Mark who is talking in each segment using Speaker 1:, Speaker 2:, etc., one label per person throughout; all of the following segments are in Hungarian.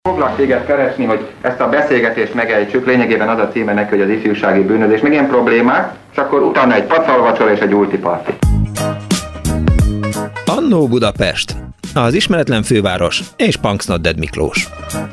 Speaker 1: Foglak téged keresni, hogy ezt a beszélgetést megejtsük, lényegében az a címe neki, hogy az ifjúsági bűnözés, meg ilyen problémák, és akkor utána egy pacalvacsora és egy ultiparti.
Speaker 2: Annó Budapest, az ismeretlen főváros és Punks Not Dead Miklós.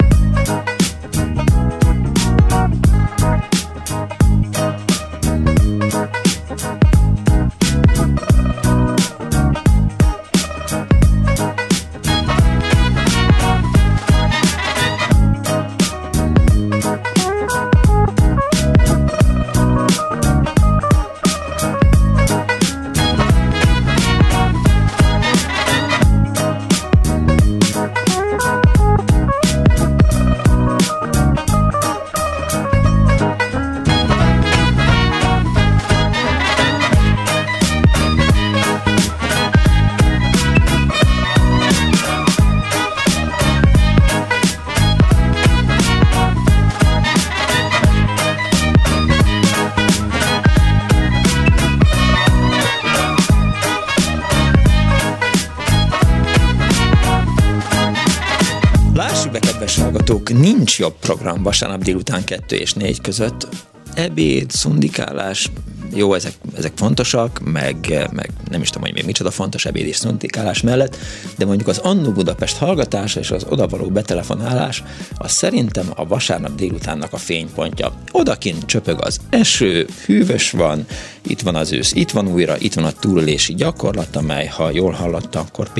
Speaker 2: Nincs jobb program vasárnap délután 2 és 4 között. Ebéd, szundikálás, jó, ezek fontosak, meg nem is tudom, hogy még micsoda fontos ebéd és szundikálás mellett, de mondjuk az Annó Budapest hallgatása és az odavaló betelefonálás, az szerintem a vasárnap délutánnak a fénypontja. Odakint csöpög az eső, hűvös van, itt van az ősz, itt van újra, itt van a túlélési gyakorlat, amely, ha jól hallotta, akkor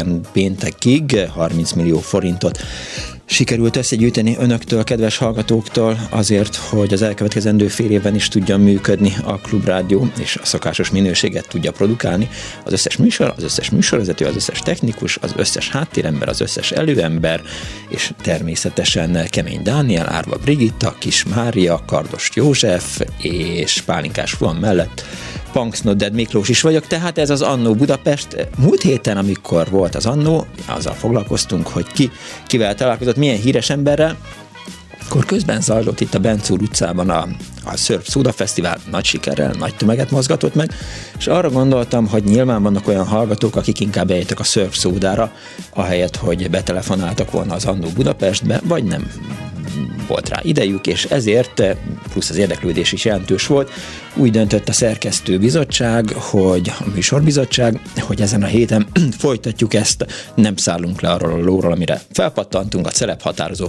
Speaker 2: péntekig 30 millió forintot sikerült összegyűjteni önöktől, kedves hallgatóktól, azért, hogy az elkövetkezendő fél évben is tudjon működni a Klubrádió, és a szokásos minőséget tudja produkálni. Az összes műsor, az összes műsorvezető, az összes technikus, az összes háttérember, az összes előember, és természetesen Kemény Dániel, Árva Brigitta, Kis Mária, Kardos József és Pálinkás Fuan mellett Punks Not Dead Miklós is vagyok, tehát ez az Annó Budapest. Múlt héten, amikor volt az Annó, azzal foglalkoztunk, hogy kivel találkozott, milyen híres emberrel, akkor közben zajlott itt a Bencúr utcában a Surf Soda Fesztivál, nagy sikerrel, nagy tömeget mozgatott meg, és arra gondoltam, hogy nyilván vannak olyan hallgatók, akik inkább eljöttek a Surf Sodára, ahelyett, hogy betelefonáltak volna az Annó Budapestbe, vagy nem volt rá idejük, és ezért, plusz az érdeklődés is jelentős volt, úgy döntött a szerkesztőbizottság, hogy a műsorbizottság, hogy ezen a héten folytatjuk ezt, nem szállunk le arról a lóról, amire felpattantunk, a celeb határozó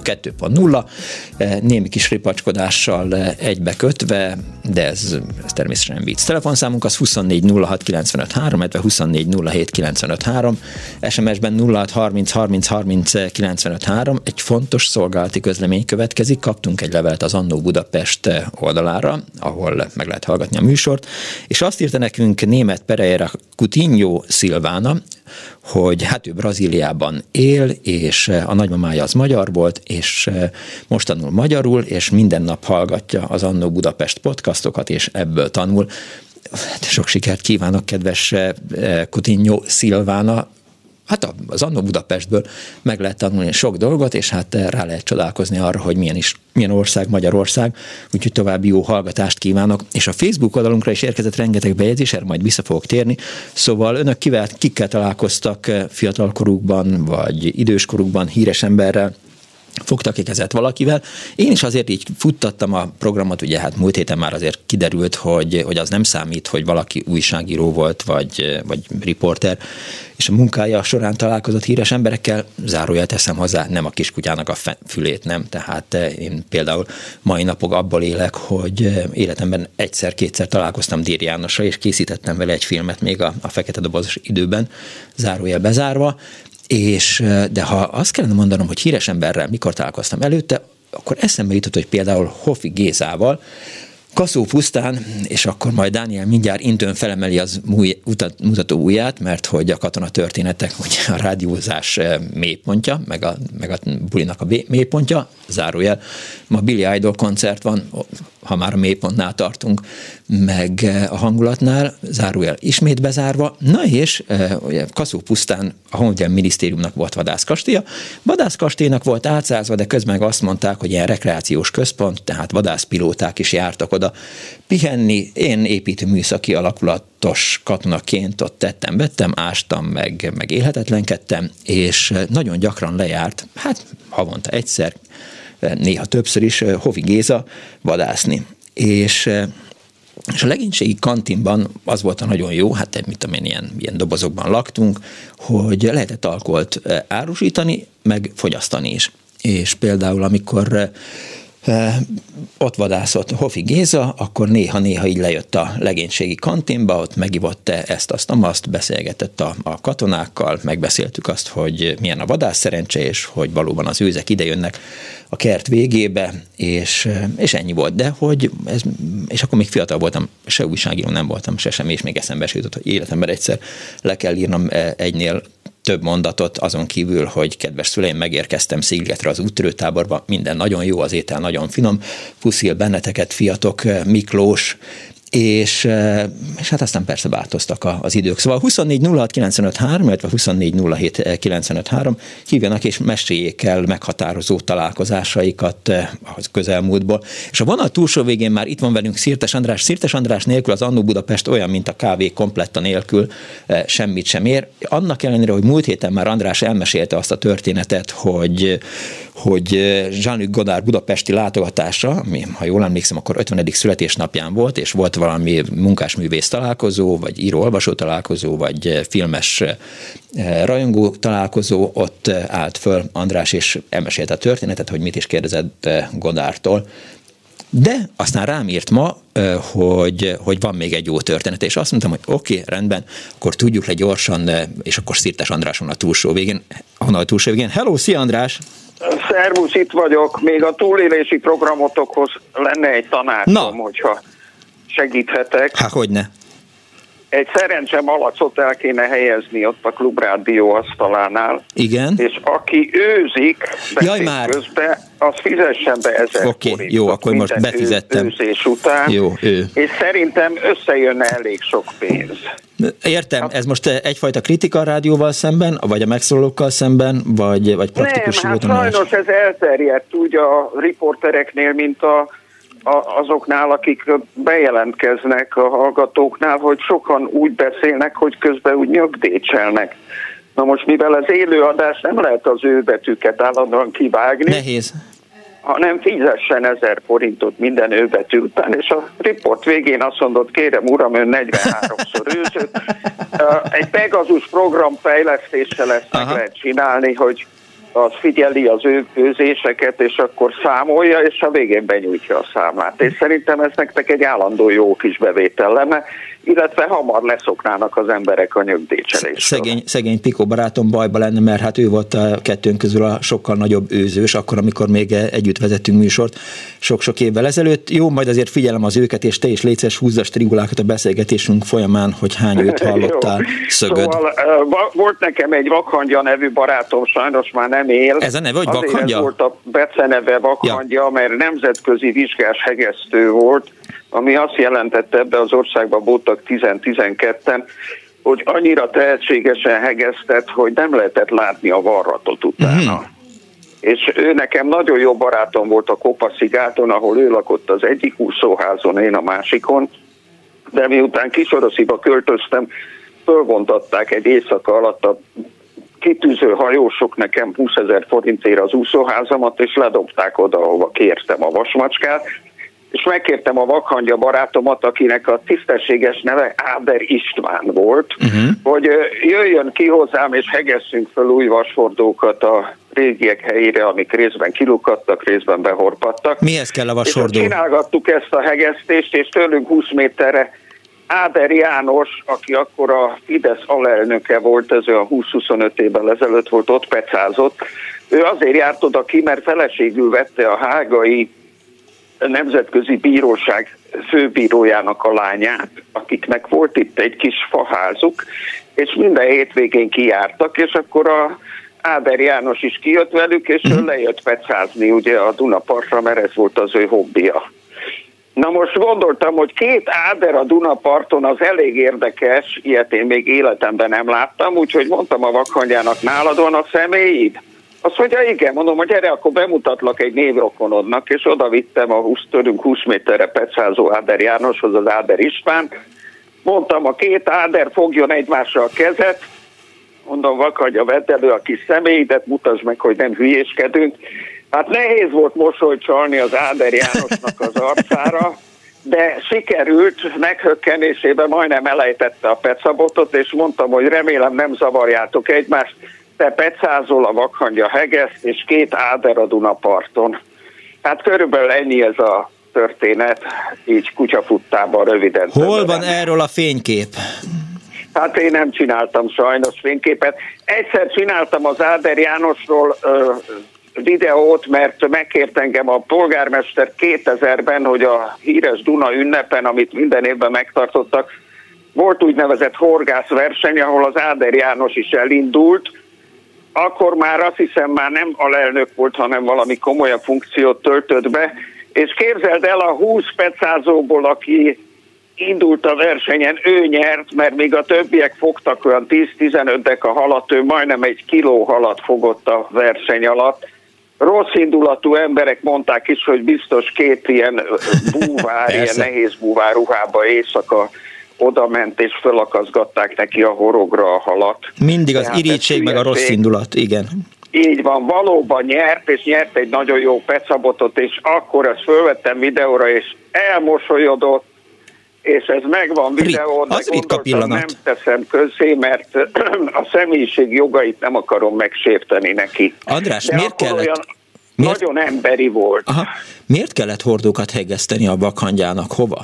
Speaker 2: 2.0, némi kis ripacskodással egybekötve, de ez természetesen vicc. Telefonszámunk az 24 06 95 3, illetve 24 07 95 3, SMS-ben 06 30 30 30 95 3, egy fontos szolgálati közlemény következik, kaptunk egy levelet az Annó Budapest oldalára, ahol meg lehet hallgatni a műsort, és azt írta nekünk Németh Pereira Coutinho Silvana, hogy hát ő Brazíliában él, és a nagymamája az magyar volt, és most tanul magyarul, és minden nap hallgatja az Annó Budapest podcastokat, és ebből tanul. Sok sikert kívánok, kedves Coutinho Silvana. Hát az Annó Budapestből meg lehet tanulni sok dolgot, és hát rá lehet csodálkozni arra, hogy milyen ország Magyarország, úgyhogy további jó hallgatást kívánok. És a Facebook oldalunkra is érkezett rengeteg bejegyzés, erre majd vissza fogok térni. Szóval önök kikkel találkoztak fiatalkorukban, vagy időskorukban, híres emberrel, fogtak kezet valakivel. Én is azért így futtattam a programot, ugye hát múlt héten már azért kiderült, hogy az nem számít, hogy valaki újságíró volt, vagy riporter, és a munkája során találkozott híres emberekkel, zárójel teszem hozzá, nem a kiskutyának a fülét, nem. Tehát én például mai napok abból élek, hogy életemben egyszer-kétszer találkoztam Déri Jánossal, és készítettem vele egy filmet még a fekete dobozos időben, zárójel bezárva. De ha azt kellene mondanom, hogy híres emberrel mikor találkoztam előtte, akkor eszembe jutott, hogy például Hofi Gézával, Kaszó pusztán, és akkor majd Dániel mindjárt intőn felemeli az mutató ujját, mert hogy a katonatörténetek, ugye a rádiózás mélypontja, meg a bulinak a mélypontja, zárójel. Ma Billy Idol koncert van, ha már a mélypontnál tartunk, meg a hangulatnál, zárójel ismét bezárva. Na és ugye Kaszópusztán a Honvédelmi Minisztériumnak volt vadászkastélya. Vadászkastélynak volt átszázva, de közben azt mondták, hogy ilyen rekreációs központ, tehát vadászpilóták is jártak oda pihenni. Én építőműszaki alakulatos katonaként ott tettem, ástam, meg élhetetlenkedtem, és nagyon gyakran lejárt, hát havonta egyszer, néha többször is Hofi Géza vadászni. És a legénységi kantinban az volt a nagyon jó, hát mit tudom én, ilyen dobozokban laktunk, hogy lehetett alkoholt árusítani, meg fogyasztani is. És például amikor ott vadászott Hofi Géza, akkor néha-néha így lejött a legénységi kantinba, ott megivott ezt-azt, beszélgetett a katonákkal, megbeszéltük azt, hogy milyen a vadász szerencse, és hogy valóban az őzek idejönnek a kert végébe, és ennyi volt. De hogy és akkor még fiatal voltam, se újságíró nem voltam, se semmi, és még eszembe jutott, hogy életemben egyszer le kell írnom egynél több mondatot, azon kívül, hogy kedves szüleim, megérkeztem Szigetre az úttörőtáborba, minden nagyon jó, az étel nagyon finom, puszil benneteket, fiatok, Miklós, és hát aztán persze változtak az idők. Szóval 24 06 95 3, illetve 24 07 95 3 hívjanak és meséljék el meghatározó találkozásaikat a közelmúltból. És a vonal túlsó végén már itt van velünk Szirtes András. Szirtes András nélkül az Annó Budapest olyan, mint a kávé kompletta nélkül, semmit sem ér. Annak ellenére, hogy múlt héten már András elmesélte azt a történetet, hogy Jean-Luc Godard budapesti látogatása, ami, ha jól emlékszem, akkor 50. születésnapján volt, és volt valami munkásművész találkozó, vagy író-olvasó találkozó, vagy filmes rajongó találkozó, ott állt föl András, és elmesélte a történetet, hogy mit is kérdezett Godardtól. De aztán rám írt ma, hogy van még egy jó történet, és azt mondtam, hogy oké, rendben, akkor tudjuk le gyorsan, és akkor Szirtes András van a túlsó végén. Hello, szia András!
Speaker 3: Szervusz, itt vagyok. Még a túlélési programotokhoz lenne egy tanácsom, hogyha segíthetek.
Speaker 2: Há, hogyne.
Speaker 3: Egy szerencse malacot el kéne helyezni ott a Klubrádió asztalánál.
Speaker 2: Igen.
Speaker 3: És aki őzik közben, az fizessen be 1000 forintot.
Speaker 2: Jó, akkor most befizettem.
Speaker 3: Őzés után.
Speaker 2: Jó,
Speaker 3: És szerintem összejönne elég sok pénz.
Speaker 2: Értem, ez most egyfajta kritika a rádióval szemben, vagy a megszólalókkal szemben, vagy praktikus
Speaker 3: Nem, sajnos ez elterjedt úgy a riportereknél, mint azoknál, akik bejelentkeznek a hallgatóknál, hogy sokan úgy beszélnek, hogy közben úgy nyögdécselnek. Na most, mivel az élőadás nem lehet az ő betűket állandóan kivágni,
Speaker 2: nehéz,
Speaker 3: hanem fizessen 1000 forintot minden őbetű után, és a riport végén azt mondott, kérem uram, ön 43-szor őzött. Egy Pegasus programfejlesztéssel ezt meg lehet csinálni, hogy az figyeli az őzéseket, és akkor számolja, és a végén benyújtja a számlát. És szerintem ez nektek egy állandó jó kis bevétel lenne, illetve hamar leszoknának az emberek a nyögdécseléstől.
Speaker 2: Szegény Pikó barátom bajba lenne, mert hát ő volt a kettőnk közül a sokkal nagyobb őzős, akkor, amikor még együtt vezettünk műsort sok-sok évvel ezelőtt. Jó, majd azért figyelem az őket, és te is légy szíves, húzd a strigulákat a beszélgetésünk folyamán, hogy hány őt hallottál, szögöd.
Speaker 3: Szóval volt nekem egy Vakhangya nevű barátom, sajnos már nem él.
Speaker 2: Ez a neve, hogy
Speaker 3: Vakhangya?
Speaker 2: Vakhangya?
Speaker 3: Ez volt a beceneve Vakhangya, mert nemzetközi vizsgás hegesztő volt, ami azt jelentette, ebbe az országban voltak 10-12-en, hogy annyira tehetségesen hegesztett, hogy nem lehetett látni a varratot utána. És ő nekem nagyon jó barátom volt a Kopa-szigáton, ahol ő lakott az egyik úszóházon, én a másikon, de miután Kisorosziba költöztem, fölvontatták egy éjszaka alatt a kitűző hajósok nekem 20 000 forintért az úszóházamat, és ledobták oda, ahova kértem a vasmacskát, és megkértem a Vakhangya barátomat, akinek a tisztességes neve Áder István volt, hogy jöjjön ki hozzám, és hegesszünk föl új vasfordókat a régiek helyére, amik részben kilukadtak, részben behorpadtak.
Speaker 2: Mihez kell a vasfordó?
Speaker 3: És csinálgattuk ezt a hegesztést, és tőlünk 20 méterre Áder János, aki akkor a Fidesz alelnöke volt, ez a 20-25 évvel ezelőtt volt, ott pecázott. Ő azért járt oda ki, mert feleségül vette a hágai Nemzetközi Bíróság főbírójának a lányát, akiknek volt itt egy kis faházuk, és minden hétvégén kijártak, és akkor a Áder János is kijött velük, és ő lejött pecázni ugye a Dunapartra, mert ez volt az ő hobbija. Na most gondoltam, hogy 2 áder a Dunaparton az elég érdekes, ilyet én még életemben nem láttam, úgyhogy mondtam a vakhangyának, nálad van a személyid? Azt mondja, igen, mondom, hogy gyere, akkor bemutatlak egy névrokonodnak, és oda vittem tőlünk 20 méterre petszázó Áder Jánoshoz, az Áder István. Mondtam, a 2 áder fogjon egymásra a kezet, mondom, vakhagyja, vedd elő a kis személyidet, mutasd meg, hogy nem hülyéskedünk. Hát nehéz volt mosolyt csalni az Áder Jánosnak az arcára, de sikerült, meghökkenésében majdnem elejtette a pecabotot, és mondtam, hogy remélem nem zavarjátok egymást, te pecázol, a vakhangya hegeszt, és 2 áder a Dunaparton. Hát körülbelül ennyi ez a történet, így kutyafuttában röviden.
Speaker 2: Hol van erről a fénykép?
Speaker 3: Hát én nem csináltam sajnos fényképet. Egyszer csináltam az Áder Jánosról videót, mert megkért engem a polgármester 2000-ben, hogy a híres Duna ünnepen, amit minden évben megtartottak, volt úgynevezett horgászverseny, ahol az Áder János is elindult. Akkor már azt hiszem már nem alelnök volt, hanem valami komolyabb funkciót töltött be, és képzeld el, a 20 pecázóból, aki indult a versenyen, ő nyert, mert még a többiek fogtak olyan 10-15 deka halat, ő majdnem 1 kiló halat fogott a verseny alatt. Rossz indulatú emberek mondták is, hogy biztos 2 ilyen búvár, ilyen nehéz búvár ruhába éjszaka oda ment, és fölakaszgatták neki a horogra a halat.
Speaker 2: Mindig az irigység meg a rossz indulat, igen.
Speaker 3: Így van, valóban nyert, és nyert egy nagyon jó pecabotot, és akkor ezt fölvettem videóra, és elmosolyodott, és ez megvan videón, de gondoltam, nem teszem közzé, mert a személyiség jogait nem akarom megsérteni neki.
Speaker 2: András,
Speaker 3: de
Speaker 2: miért kellett?
Speaker 3: Nagyon emberi volt.
Speaker 2: Aha. Miért kellett hordókat hegeszteni a vakhangyának? Hova?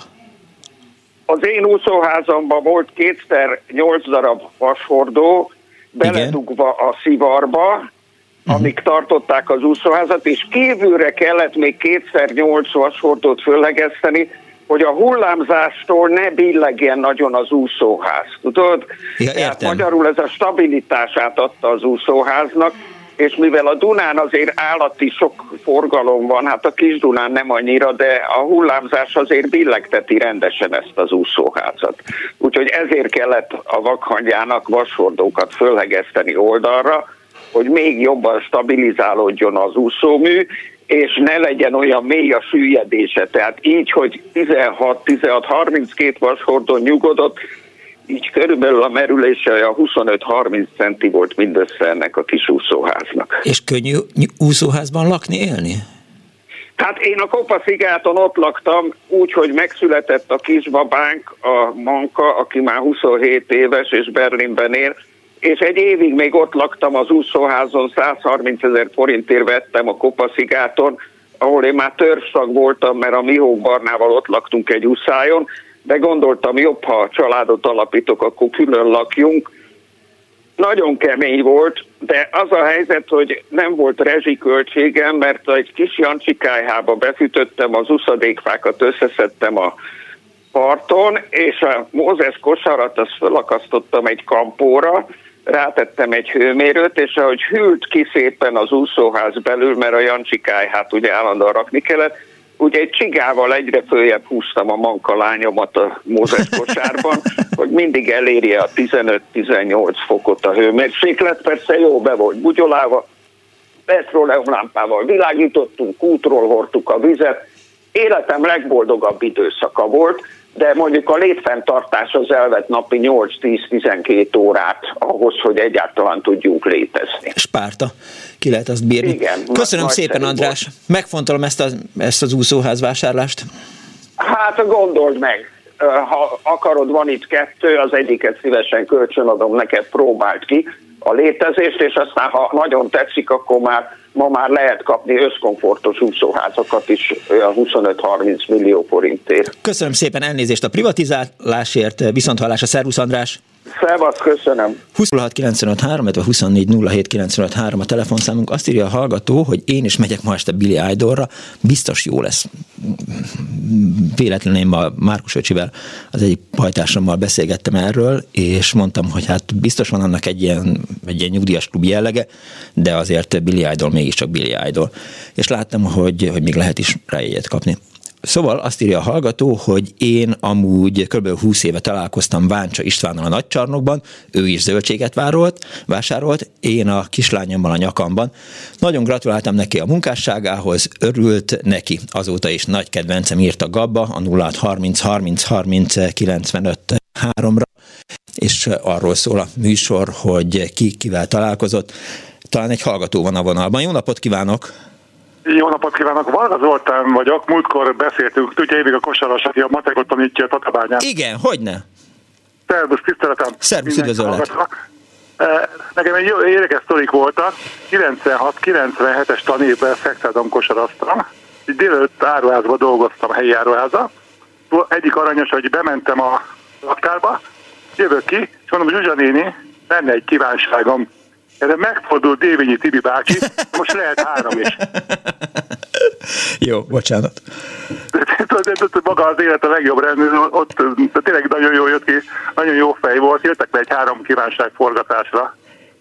Speaker 3: Az én úszóházamban volt 8 darab vashordó, beledugva a szivarba, amíg tartották az úszóházat, és kívülre kellett még 8 vashordót föllegeszteni, hogy a hullámzástól ne billegjen nagyon az úszóház. Tudod?
Speaker 2: Ja,
Speaker 3: magyarul ez a stabilitását adta az úszóháznak, és mivel a Dunán azért állati sok forgalom van, hát a Kis Dunán nem annyira, de a hullámzás azért billegteti rendesen ezt az úszóházat. Úgyhogy ezért kellett a vakhangyának vashordókat fölhegeszteni oldalra, hogy még jobban stabilizálódjon az úszómű, és ne legyen olyan mély a süllyedése. Tehát így, hogy 16-32 vashordón nyugodott, így körülbelül a merülése olyan 25-30 centi volt mindössze ennek a kis úszóháznak.
Speaker 2: És könnyű úszóházban lakni, élni?
Speaker 3: Hát én a Kopa-szigáton ott laktam, úgy, hogy megszületett a kisbabánk, a Manka, aki már 27 éves és Berlinben él, és egy évig még ott laktam az úszóházon, 130 000 forintért vettem a Kopa-szigáton, ahol én már törzstag voltam, mert a Mihók Barnával ott laktunk egy uszályon, de gondoltam, jobb, ha családot alapítok, akkor külön lakjunk. Nagyon kemény volt, de az a helyzet, hogy nem volt rezsiköltségem, mert egy kis jancsikályhába befűtöttem az uszadékfákat, összeszedtem a parton, és a Mózes kosarat azt felakasztottam egy kampóra, rátettem egy hőmérőt, és ahogy hűlt ki szépen az úszóház belül, mert a jancsikályhát ugye állandóan rakni kellett, ugye egy csigával egyre följebb húztam a Manka lányomat a Mózes kosárban, hogy mindig elérje a 15-18 fokot a hőmérséklet, persze jó be volt bugyolálva, petróleumlámpával világítottunk, útról hordtuk a vizet, életem legboldogabb időszaka volt, de mondjuk a létfenntartás az elvett napi 8-10-12 órát ahhoz, hogy egyáltalán tudjunk létezni.
Speaker 2: Spárta. Ki lehet azt bírni.
Speaker 3: Igen,
Speaker 2: köszönöm szépen, András. Volt. Megfontolom ezt az úszóház vásárlást.
Speaker 3: Hát gondold meg. Ha akarod, van itt 2, az egyiket szívesen kölcsönadom neked, próbáld ki a létezést, és aztán ha nagyon tetszik, akkor ma már lehet kapni összkomfortos úszóházakat is olyan 25-30 millió forintért.
Speaker 2: Köszönöm szépen, elnézést a privatizálásért, viszonthallásra, szervusz András!
Speaker 3: Szevasz, köszönöm.
Speaker 2: 26.953, illetve 24.07.953 a telefonszámunk. Azt írja a hallgató, hogy én is megyek ma este Billy Idolra, biztos jó lesz. Véletlenül én ma Márkus öcsivel, az egyik pajtársammal beszélgettem erről, és mondtam, hogy hát biztos van annak egy ilyen nyugdíjas klub jellege, de azért Billy Idol mégiscsak Billy Idol. És láttam, hogy még lehet is rájegyet kapni. Szóval azt írja a hallgató, hogy én amúgy kb. 20 éve találkoztam Váncsa Istvánnal a Nagycsarnokban, ő is zöldséget vásárolt, én a kislányommal a nyakamban. Nagyon gratuláltam neki a munkásságához, örült neki, azóta is nagy kedvencem, írta Gabba a 0630 30 30 95 3-ra, és arról szól a műsor, hogy ki kivel találkozott. Talán egy hallgató van a vonalban. Jó napot kívánok!
Speaker 4: Jó napot kívánok! Varga Zoltán vagyok. Múltkor beszéltünk, tudja, évig a kosaras, aki a matekot tanítja a Tatabányán.
Speaker 2: Igen, hogyne?
Speaker 4: Szervusz, tiszteletem!
Speaker 2: Szervusz, üdvözöllek!
Speaker 4: Nekem egy érdekes sztorik voltak. 96-97-es tanévben Szexádon kosaraztam. Így délelőtt áruházba dolgoztam, helyi áruháza. Egyik aranyos, hogy bementem a laktárba, jövök ki, és mondom, Zsuzsa néni, lenne egy kívánságom. Erre megfordult Dévényi Tibi bácsi, most lehet 3 is.
Speaker 2: Jó, bocsánat.
Speaker 4: Maga az élet a legjobb rendben, ott tényleg nagyon jól jött ki, nagyon jó fej volt, jöttek le egy 3 kívánság forgatásra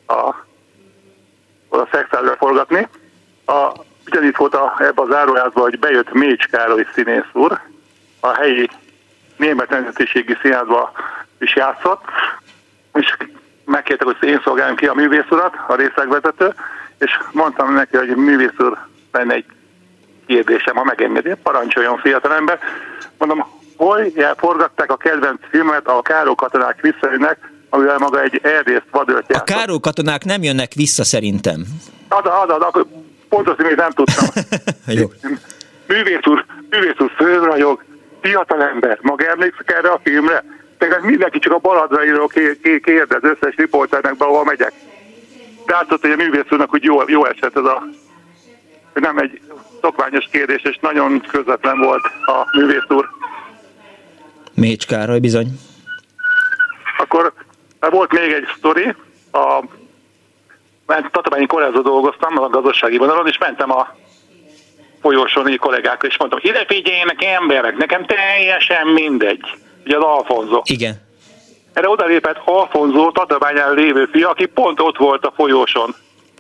Speaker 4: a Szexádra forgatni. Ugyanitt volt ebben az áruházban, hogy bejött Mécs Károly színész úr, a helyi német nemzetiségi színházban is játszott, és megkértek, hogy én szolgáljam ki a művész urat, a részlegvezető, és mondtam neki, hogy művész úr, lenne egy kérdésem, ha megengedi, parancsoljon fiatalember. Mondom, hol forgatták a kedvenc filmet, a Káró katonák visszajönnek, amivel maga egy erdészt vadőrt játszott.
Speaker 2: A Káró katonák nem jönnek vissza szerintem.
Speaker 4: Akkor pontosan még nem tudtam.
Speaker 2: Jó.
Speaker 4: Művész úr fölrajog, fiatalember, maga emlékszik erre a filmre? Tehát mindenki csak a Baladrairól kérdez összes riporternek, ahol megyek. Látszott, hogy a művész úrnak, hogy jó esett ez nem egy szokványos kérdés, és nagyon közvetlen volt a művész úr.
Speaker 2: Mécs Károly, bizony.
Speaker 4: Akkor volt még egy sztori, Tatabányi kórházban dolgoztam, a gazdasági vonalon, és mentem a folyósoni kollégákkal, és mondtam, ide figyeljenek emberek, nekem teljesen mindegy. Ugye az Alfonso.
Speaker 2: Igen.
Speaker 4: Erre odalépett Alfonso, Tatabányán lévő fia, aki pont ott volt a folyóson.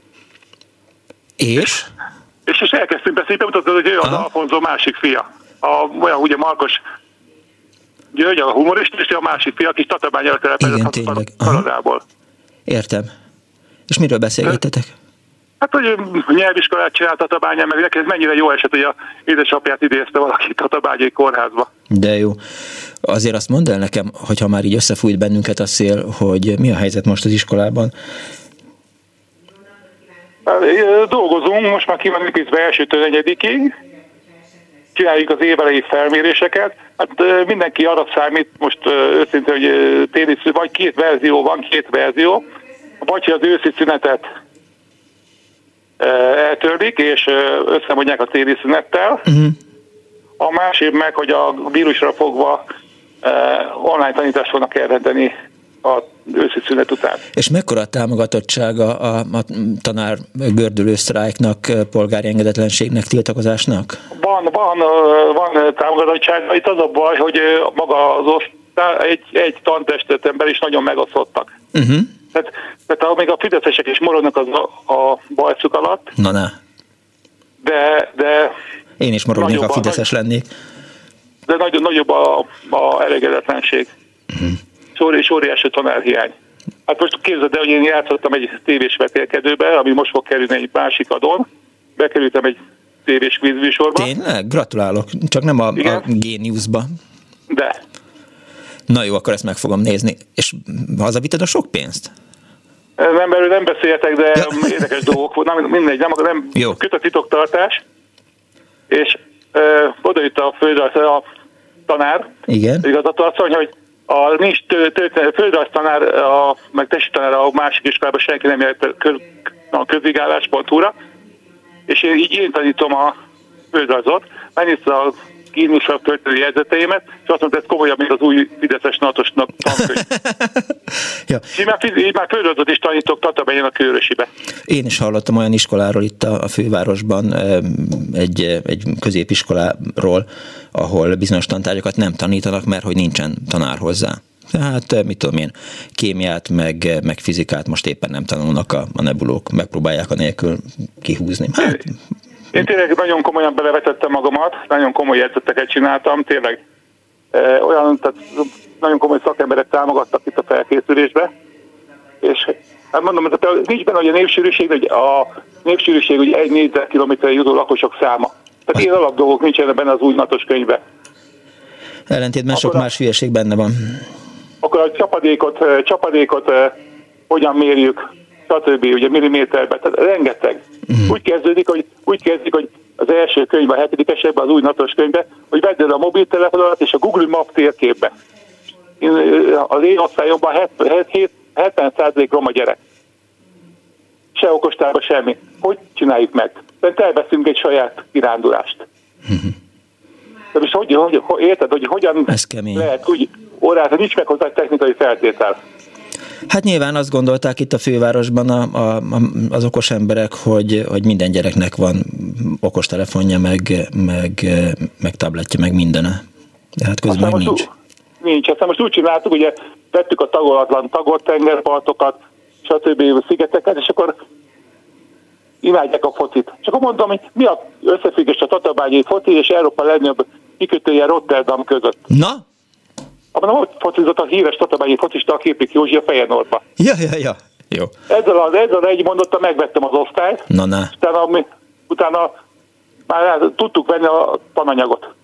Speaker 2: És
Speaker 4: elkezdtünk beszélni, bemutatod, hogy ő az Alfonso másik fia. Olyan ugye Markos György, a humorista, és a másik fia, aki Tatabányára telepedett Kanadából.
Speaker 2: Értem. És miről beszélgettetek?
Speaker 4: Hát, hogy nyelviskolát csinált Tatabányán, meg neki ez mennyire jó eset, hogy a édesapját idézte valaki Tatabányai kórházba.
Speaker 2: De jó. Azért azt mondd el nekem, hogyha már így összefújt bennünket a szél, hogy mi a helyzet most az iskolában?
Speaker 4: Dolgozunk, most már ki van építve 1-től 4-ig. Csináljuk az évelei felméréseket. Hát mindenki arra számít, most őszintén, hogy téli, vagy 2 verzió van, 2 verzió. Vagy az őszi szünetet eltörlik, és összemondják a téli szünettel. Uh-huh. A másik meg, hogy a vírusra fogva online tanítást fognak elrendeni a őszi szünet után. És
Speaker 2: mekkora a támogatottsága a tanár gördülő sztrájknak, polgári engedetlenségnek, tiltakozásnak? Van
Speaker 4: támogatottsága. Itt az a baj, hogy maga az osztály, egy tantesteten belül is nagyon megosztottak. Uh-huh. Tehát még a fideszesek is morodnak a bajcuk alatt.
Speaker 2: Na.
Speaker 4: De
Speaker 2: én is morognék, ha fideszes lennék.
Speaker 4: De nagyobb a elégedetlenség. Uh-huh. És óriási tanárhiány. Hát most képzeld el, hogy én játszottam egy tévés vetélkedőbe, ami most fog kerülni egy másik adón. Bekerültem egy tévés kvízműsorba. Tényleg?
Speaker 2: Gratulálok. Csak nem a G-News-ba.
Speaker 4: De.
Speaker 2: Na jó, akkor ezt meg fogom nézni. És hazavitted a sok pénzt?
Speaker 4: Erről nem beszéltek, de érdekes dolgok volt. Mindegy, nem köt a titoktartás. És oda jött a tanár, igazgatóasszony, hogy nincs földrajztanár, meg testtanár a másik iskolában senki nem jött a közigálás.hu-ra, és én tanítom a földrajzot, megnézte a kínusabb költői jegyzeteimet, és azt mondta, ez komolyabb, mint az új fideszes NATO-snak tankönyv. Ja. Így már földrajzot is tanítok Tatabányon a Kőrösibe.
Speaker 2: Én is hallottam olyan iskoláról itt a fővárosban, egy középiskoláról, ahol bizonyos tantárgyakat nem tanítanak, mert hogy nincsen tanár hozzá. Tehát, mit tudom én, kémiát, meg fizikát most éppen nem tanulnak a nebulók, megpróbálják a nélkül kihúzni. Hát,
Speaker 4: Én tényleg nagyon komolyan belevetettem magamat, nagyon komoly jegyzeteket csináltam, tényleg olyan, tehát nagyon komoly szakemberek támogattak itt a felkészülésbe, és hát mondom, tehát nincs benne, hogy a népsűrűség ugye 1 négyzetkilométerre jutó lakosok száma. Tehát ilyen alapdolgok nincsenek benne az új NATO-s könyvben.
Speaker 2: Ellentétben sok más hülyeség benne van.
Speaker 4: Akkor a csapadékot hogyan mérjük, stb. Ugye milliméterben, tehát rengeteg. Úgy kezdődik, hogy az első könyv, a 7. esetben, az új NATO-s könyvben, hogy vedd el a mobiltelefonodat és a Google Map térképbe. Az én osztályomban 70% roma gyerek. Se okostárba semmi. Hogy csináljuk meg? Tehát elveszünk egy saját kirándulást. De most érted, hogy hogyan lehet úgy órát, nincs meg hozzá technikai feltétel.
Speaker 2: Hát nyilván azt gondolták itt a fővárosban az okos emberek, hogy minden gyereknek van okostelefonja, meg tabletje, meg mindene. De hát közben meg nincs.
Speaker 4: Nincs. Aztán most úgy csináltuk, ugye vettük a tagolatlan tagolt tengerpartokat, stb. Szigeteket, és akkor imádják a focit. És akkor mondom, hogy mi az összefüggés a tatabányai foci és Európa legnagyobb kikötője Rotterdam között.
Speaker 2: Na?
Speaker 4: Abban ott focizott a híres tatabányi focista, a Képlik Józsi a Feyenoordba.
Speaker 2: Ja. Jó.
Speaker 4: Ezzel egy mondattal megvettem az osztályt.
Speaker 2: Na.
Speaker 4: Utána már tudtuk venni a tananyagot.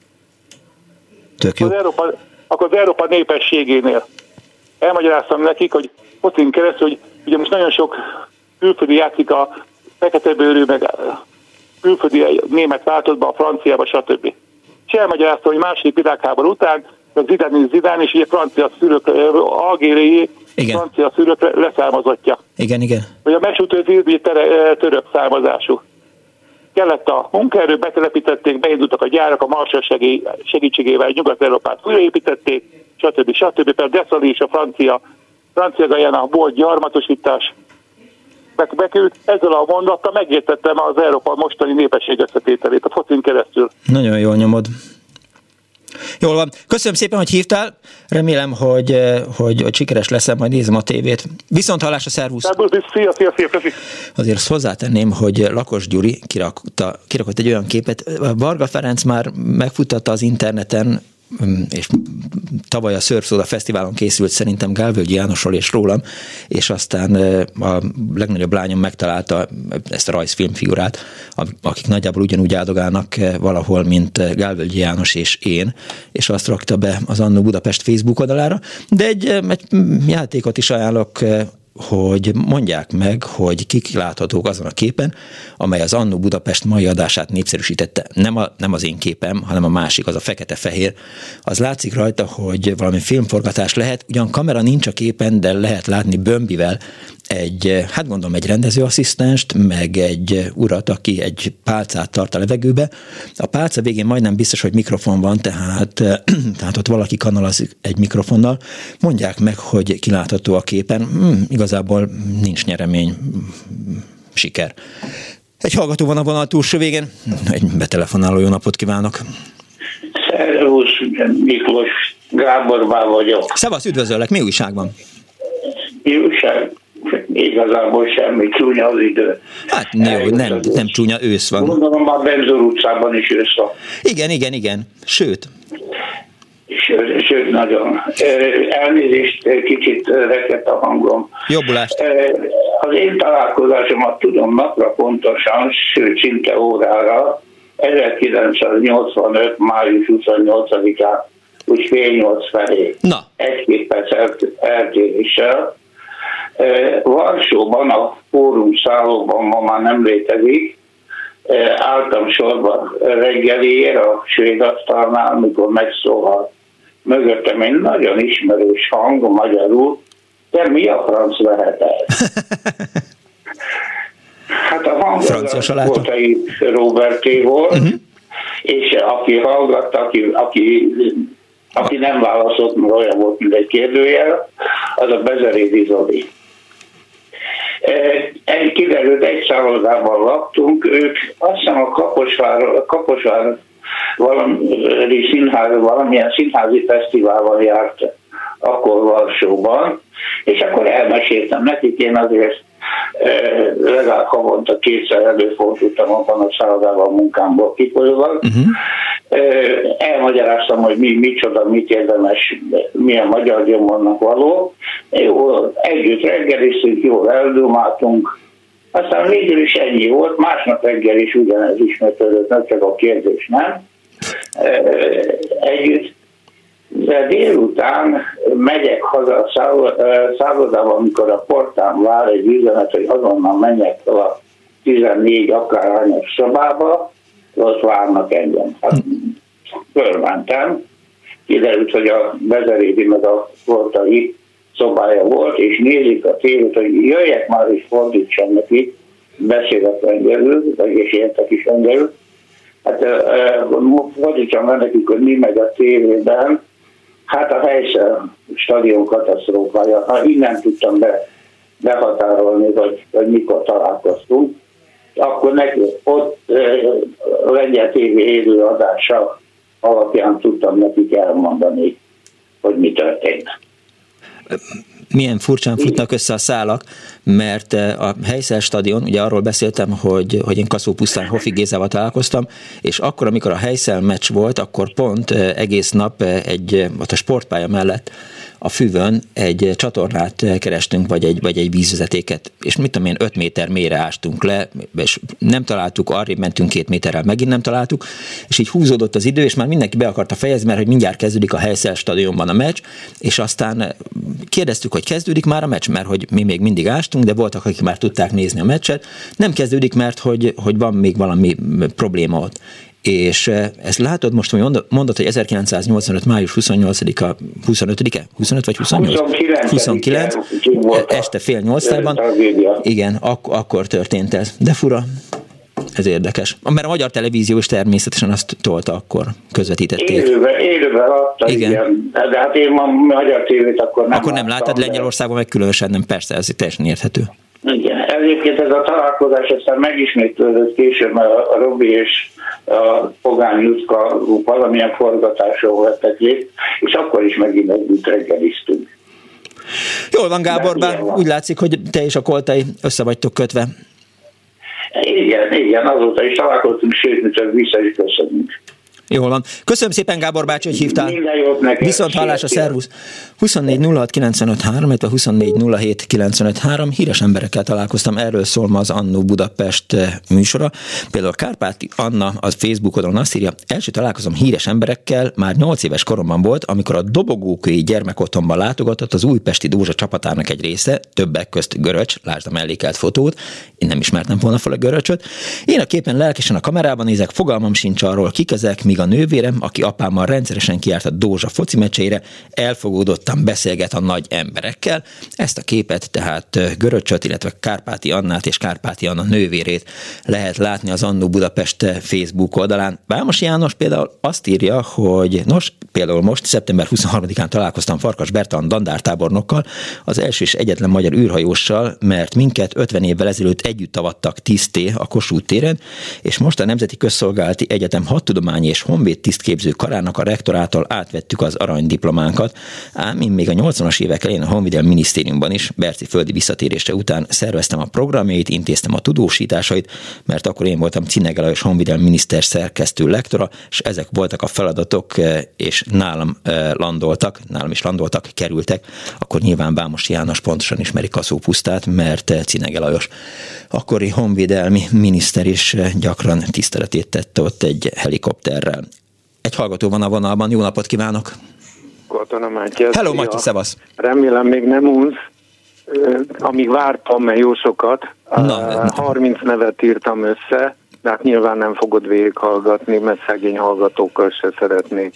Speaker 2: Tök jó.
Speaker 4: Akkor az Európa népességénél elmagyaráztam nekik, hogy focin keresztül, hogy ugye most nagyon sok külföldi játszik a feketebőrű, meg külföldi német változatban, a franciába, stb. És elmagyaráztam, hogy második világháború után a Zidane és ugye francia szülők, algériai francia szülők leszármazottja.
Speaker 2: Igen.
Speaker 4: Hogy a mesútőző török származású. Kellett a munkaerő, betelepítették, beindultak a gyárak, a Marshall segítségével Nyugat-Európát újraépítették, stb. Például Dessali és a francia Guyana volt gyarmatosítás. Bekült, ezzel a mondattal megértettem az Európa mostani népesség összetételét a focin keresztül.
Speaker 2: Nagyon jól nyomod. Jól van. Köszönöm szépen, hogy hívtál. Remélem, hogy sikeres leszel, majd nézem a tévét. Viszont hallásra, szervusz!
Speaker 4: Szia, köszi!
Speaker 2: Azért azt hozzátenném, hogy Lakos Gyuri kirakott egy olyan képet. Varga Ferenc már megfuttatta az interneten, és tavaly a Surf Fesztiválon készült szerintem Gálvölgyi Jánosról és rólam, és aztán a legnagyobb lányom megtalálta ezt a rajzfilmfigurát, akik nagyjából ugyanúgy áldogálnak valahol, mint Gálvölgyi János és én, és azt rakta be az Annó Budapest Facebook oldalára, de egy játékot is ajánlok, hogy mondják meg, hogy kik láthatók azon a képen, amely az Annó Budapest mai adását népszerűsítette. Nem az én képem, hanem a másik, az a fekete-fehér. Az látszik rajta, hogy valami filmforgatás lehet, ugyan kamera nincs a képen, de lehet látni Bömbivel egy rendezőasszisztenst, meg egy urat, aki egy pálcát tart a levegőbe. A pálca végén majdnem biztos, hogy mikrofon van, tehát ott valaki kanalazik egy mikrofonnal. Mondják meg, hogy kilátható a képen. Igazából nincs nyeremény, siker. Egy hallgató van a vonal túlsó végén. Egy betelefonáló, jó napot kívánok!
Speaker 5: Szervusz, Miklós, Gábor vagyok.
Speaker 2: Szevasz, üdvözöllek, mi újság van?
Speaker 5: Mi újság? Igazából semmi, csúnya az idő.
Speaker 2: Hát jó, nem csúnya, ősz van.
Speaker 5: Gondolom már Benzor utcában is ősz van.
Speaker 2: Igen. Sőt,
Speaker 5: nagyon. Elnézést, kicsit rekett a hangom.
Speaker 2: Jobbulást.
Speaker 5: Az én találkozásomat tudom napra pontosan, sőt szinte órára, 1985. május 28-án, úgy fél 8 felé.
Speaker 2: Na.
Speaker 5: 1-2 perc eltéréssel. Varsóban a Fórum szállóban, ma már nem létezik, álltam sorba reggeliért a svéd asztalnál, amikor megszólalt mögöttem egy nagyon ismerős hang magyarul, de mi a franc lehet ez? Hát a hang volt egy Roberté volt, és aki hallgatta, aki nem válaszolt, mert olyan volt, mint egy kérdőjel, az a Bezerédi Zoli. Kiderült, egy szállodában laktunk, ők azt hiszem a Kaposvár valamilyen színházi fesztiválban járt akkor Varsóban, és akkor elmeséltem nekik, én azért legalább havonta kétszer előfordultam abban a szállodában munkámból kifolyólag. Elmagyaráztam, hogy micsoda, mit érdemes, milyen magyar gyomornak való. Jó, együtt reggeliztünk, jól eldumáltunk, aztán végül is ennyi volt, másnap reggel is ugyanez ismétlődött, nem csak a kérdés, nem? Együtt. De délután megyek haza a szállodába, amikor a portán vár egy üzenet, hogy azonnal menjek fel a 14 akárhányas szobába, ott várnak engem. Hát fölmentem, kiderült, hogy a Bezerédi meg a portai szobája volt, és nézik a tévét, hogy jöjjek már és fordítsam neki, beszélek lengyelül, és értek is lengyelül. Hát fordítsam le nekik, hogy mi megy a tévében. Hát a Heysel stadion katasztrófája. Innen tudtam behatárolni, hogy mikor találkoztunk. Akkor neki ott lengyel tévé élőadása alapján tudtam nekik elmondani, hogy mi történt.
Speaker 2: Milyen furcsán futnak össze a szálak, mert a Heysel stadion, ugye arról beszéltem, hogy én Kaszópusztán Hofi Gézával találkoztam, és akkor, amikor a Heysel meccs volt, akkor pont egész nap ott a sportpálya mellett a füvön egy csatornát kerestünk, vagy egy vízvezetéket, és mit tudom én, 5 méter mélyre ástunk le, és nem találtuk, arrébb mentünk 2 méterrel, megint nem találtuk, és így húzódott az idő, és már mindenki be akarta fejezni, mert hogy mindjárt kezdődik a Heysel stadionban a meccs, és aztán kérdeztük, hogy kezdődik már a meccs, mert hogy mi még mindig ástunk, de voltak, akik már tudták nézni a meccset. Nem kezdődik, mert hogy van még valami probléma ott. És ezt látod most, hogy mondod, hogy 1985. május 28-a, 25-e? 25 vagy 28? 29. Este 7:30. Igen, akkor történt ez. De fura. Ez érdekes. Mert a magyar televízió is természetesen azt tolta, akkor közvetítették.
Speaker 5: Élőben adta, igen. De hát én a magyar tévét akkor nem.
Speaker 2: Akkor nem láttad, Lengyelországban meg különösen nem, persze, ez teljesen érthető.
Speaker 5: Igen, egyébként ez a találkozás aztán megismétlődött később, mert a Robi és a Pogány Jutka valamilyen forgatáson vettek részt, és akkor is megint együtt reggeliztünk.
Speaker 2: Jól van, Gábor, bár úgy látszik, hogy te és a Koltai össze vagytok kötve.
Speaker 5: Igen, azóta is találkoztunk, sőt, mint vissza is köszönünk.
Speaker 2: Jól van. Köszönöm szépen, Gábor bácsi, hogy hívtál.
Speaker 5: Minden jót neked.
Speaker 2: Viszont hallásra, szervusz. 24 06 953, illetve 24 07 953. Híres emberekkel találkoztam, erről szól ma az Annó Budapest műsora. Például Kárpáti Anna a Facebook oldalon azt írja, első találkozom híres emberekkel már 8 éves koromban volt, amikor a Dobogókői gyermekotthonban látogatott az újpesti Dózsa csapatának egy része, többek közt Göröcs, lásd a mellékelt fotót, én nem ismertem volna fel a Göröcsöt. Én a képen lelkesen a kamerában nézek, fogalmam sincs arról, kik ezek, míg a nővérem, aki apámmal rendszeresen kijárt a Dózsa foci meccseire, elfogódottan beszélget a nagy emberekkel. Ezt a képet tehát Göröcsöt, illetve Kárpáti Annát és Kárpáti Anna nővérét lehet látni az Annó Budapest Facebook oldalán. Vámos János például azt írja, hogy például most szeptember 23-án találkoztam Farkas Bertalan dandártábornokkal, az első és egyetlen magyar űrhajóssal, mert minket 50 évvel ezelőtt együtt avattak tiszté a Kossuth téren, és most a Nemzeti Közszolgálati Egyetem hadtudományi és honvéd tisztképző karának a rektorától átvettük az aranydiplománkat, ám én még a 80-as évek elején a Honvédelmi Minisztériumban is Berci földi visszatérése után szerveztem a programjait, intéztem a tudósításait, mert akkor én voltam Cinege Lajos honvédelmi miniszter szerkesztő lektora, és ezek voltak a feladatok, és nálam is landoltak, kerültek, akkor nyilván Vámos János pontosan ismeri Kaszópusztát, mert Cinege Lajos akkori honvédelmi miniszter is gyakran tiszteletét tette ott egy helikopterrel. Egy hallgató van a vonalban, jó napot kívánok!
Speaker 6: Katona Mátyás.
Speaker 2: Hello, Matyi, szevasz!
Speaker 6: Remélem még nem unsz, amíg vártam, mert jó sokat. 30 nevet írtam össze, de hát nyilván nem fogod végighallgatni, mert szegény hallgatókkal se szeretnék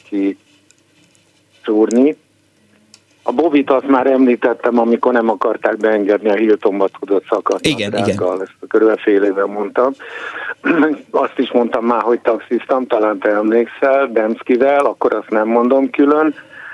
Speaker 6: kiszúrni. A Bobit azt már említettem, amikor nem akarták beengedni a Hiltonba, tudott szakadni.
Speaker 2: Igen.
Speaker 6: Ezt körülbelül fél éve mondtam. Azt is mondtam már, hogy taxiztam, talán te emlékszel, Demszkivel, akkor azt nem mondom külön.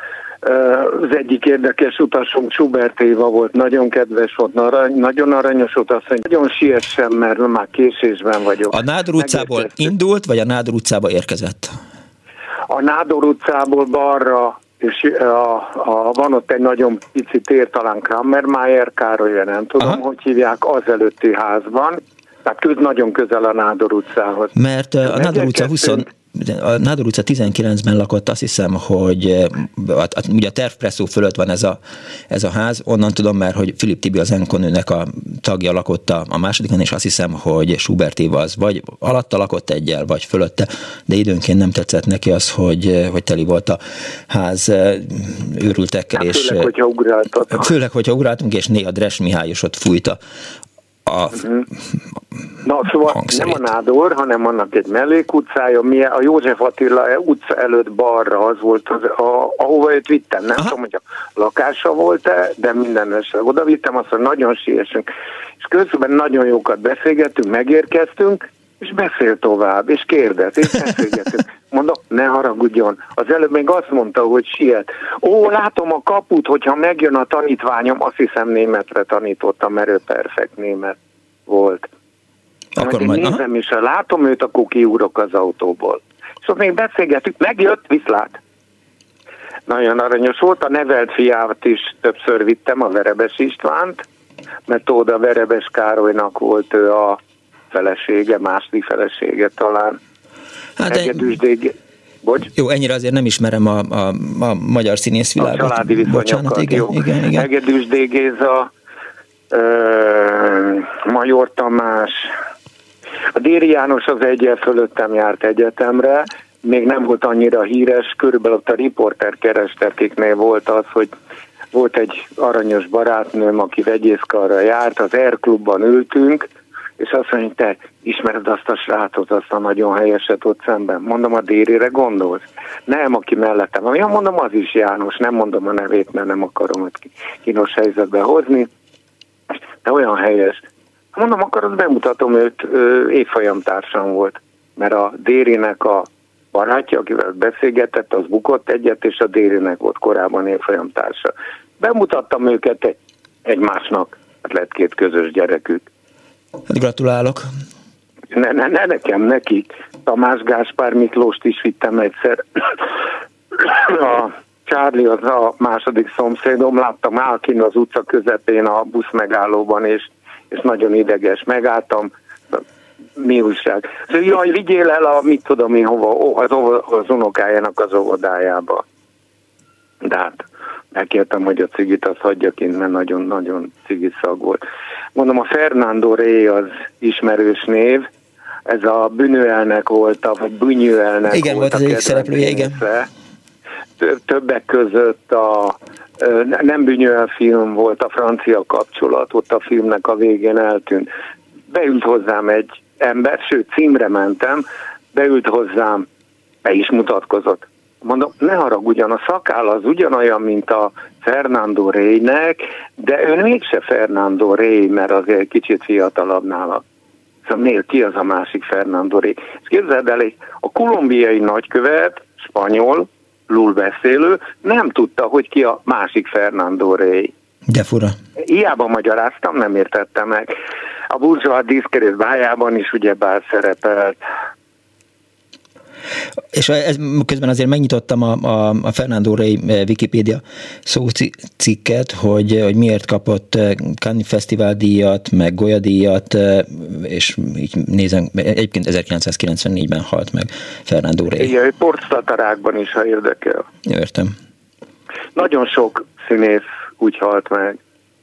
Speaker 6: Az egyik érdekes utasunk Schubert Éva volt, nagyon kedves volt, nagyon aranyos volt, azt mondja, nagyon siessen, mert már késésben vagyok.
Speaker 2: A Nádor utcából indult, vagy a Nádor utcába érkezett?
Speaker 6: A Nádor utcából balra és van ott egy nagyon pici tér, talán Kramermeyer Károly, nem tudom, hogy hívják, az előtti házban, tehát nagyon közel a Nádor utcához.
Speaker 2: Mert a Nádor utca 20... A Nádor utca 19-ben lakott, azt hiszem, hogy ugye a tervpresszó fölött van ez a ház, onnan tudom már, hogy Filip Tibi az Enkonőnek a tagja lakott a másodikon, és azt hiszem, hogy Schubert Éva az vagy alatta lakott egyel, vagy fölötte, de időnként nem tetszett neki az, hogy teli volt a ház őrültekkel.
Speaker 6: Hát főleg, hogyha ugráltatok.
Speaker 2: Főleg, hogyha ugráltunk, és néha Dres Mihály is ott fújta
Speaker 6: Na, szóval hangszerét. Nem a Nádor, hanem annak egy mellékutcája, a József Attila utca előtt balra az volt, ahova őt vittem. Nem tudom, hogy a lakása volt-e, de minden esetre oda vittem, azt mondja, nagyon siessünk. És közben nagyon jókat beszélgettünk, megérkeztünk, és beszél tovább, és kérdez, és beszélgetünk. Mondom, ne haragudjon. Az előbb még azt mondta, hogy siet. Látom a kaput, hogyha megjön a tanítványom, azt hiszem németre tanítottam, mert ő perfekt német volt. Akkor majd nézem, és ha látom őt, akkor kiugrok az autóból. És ott még beszélgetünk, megjött, viszlát. Nagyon aranyos volt, a nevelt fiát is többször vittem, a Verebes Istvánt, mert oda Verebes Károlynak volt ő a felesége, második felesége talán.
Speaker 2: Hát jó, ennyire azért nem ismerem a magyar színészvilágot.
Speaker 6: A családi viszonyokat, igen. Egedűs D. Géza, Major Tamás, a Déri János az egyel fölöttem járt egyetemre, még nem volt annyira híres, körülbelül ott a riporter kerestetiknél volt az, hogy volt egy aranyos barátnőm, aki vegyészkarra járt, az R-klubban ültünk, és azt mondja, hogy te ismered azt a srácot, azt a nagyon helyeset ott szemben. Mondom, a Dérire gondolsz? Nem, aki mellettem van. Ja, mondom, az is János, nem mondom a nevét, mert nem akarom őt kínos helyzetbe hozni. De olyan helyes. Mondom, akkor azt bemutatom őt, évfolyamtársam volt. Mert a Dérinek a barátja, akivel beszélgetett, az bukott egyet, és a Dérinek volt korábban évfolyamtársa. Bemutattam őket egymásnak, hát lett 2 közös gyerekük.
Speaker 2: Hát gratulálok.
Speaker 6: Ne nekem, nekik. Tamás Gáspár Miklóst is vittem egyszer. A Charlie az a második szomszédom, láttam Álkin az utca közepén a busz megállóban, és nagyon ideges. Megálltam, mi újság. Szóval, jaj, vigyél el mit tudom én hova, az unokájának az óvodájába. De hát megkértem, hogy a cigit azt hagyja kint, mert nagyon-nagyon cigiszag volt. Mondom, a Fernando Rey az ismerős név, ez a Buñuelnek volt, vagy Buñuelnek
Speaker 2: igen, volt az egyik szereplője, igen.
Speaker 6: Többek között nem Buñuel film volt, a francia kapcsolat, ott a filmnek a végén eltűnt. Beült hozzám egy ember, sőt címre mentem, beült hozzám, be is mutatkozott. Mondom, ne haragudjon, a szakáll az ugyanolyan, mint a Fernando Reynek, de ő mégse Fernando Rey, mert azért kicsit fiatalabb nála. Szóval ki az a másik Fernando Rey? És képzeld el, a kolumbiai nagykövet, spanyol, lul beszélő, nem tudta, hogy ki a másik Fernando Rey.
Speaker 2: De fura.
Speaker 6: Hiába magyaráztam, nem értette meg. A Bourgeois díszkerész bájában is ugyebár szerepelt.
Speaker 2: És közben azért megnyitottam a Fernando Rey Wikipédia szócikket, hogy miért kapott Cannes Fesztivál díjat, meg Goya díjat, és így nézem, egyébként 1994-ben halt meg Fernando Rey.
Speaker 6: Igen, Portstatarákban is, ha érdekel.
Speaker 2: Értem.
Speaker 6: Nagyon sok színész úgy halt meg.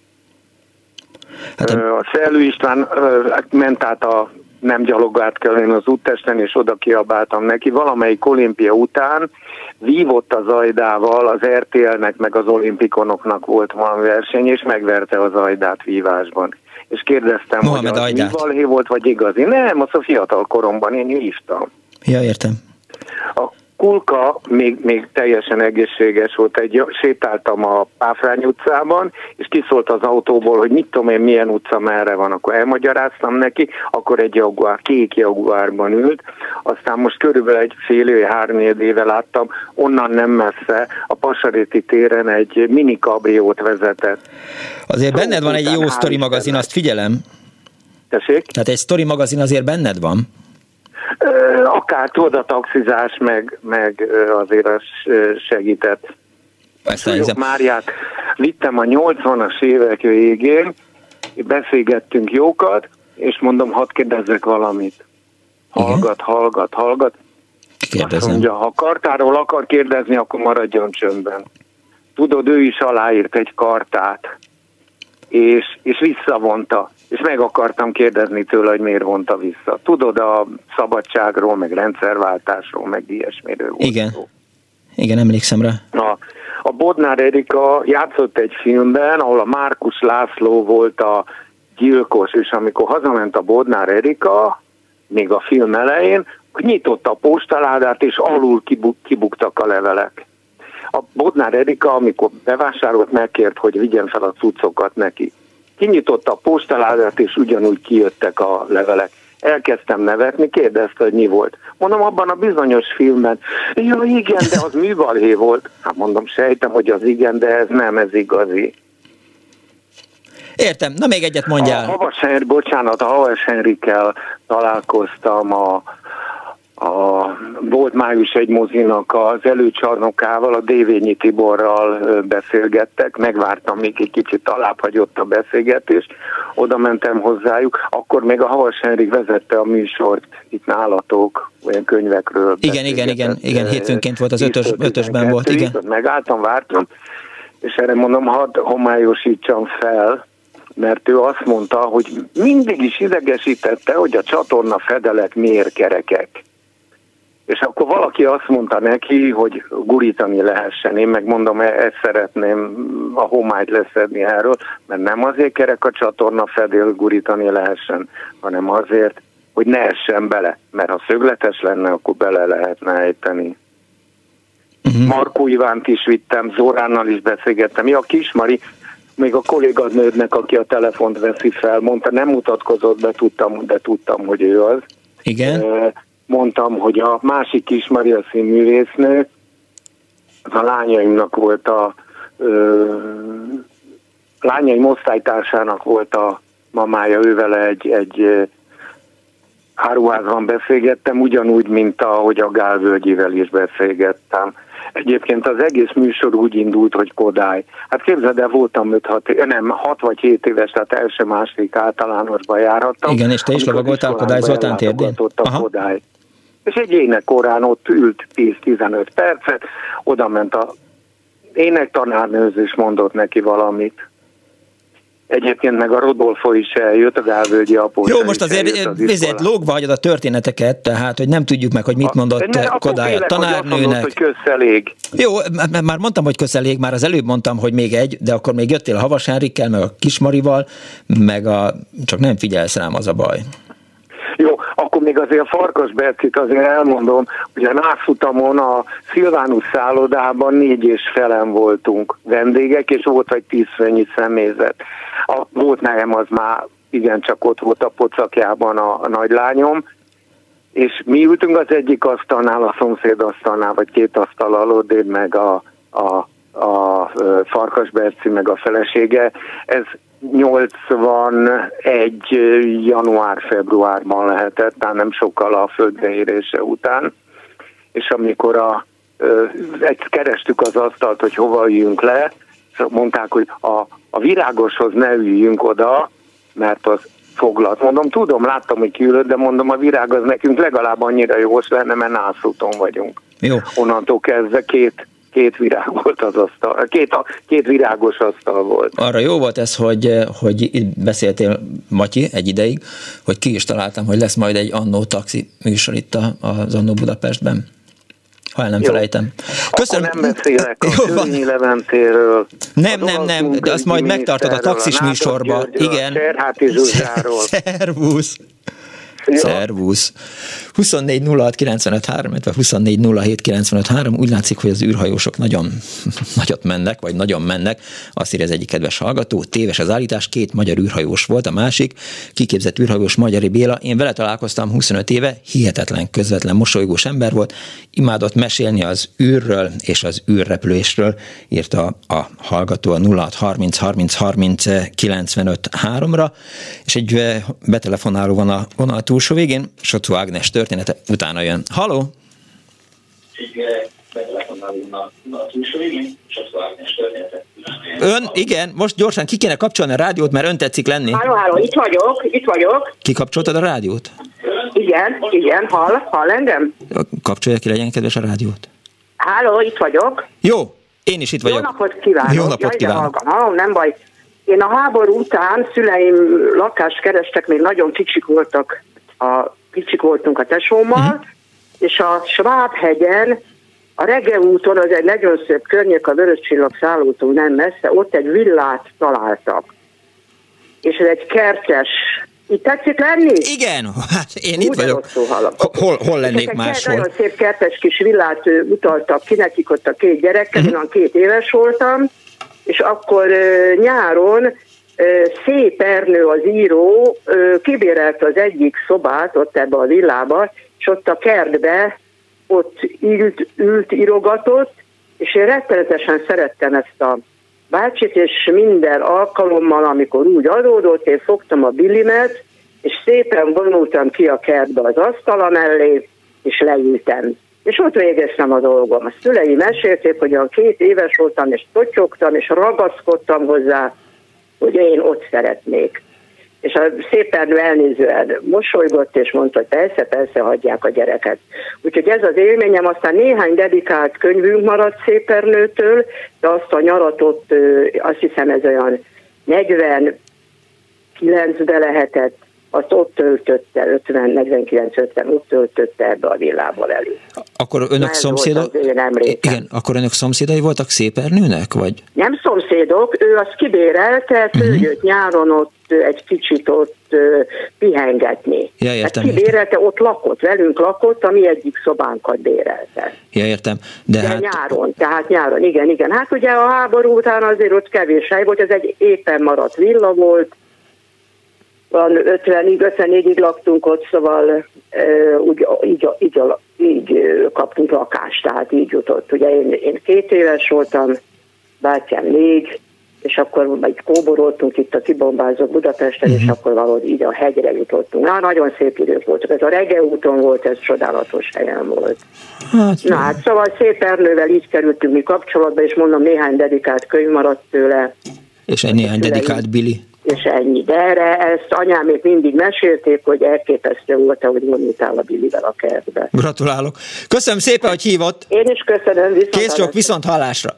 Speaker 6: Hát a Szellő István ment át nem gyalogált kell az úttesten, és oda kiabáltam neki. Valamelyik olimpia után vívott az Ajdával, az RTL-nek meg az olimpikonoknak volt valami verseny, és megverte az Ajdát vívásban. És kérdeztem,
Speaker 2: Mohamed
Speaker 6: hogy az balhé volt, vagy igazi. Nem, az a fiatal koromban én hívtam.
Speaker 2: Ja, értem.
Speaker 6: A Kulka még teljesen egészséges volt. Sétáltam a Páfrány utcában, és kiszólt az autóból, hogy mit tudom én, milyen utca merre van. Akkor elmagyaráztam neki, akkor egy jaguár, kék jaguárban ült. Aztán most körülbelül egy fél 3 éve láttam, onnan nem messze, a Pasaréti téren egy mini kabriót vezetett.
Speaker 2: Azért benned van egy jó sztori magazin, azt figyelem.
Speaker 6: Tessék?
Speaker 2: Tehát egy sztori magazin azért benned van.
Speaker 6: Akár tudod, a taxizás meg azért az segített. Súlyog Máriát vittem a 80-as évek végén, beszélgettünk jókat, és mondom, hadd kérdezzek valamit. Hallgat.
Speaker 2: Kérdezem.
Speaker 6: Azt mondja, ha kartáról akar kérdezni, akkor maradjon csöndben. Tudod, ő is aláírt egy kartát, és visszavonta. És meg akartam kérdezni tőle, hogy miért vonta vissza. Tudod, a szabadságról, meg rendszerváltásról, meg ilyesmiről volt.
Speaker 2: Igen, emlékszem rá.
Speaker 6: A Bodnár Erika játszott egy filmben, ahol a Márkus László volt a gyilkos, és amikor hazament a Bodnár Erika, még a film elején, nyitotta a postaládát, és alul kibuktak a levelek. A Bodnár Erika, amikor bevásárolt, megkért, hogy vigyen fel a cuccokat neki. Kinyitotta a postaládát, és ugyanúgy kijöttek a levelek. Elkezdtem nevetni, kérdezte, hogy mi volt. Mondom, abban a bizonyos filmben. Ja, igen, de az műbalhé volt. Hát mondom, sejtem, hogy az igen, de ez nem, ez igazi.
Speaker 2: Értem, na még egyet mondjál.
Speaker 6: A Havas Henrikkel találkoztam volt május egy mozinak az előcsarnokával, a Dévényi Tiborral beszélgettek, megvártam, még egy kicsit alább hagyott a beszélgetést, oda mentem hozzájuk, akkor még a Havas Henrik vezette a műsort itt nálatok, olyan könyvekről.
Speaker 2: Igen, hétfőnként volt, az ötösben volt, igen.
Speaker 6: Megálltam, vártam, és erre mondom, hadd homályosítsam fel, mert ő azt mondta, hogy mindig is idegesítette, hogy a csatorna fedelek miért kerekek. És akkor valaki azt mondta neki, hogy gurítani lehessen. Én meg mondom, ezt szeretném a homályt leszedni erről, mert nem azért kerek a csatorna fedél, gurítani lehessen, hanem azért, hogy ne essen bele. Mert ha szögletes lenne, akkor bele lehetne ejteni. Markó Ivánt is vittem, Zoránnal is beszélgettem. Ja, Kismari, még a kolléganődnek, aki a telefont veszi fel, mondta, nem mutatkozott be, tudtam, hogy ő az.
Speaker 2: Igen.
Speaker 6: Mondtam, hogy a másik Kismari, a színművésznő, a lányaimnak volt lányaim osztálytársának volt a mamája, ővele egy áruházban beszélgettem, ugyanúgy, mint ahogy a Gál Völgyivel is beszélgettem. Egyébként az egész műsor úgy indult, hogy Kodály. Hát képzeld el, voltam 6 vagy 7 éves, tehát első-második általánosban járhattam.
Speaker 2: Igen, és te is lovagoltál Kodály Zoltán térdén?
Speaker 6: Kodály. És egy énekórán ott ült 10-15 percet, oda ment a énektanárnőz, és mondott neki valamit. Egyébként meg a Rodolfo is eljött, a Gálvölgyi apósa.
Speaker 2: Jó, most azért lógva hagyod a történeteket, tehát, hogy nem tudjuk meg, hogy mit mondott Kodály a tanárnőnek.
Speaker 6: Hogy köszelég.
Speaker 2: Jó, már mondtam, hogy köszelég, már az előbb mondtam, hogy még egy, de akkor még jöttél a Havas Henrikkel, meg a Kismarival, meg csak nem figyelsz rám, az a baj.
Speaker 6: Jó, akkor még azért a Farkas Bercit azért elmondom, hogy a nászfutamon a Szilvánus szállodában 4 és felen voltunk vendégek, és volt egy 10 főnyi személyzet. Volt nekem az már igencsak ott volt a pocakjában a nagylányom, és mi ültünk az egyik asztalnál, a szomszéd asztalnál, vagy 2 asztal odébb, meg a Farkas Berci, meg a felesége. Ez 81. január-februárban lehetett, tehát nem sokkal a földre érése után, és amikor kerestük az asztalt, hogy hova üljünk le, mondták, hogy a Virágoshoz ne üljünk oda, mert az foglalt. Mondom, tudom, láttam, hogy kiülött, de mondom, a Virág az nekünk legalább annyira jó lenne, mert nászúton vagyunk.
Speaker 2: Jó.
Speaker 6: Onnantól kezdve két virág volt az asztal, két virágos asztal volt.
Speaker 2: Arra jó volt ez, hogy itt beszéltél, Matyi, egy ideig, hogy ki is találtam, hogy lesz majd egy Annó taxi műsor itt az Annó Budapestben. Ha el nem felejtem.
Speaker 6: Köszönöm. Akkor nem beszélek a Törvényi Leventéről.
Speaker 2: Nem, de azt majd megtartod a taxis műsorba. Igen.
Speaker 6: Serháti Zsuzsáról.
Speaker 2: Szervusz. Szervusz. 24 06 95 3, illetve 24 07 95 3. Úgy látszik, hogy az űrhajósok nagyon nagyot mennek, vagy nagyon mennek. Azt írja az egyik kedves hallgató, téves az állítás, 2 magyar űrhajós volt, a másik kiképzett űrhajós Magyari Béla. Én vele találkoztam 25 éve, hihetetlen, közvetlen, mosolygós ember volt, imádott mesélni az űrről és az űrrepülésről, írta a hallgató a 06 30 30 30 95 3-ra, és egy betelefonáló van a vonal túlsó végén, Socó Ágnes története utána jön. Halló! Ön, igen, most gyorsan ki kéne kapcsolni a rádiót, mert ön tetszik lenni.
Speaker 7: Halló, itt vagyok.
Speaker 2: Kikapcsoltad a rádiót?
Speaker 7: Igen, hall engem?
Speaker 2: Kapcsolja ki, legyen kedves a rádiót.
Speaker 7: Halló, itt vagyok.
Speaker 2: Jó, én is itt vagyok.
Speaker 7: Jó napot kívánok.
Speaker 2: Jó napot kívánok.
Speaker 7: Nem baj. Én a háború után szüleim lakást kerestek, még nagyon kicsik voltunk a tesómmal, és a Sváb-hegyen, a Rege úton, az egy nagyon szép környék, a Vöröscsillag szállótól nem messze, ott egy villát találtak. És ez egy kertes. Itt tetszik lenni?
Speaker 2: Igen, hát én itt vagyok. Hol lennék máshol?
Speaker 7: Nagyon szép kertes kis villát utaltak ki nekik ott a két gyerekkel, én 2 éves voltam, és akkor nyáron Szép Ernő az író kibérelte az egyik szobát ott ebbe a villába, és ott a kertbe ott ült, írogatott, és én rettenetesen szerettem ezt a bácsit, és minden alkalommal, amikor úgy adódott, én fogtam a billimet, és szépen vonultam ki a kertbe az asztala mellé, és leültem. És ott végeztem a dolgom. A szüleim mesélték, hogy olyan 2 éves voltam, és totyogtam, és ragaszkodtam hozzá, hogy én ott szeretnék. És a Szép Ernő elnézően mosolygott, és mondta, hogy persze, hagyják a gyereket. Úgyhogy ez az élményem, aztán néhány dedikált könyvünk maradt Szép Ernőtől, de azt a nyaratot, azt hiszem ez olyan 49-ben lehetett, azt ott töltötte, 49-50, ott töltötte ebbe a villából elő.
Speaker 2: Akkor önök szomszédok? Igen, akkor önök szomszédai voltak Szép Ernőnek, vagy?
Speaker 7: Nem szomszédok, ő azt kibérelte, jött nyáron ott egy kicsit ott pihengetni.
Speaker 2: Ja, értem,
Speaker 7: kibérelte, ott velünk lakott, ami egyik szobánkat bérelte.
Speaker 2: Ja, értem. De hát...
Speaker 7: nyáron, igen. Hát ugye a háború után azért ott kevés hely volt, ez egy éppen maradt villa volt, 54-ig laktunk ott, szóval így kaptunk lakást, tehát így jutott. Ugye én 2 éves voltam, bátyám 4, és akkor majd kóboroltunk itt a kibombázott Budapesten, és akkor valahogy így a hegyre jutottunk. Nagyon szép idők voltak. Ez a Rege úton volt, ez csodálatos helyen volt. Hát szóval Szép Ernővel így kerültünk mi kapcsolatba, és mondom, néhány dedikált könyv maradt tőle.
Speaker 2: És egy néhány dedikált Billy.
Speaker 7: És ennyi. De erre ezt anyám még mindig mesélték, hogy elképesztő volt, ahogy vonultál a Billivel a kertbe.
Speaker 2: Gratulálok. Köszönöm szépen, hogy hívott.
Speaker 7: Én is köszönöm.
Speaker 2: Kész sok, viszont hallásra.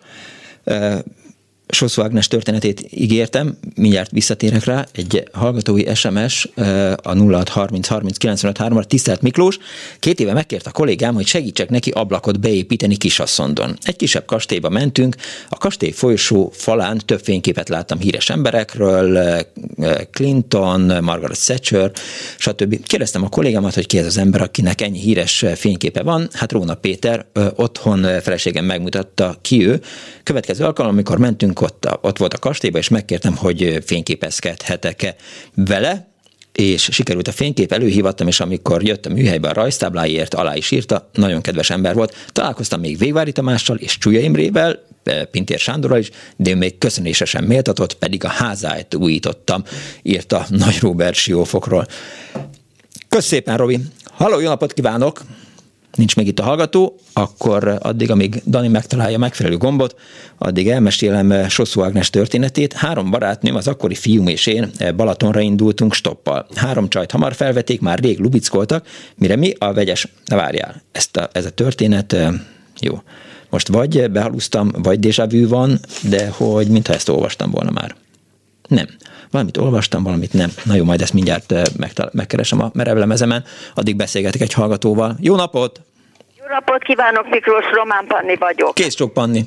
Speaker 2: Sosszú Ágnes történetét ígértem, mindjárt visszatérek rá, egy hallgatói SMS a 0630309503-ra. Tisztelt Miklós, 2 éve megkért a kollégám, hogy segítsek neki ablakot beépíteni Kisasszondon. Egy kisebb kastélyba mentünk, a kastély folyosó falán több fényképet láttam híres emberekről, Clinton, Margaret Thatcher, stb. Kérdeztem a kollégámat, hogy ki ez az ember, akinek ennyi híres fényképe van. Hát Róna Péter, otthon feleségem megmutatta ki ő. Következő alkalom, amikor mentünk, ott volt a kastélyban, és megkértem, hogy fényképezkedhetek-e vele, és sikerült a fénykép, előhívattam, és amikor jött a műhelybe a rajztábláért, alá is írta, nagyon kedves ember volt. Találkoztam még Végvári Tamással és Csúlya Imrével, Pintér Sándorral is, de ő még köszönésesen méltatott, pedig a házáit újítottam, írta Nagy Róbert Siófokról. Kösz szépen, Robi! Halló, jó napot kívánok! Nincs még itt a hallgató, akkor addig, amíg Dani megtalálja megfelelő gombot, addig elmesélem Sosszú Ágnes történetét. 3 barátnőm, az akkori fiúm és én Balatonra indultunk stoppal. 3 csajt hamar felvették, már rég lubickoltak, mire mi a vegyes... Na várjál, ez a történet... Jó. Most vagy behalusztam, vagy déjà vu van, de hogy mintha ezt olvastam volna már. Nem. Valamit olvastam, valamit nem. Na jó, majd ezt mindjárt megkeresem a merevlemezemen, addig beszélgetek egy hallgatóval. Jó napot!
Speaker 8: Jó napot kívánok, Miklós, Román Panni vagyok.
Speaker 2: Kész sok, Panni.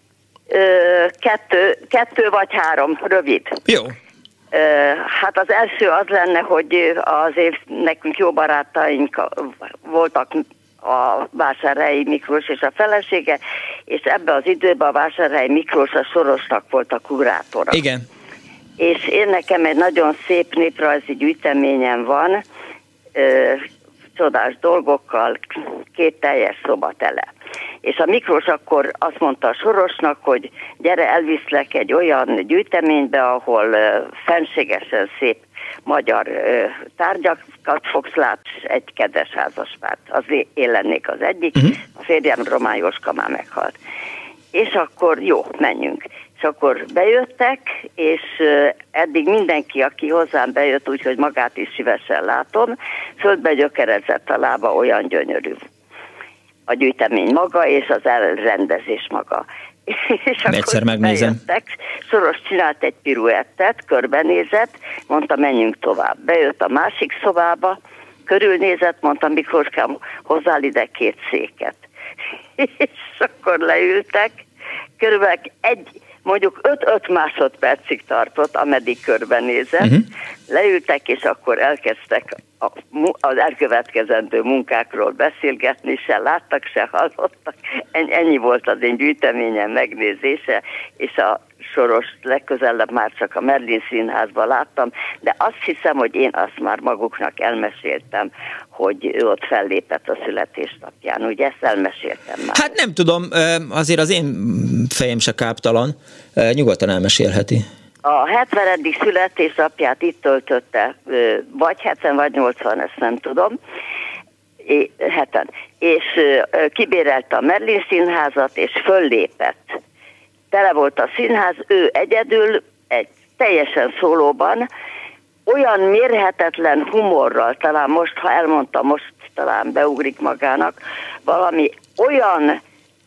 Speaker 8: 2 vagy 3, rövid.
Speaker 2: Jó.
Speaker 8: Hát az első az lenne, hogy azért nekünk jó barátaink voltak, a Vásárhelyi Miklós és a felesége, és ebbe az időben a Vásárhelyi Miklós a Sorosnak volt a kurátora.
Speaker 2: Igen.
Speaker 8: És én nekem egy nagyon szép néprajzi gyűjteményem van, csodás dolgokkal, 2 teljes szoba tele. És a Miklós akkor azt mondta a Sorosnak, hogy gyere, elviszlek egy olyan gyűjteménybe, ahol fenségesen szép magyar tárgyakat fogsz látni, egy kedves házaspárt. Az én lennék az egyik, a férjem Román Jóska már meghalt. És akkor jó, menjünk. És akkor bejöttek, és eddig mindenki, aki hozzám bejött, úgyhogy magát is szívesen látom, földbe gyökerezett a lába, olyan gyönyörű. A gyűjtemény maga, és az elrendezés maga. És
Speaker 2: egyszer megnézem.
Speaker 8: Bejöttek, Soros csinált egy piruettet, körbenézett, mondta, menjünk tovább. Bejött a másik szobába, körülnézett, mondta, Miklóskám, hozzál ide 2 széket. És akkor leültek, körülbelül mondjuk 5 másodpercig tartott, ameddig körbenézett. Leültek, és akkor elkezdtek az elkövetkezendő munkákról beszélgetni, se láttak, se hallottak. Ennyi volt az én gyűjteményem megnézése, és a Soros legközelebb már csak a Merlin Színházban láttam, de azt hiszem, hogy én azt már maguknak elmeséltem, hogy ő ott fellépett a születésnapján. Ugye ezt elmeséltem már.
Speaker 2: Hát nem tudom, azért az én fejem se káptalan, nyugodtan elmesélheti.
Speaker 8: A 70. születésnapját itt töltötte, vagy 70, vagy 80, ezt nem tudom, 7-en. És kibérelte a Merlin Színházat, és föllépett. Tele volt a színház, ő egyedül, egy teljesen szólóban, olyan mérhetetlen humorral, talán most, ha elmondta, most talán beugrik magának, valami olyan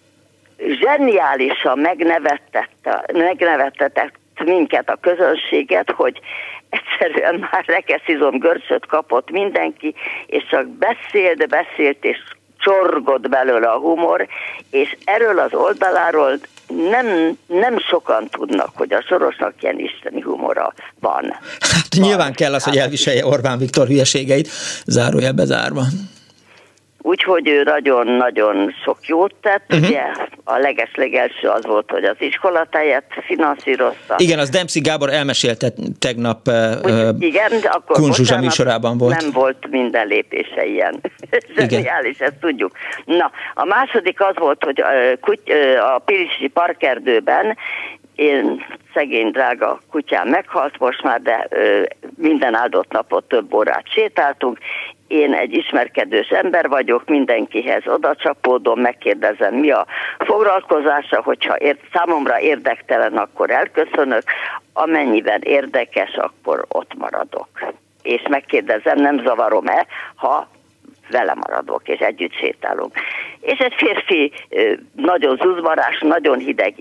Speaker 8: zseniálisan megnevettetett minket, a közönséget, hogy egyszerűen már rekeszizom görcsöt kapott mindenki, és csak beszélt, és csorgott belőle a humor, és erről az oldaláról nem sokan tudnak, hogy a Sorosnak ilyen isteni humora van.
Speaker 2: Hát nyilván kell az, hogy elviselje Orbán Viktor hülyeségeit, zárójelbe zárva.
Speaker 8: Úgyhogy ő nagyon-nagyon sok jót tett, ugye a legeslegelső az volt, hogy az iskolatáját finanszírozta.
Speaker 2: Igen, az Dempsey Gábor elmesélte tegnap,
Speaker 8: igen, akkor
Speaker 2: Kun Zsuzsa műsorában volt.
Speaker 8: Nem volt minden lépése ilyen. Zseniális, ezt tudjuk. Na, a második az volt, hogy a Pilisi Parkerdőben én szegény drága kutyám meghalt most már, de minden áldott napot több órát sétáltunk. Én egy ismerkedős ember vagyok, mindenkihez odacsapódom, megkérdezem, mi a foglalkozása, hogyha számomra érdektelen, akkor elköszönök, amennyiben érdekes, akkor ott maradok. És megkérdezem, nem zavarom-e, ha vele maradok, és együtt sétálunk. És egy férfi nagyon zuzmarás, nagyon hideg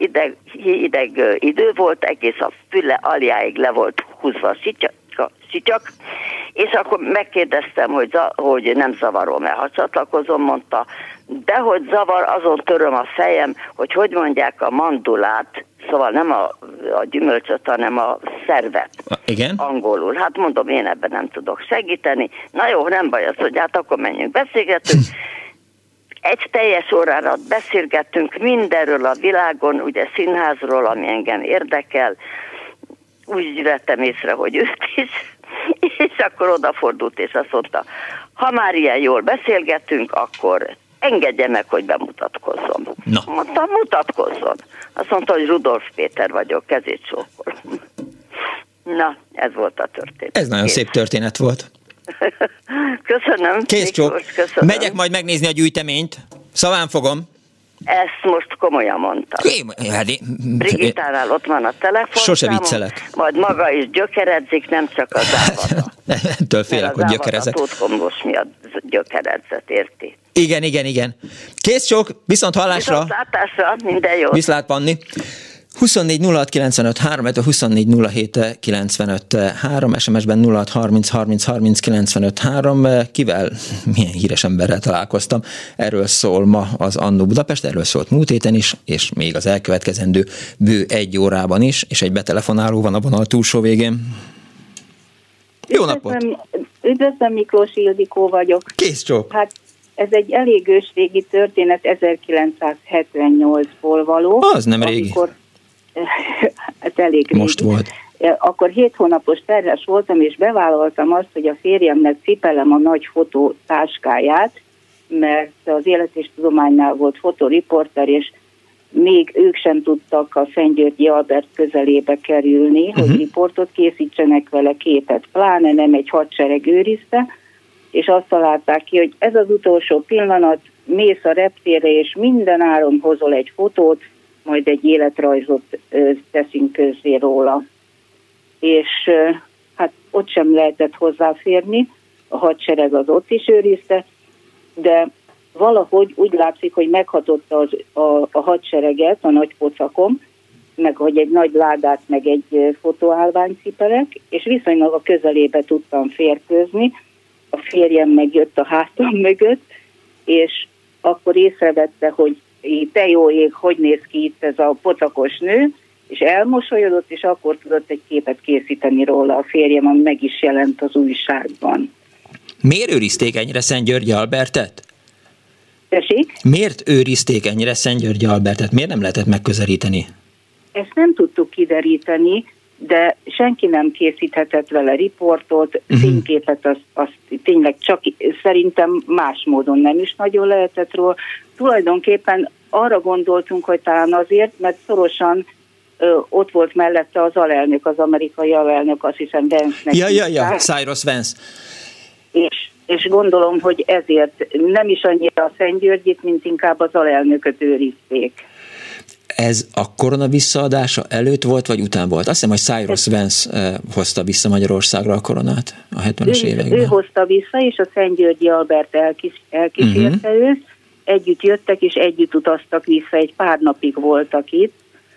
Speaker 8: idő volt, egész a füle aljáig le volt húzva szityak, és akkor megkérdeztem, hogy nem zavarom-e. Ha csatlakozom, mondta, dehogy zavar, azon töröm a fejem, hogy mondják a mandulát, szóval nem a gyümölcsöt, hanem a szervet.
Speaker 2: Igen?
Speaker 8: Angolul. Hát mondom, én ebben nem tudok segíteni. Na jó, nem baj az, hogy hát akkor menjünk, beszélgetünk. Egy teljes órára beszélgettünk mindenről a világon, ugye színházról, ami engem érdekel. Úgy vettem észre, hogy őt is, és akkor odafordult, és azt mondta, ha már ilyen jól beszélgetünk, akkor engedje meg, hogy bemutatkozzon.
Speaker 2: No.
Speaker 8: Mondtam, mutatkozzon. Azt mondta, hogy Rudolf Péter vagyok, kezét csókol. Na, ez volt a történet.
Speaker 2: Ez nagyon szép történet volt.
Speaker 8: Köszönöm.
Speaker 2: Kész csók. Megyek majd megnézni a gyűjteményt. Szaván fogom.
Speaker 8: Ezt most komolyan mondtam. Brigitánál ott van a telefon.
Speaker 2: Sose viccelek.
Speaker 8: Majd maga is gyökeredzik, nem csak az Závada.
Speaker 2: Ettől félek, hogy gyökerezek.
Speaker 8: Az Tótkomlós miatt gyökeredzett, érti?
Speaker 2: Igen. Kész csók, viszont hallásra.
Speaker 8: Viszontlátásra, minden jót.
Speaker 2: Viszlát, Panni. 24 06 95 3, 24 07 95 3, SMS-ben 06 30 30 30 95 3. Kivel, milyen híres emberrel találkoztam? Erről szól ma az Annó Budapest, erről szólt múlt héten is, és még az elkövetkezendő bő 1 órában is, és egy betelefonáló van a vonal túlsó végén. Jó napot!
Speaker 9: Üdvözlöm, Miklós Ildikó vagyok.
Speaker 2: Kész csók!
Speaker 9: Hát ez egy elég ősrégi történet, 1978-ból való.
Speaker 2: Az nem régi.
Speaker 9: Ez elég régi.
Speaker 2: Most volt.
Speaker 9: Akkor 7 hónapos terhes voltam, és bevállaltam azt, hogy a férjemnek cipelem a nagy fotó táskáját, mert az Élet és Tudománynál volt fotoriporter, és még ők sem tudtak a Szentgyörgyi Albert közelébe kerülni, hogy riportot készítsenek vele, képet, pláne nem egy hadsereg őrizte, és azt találták ki, hogy ez az utolsó pillanat, mész a reptérre, és minden áron hozol egy fotót, majd egy életrajzot teszünk közzé róla. És hát ott sem lehetett hozzáférni, a hadsereg az ott is őrizte, de valahogy úgy látszik, hogy meghatotta a hadsereget a nagy pocakon, meg hogy egy nagy ládát, meg egy fotóállvány cipelek, és viszonylag a közelébe tudtam férkőzni, a férjem megjött a hátam mögött, és akkor észrevette, hogy te jó ég, hogy néz ki itt ez a pocakos nő, és elmosolyodott, és akkor tudott egy képet készíteni róla a férjem, ami meg is jelent az újságban.
Speaker 2: Miért őrizték ennyire Szentgyörgyi Albertet?
Speaker 9: Tessék?
Speaker 2: Miért őrizték ennyire Szentgyörgyi Albertet? Miért nem lehetett megközelíteni?
Speaker 9: Ezt nem tudtuk kideríteni, de senki nem készíthetett vele riportot, fényképet, azt tényleg csak szerintem más módon nem is nagyon lehetett róla. Tulajdonképpen arra gondoltunk, hogy talán azért, mert szorosan ott volt mellette az alelnök, az amerikai alelnök, azt hiszem Vance-nek.
Speaker 2: Ja, Cyrus Vance.
Speaker 9: És gondolom, hogy ezért nem is annyira a Szentgyörgyit, mint inkább az alelnököt őrizték.
Speaker 2: Ez a korona visszaadása előtt volt, vagy után volt? Azt hiszem, hogy Cyrus Vance hozta vissza Magyarországra a koronát a 70-es években.
Speaker 9: Ő hozta vissza, és a Szentgyörgyi Albert elkísérte őt. Együtt jöttek, és együtt utaztak vissza, egy pár napig voltak itt,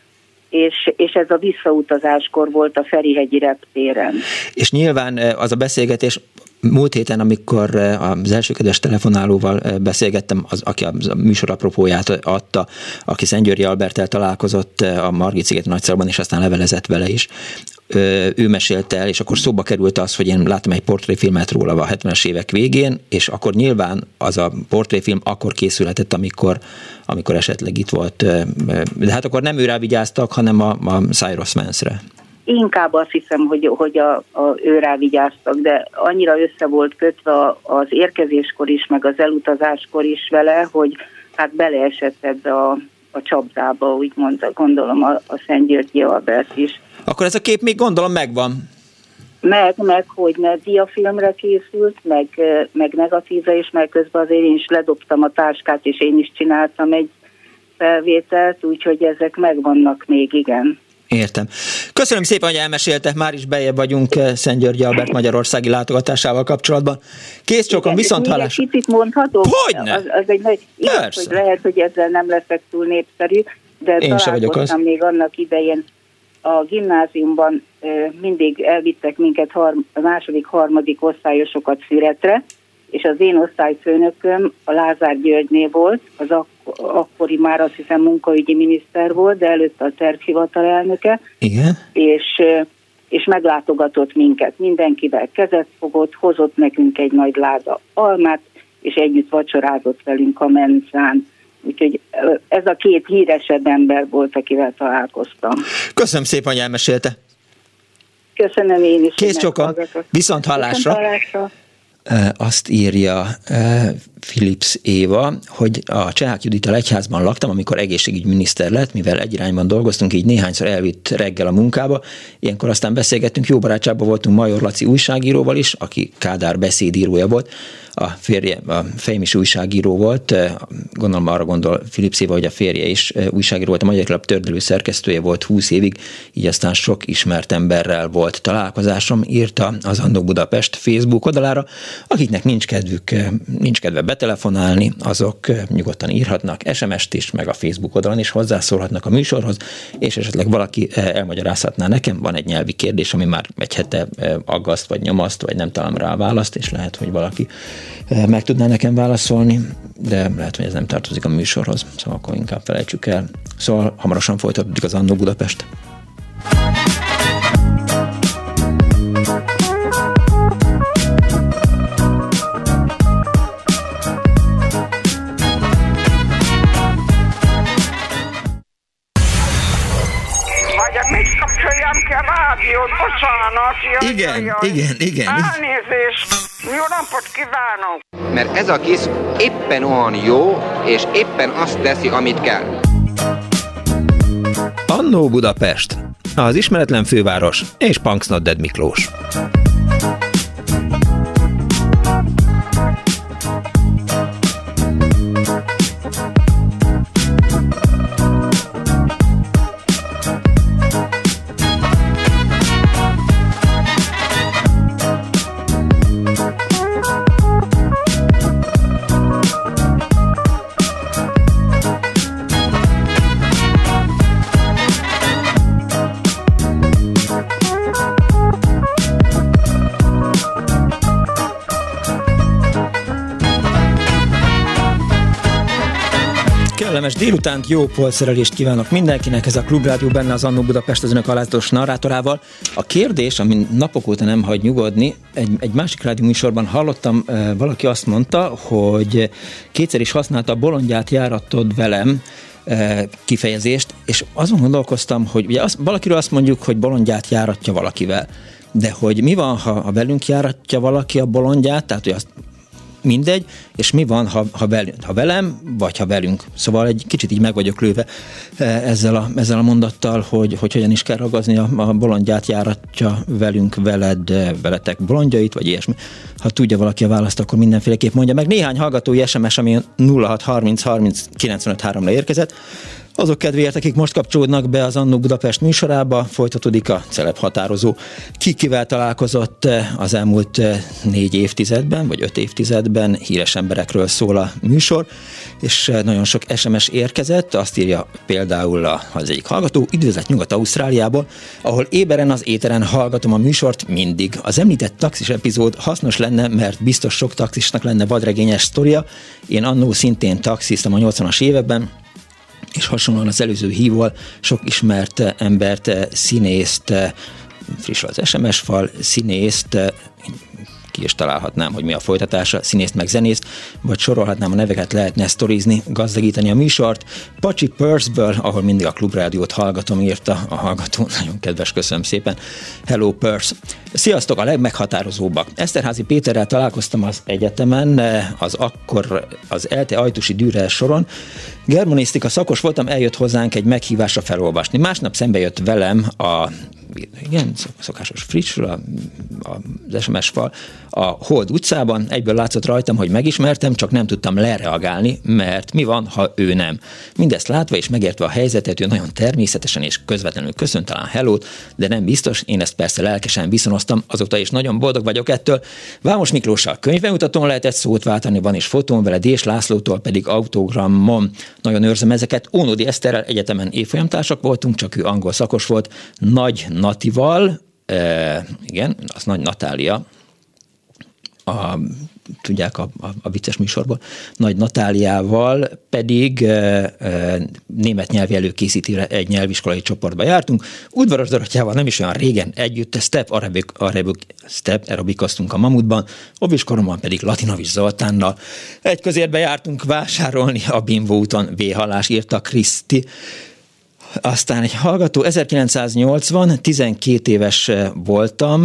Speaker 9: és ez a visszautazáskor volt a Ferihegyi reptéren.
Speaker 2: És nyilván az a beszélgetés múlt héten, amikor az első kedves telefonálóval beszélgettem, aki a műsor apropóját adta, aki Szentgyörgyi Alberttel találkozott a Margit-sziget Nagyszalban, és aztán levelezett vele is, ő mesélte el, és akkor szóba került az, hogy én láttam egy portréfilmet róla a 70-es évek végén, és akkor nyilván az a portréfilm akkor készülhetett, amikor esetleg itt volt. De hát akkor nem őrá vigyáztak, hanem a Cyrus Vance-re.
Speaker 9: Inkább azt hiszem, hogy őrá vigyáztak, de annyira össze volt kötve az érkezéskor is, meg az elutazáskor is vele, hogy hát beleesett ebbe a csapdába, úgy gondolom a Szentgyörgyi Albert is.
Speaker 2: Akkor ez a kép még gondolom megvan.
Speaker 9: Meg hogy diafilmre készült, meg negatívra is, meg közben azért én is ledobtam a táskát, és én is csináltam egy felvételt, úgyhogy ezek megvannak még, igen.
Speaker 2: Értem. Köszönöm szépen, hogy elmesélte, már is bejebb vagyunk Szentgyörgyi Albert magyarországi látogatásával kapcsolatban. Kész csókom, viszonthallásra.
Speaker 9: Egy picit mondhatom?
Speaker 2: Hogyne?
Speaker 9: Az egy nagy, igaz, hogy lehet, hogy ezzel nem leszek túl népszerű, de találkoztam még annak idején a gimnáziumban, mindig elvittek minket a második, harmadik osztályosokat Füretre, és az én osztályfőnököm a Lázár Györgynél volt, az akkori már azt hiszem munkaügyi miniszter volt, de előtte a tervhivatal elnöke.
Speaker 2: Igen.
Speaker 9: És meglátogatott minket, mindenkivel kezet fogott, hozott nekünk egy nagy láda almát, és együtt vacsorázott velünk a menzán. Úgyhogy ez a két híresebb ember volt, akivel találkoztam.
Speaker 2: Köszönöm szépen, hogy elmesélte.
Speaker 9: Köszönöm én is.
Speaker 2: Kész csókom, viszonthallásra. Azt írja Philips Éva, hogy a Csehák Judittal egyházban laktam, amikor egészségügyminiszter lett, mivel egy irányban dolgoztunk, így néhányszor elvitt reggel a munkába. Ilyenkor aztán beszélgettünk, jó barátságban voltunk Major Laci újságíróval is, aki Kádár beszédírója volt. A férje, a fejem is újságíró volt, gondolom arra gondol Philips Éva, hogy a férje is újságíró volt, a Magyar Lap tördelő szerkesztője volt 20 évig, így aztán sok ismert emberrel volt találkozásom, írta az Annó Budapest Facebook oldalára. Akiknek nincs kedve betelefonálni, azok nyugodtan írhatnak SMS-t is, meg a Facebook oldalon is hozzászólhatnak a műsorhoz, és esetleg valaki elmagyarázhatná nekem, van egy nyelvi kérdés, ami már egy hete aggaszt, vagy nyomaszt, vagy nem találom rá a választ, és lehet, hogy valaki meg tudná nekem válaszolni, de lehet, hogy ez nem tartozik a műsorhoz, szóval akkor inkább felejtsük el. Szóval hamarosan folytatódik az Annó Budapest.
Speaker 10: Mit kapcsoljam ki a rádiót? Bocsánat.
Speaker 2: Igen.
Speaker 10: Elnézést. Jó napot kívánok.
Speaker 1: Mert ez a kis éppen olyan jó, és éppen azt teszi, amit kell.
Speaker 2: Annó Budapest, az ismeretlen főváros és Punks Not Dead Miklós. Kellemes délutánt, jó polszerelést kívánok mindenkinek, ez a Klubrádió, benne az Annó Budapest az önök alázatos narrátorával. A kérdés, ami napok óta nem hagy nyugodni, egy másik rádió műsorban hallottam, valaki azt mondta, hogy kétszer is használta a bolondját járatod velem kifejezést, és azon gondolkoztam, hogy ugye valakiről azt mondjuk, hogy bolondját járatja valakivel, de hogy mi van, ha velünk járatja valaki a bolondját, tehát hogy azt mindegy, és mi van, ha velem, vagy ha velünk. Szóval egy kicsit így meg vagyok lőve ezzel a mondattal, hogy hogyan is kell ragazni a bolondját járatja velünk, veletek bolondjait, vagy ilyesmi. Ha tudja valaki a választ, akkor mindenféleképp mondja meg. Néhány hallgatói SMS, ami 0630 30 95 3-ra érkezett. Azok kedvéért, akik most kapcsolódnak be az Annó Budapest műsorába, folytatódik a celeb határozó. Kivel találkozott az elmúlt 4 évtizedben, vagy 5 évtizedben, híres emberekről szól a műsor, és nagyon sok SMS érkezett, azt írja például az egyik hallgató, üdvözlet Nyugat-Ausztráliából, ahol éberen az éteren hallgatom a műsort mindig. Az említett taxis epizód hasznos lenne, mert biztos sok taxisnak lenne vadregényes sztoria. Én annó szintén taxisztam a 80-as években, és hasonlóan az előző hívóval sok ismert embert, színészt, friss az SMS fal, színészt, ki is találhatnám, hogy mi a folytatása, színészt meg zenészt, vagy sorolhatnám a neveket, lehetne sztorizni, gazdagítani a műsort. Pacsi Perthből, ahol mindig a Klubrádiót hallgatom, írta a hallgató, nagyon kedves, köszönöm szépen. Hello Perth! Sziasztok, a legmeghatározóbbak. Eszterházy Péterrel találkoztam az egyetemen, az ELTE Ajtusi Dürer soron. Germanisztika szakos voltam, eljött hozzánk egy meghívásra felolvasni. Másnap szembe jött velem szokásos frissről, az SMS fal, a Hold utcában, egyből látszott rajtam, hogy megismertem, csak nem tudtam lereagálni, mert mi van, ha ő nem. Mindezt látva és megértve a helyzetet, ő nagyon természetesen és közvetlenül köszönt, talán hellót, de nem biztos, én ezt persze lelkesen viszonoztam, azóta is nagyon boldog vagyok ettől. Vámos Miklóssal könyvemutatón lehetett szót váltani, van is fotón vele, Dés Lászlótól pedig autogramon. Nagyon őrzöm ezeket. Ónodi Eszterrel egyetemen évfolyamtársak voltunk, csak ő angol szakos volt. Nagy Natival, igen, az Nagy Natália, tudják a vicces műsorból, Nagy Natáliával pedig német nyelvi előkészítőre egy nyelviskolai csoportba jártunk. Udvaros Dorottyával nem is olyan régen együtt step aerobikoztunk a Mamutban, óviskoromban pedig Latinovics Zoltánnal. Egy közérbe jártunk vásárolni a Bimbo úton, V-hallás, írta Kriszti. Aztán egy hallgató, 1980, 12 éves voltam,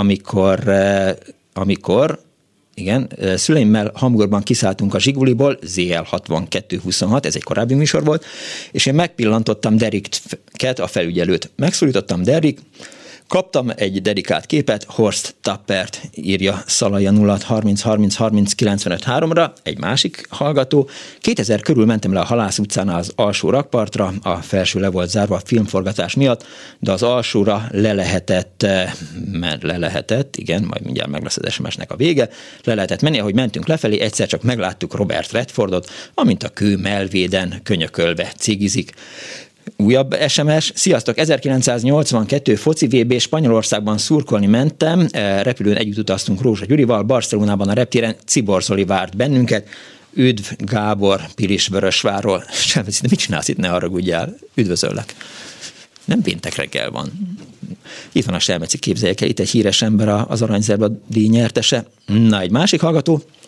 Speaker 2: amikor igen, szüleimmel Hamburgban kiszálltunk a Zsiguliból, ZL6226, ez egy korábbi műsor volt, és én megpillantottam Derricket, a felügyelőt. Megszólítottam Derrick, kaptam egy dedikált képet, Horst Tappert, írja Szalaja 0630 30 30 95 3-ra, egy másik hallgató. 2000 körül mentem le a Halász utcán az alsó rakpartra, a felső le volt zárva a filmforgatás miatt, de az alsóra le lehetett, igen, majd mindjárt meg lesz az SMS-nek a vége, le lehetett menni, ahogy mentünk lefelé, egyszer csak megláttuk Robert Redfordot, amint a kő mellvéden könyökölve cigizik. Újabb SMS. Sziasztok! 1982 foci VB Spanyolországban szurkolni mentem, repülőn együtt utaztunk Rózsa Gyurival, Barcelonában a reptéren Cibor Zoli várt bennünket. Üdv Gábor Pilisvörösvárról. Selveci, de mit csinálsz itt, ne haragudjál? Üdvözöllek. Nem péntek reggel van. Itt van a Selmeci, képzeljék el, itt egy híres ember, az Aranyzerba díj nyertese. Na, egy másik hallgató.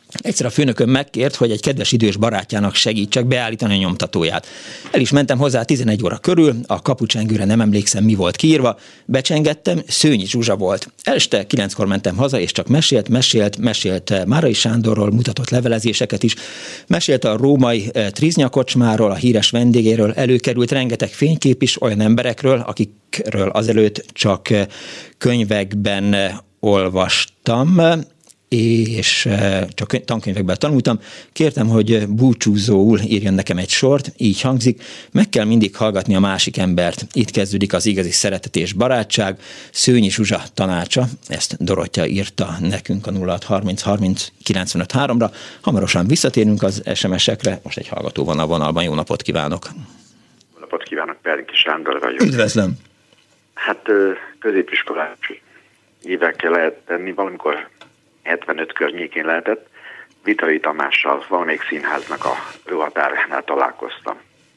Speaker 2: Egyszer a főnököm megkért, hogy egy kedves idős barátjának segítsek beállítani a nyomtatóját. El is mentem hozzá 11 óra körül, a kapucsengőre nem emlékszem, mi volt kiírva, becsengettem, Szőnyi Zsuzsa volt. Este 9-kor mentem haza, és csak mesélt Márai Sándorról, mutatott levelezéseket is, mesélt a római Triznya kocsmáról, a híres vendégéről, előkerült rengeteg fénykép is olyan emberekről, akikről azelőtt csak könyvekben olvastam, és csak tankönyvekben tanultam. Kértem, hogy búcsúzóul írjon nekem egy sort, így hangzik: meg kell mindig hallgatni a másik embert. Itt kezdődik az igazi szeretet és barátság. Szőnyi Zsuzsa tanácsa, ezt Dorottya írta nekünk a 0630 30 95 3-ra. Hamarosan visszatérünk az SMS-ekre. Most egy hallgató van a vonalban. Jó napot kívánok!
Speaker 11: Jó napot kívánok, Perki Sándor vagyok.
Speaker 2: Üdvözlöm!
Speaker 11: Hát középiskolás évekkel lehet tenni, valamikor 75 környékén lehetett, Vitrai Tamással valamelyik színháznak a ruhatáránál találkoztam.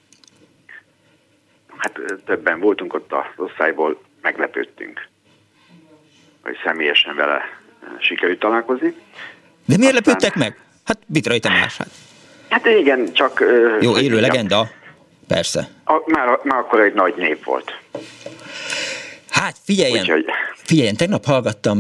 Speaker 11: Hát többen voltunk ott az osztályból, meglepődtünk, hogy személyesen vele sikerült találkozni.
Speaker 2: De miért lepődtek meg? Hát Vitrai Tamás.
Speaker 11: Hát igen, csak...
Speaker 2: Jó, élő legenda, persze.
Speaker 11: Már akkor egy nagy név volt.
Speaker 2: Hát figyeljen, tegnap hallgattam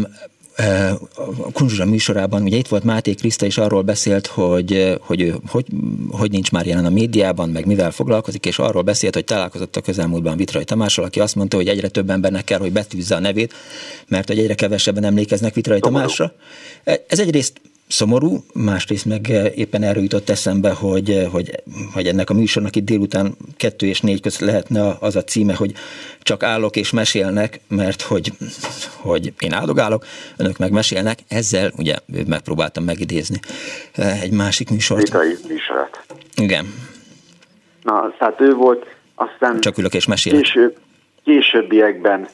Speaker 2: a Kunzsuzsa műsorában, ugye itt volt Máté Kriszta, és arról beszélt, hogy ő hogy nincs már jelen a médiában, meg mivel foglalkozik, és arról beszélt, hogy találkozott a közelmúltban Vitrai Tamással, aki azt mondta, hogy egyre több embernek kell, hogy betűzze a nevét, mert hogy egyre kevesebben emlékeznek Vitrai Tamásra. Ez egyrészt szomorú, másrészt meg éppen erről jutott eszembe, hogy ennek a műsornak itt délután 2 és 4 között lehetne az a címe, hogy csak állok és mesélnek, mert hogy én áldogálok, önök meg mesélnek. Ezzel ugye megpróbáltam megidézni egy másik műsort.
Speaker 11: Vitrai műsorát.
Speaker 2: Igen.
Speaker 11: Na, tehát ő volt, aztán
Speaker 2: csak ülök és mesélek.
Speaker 11: Későbbiekben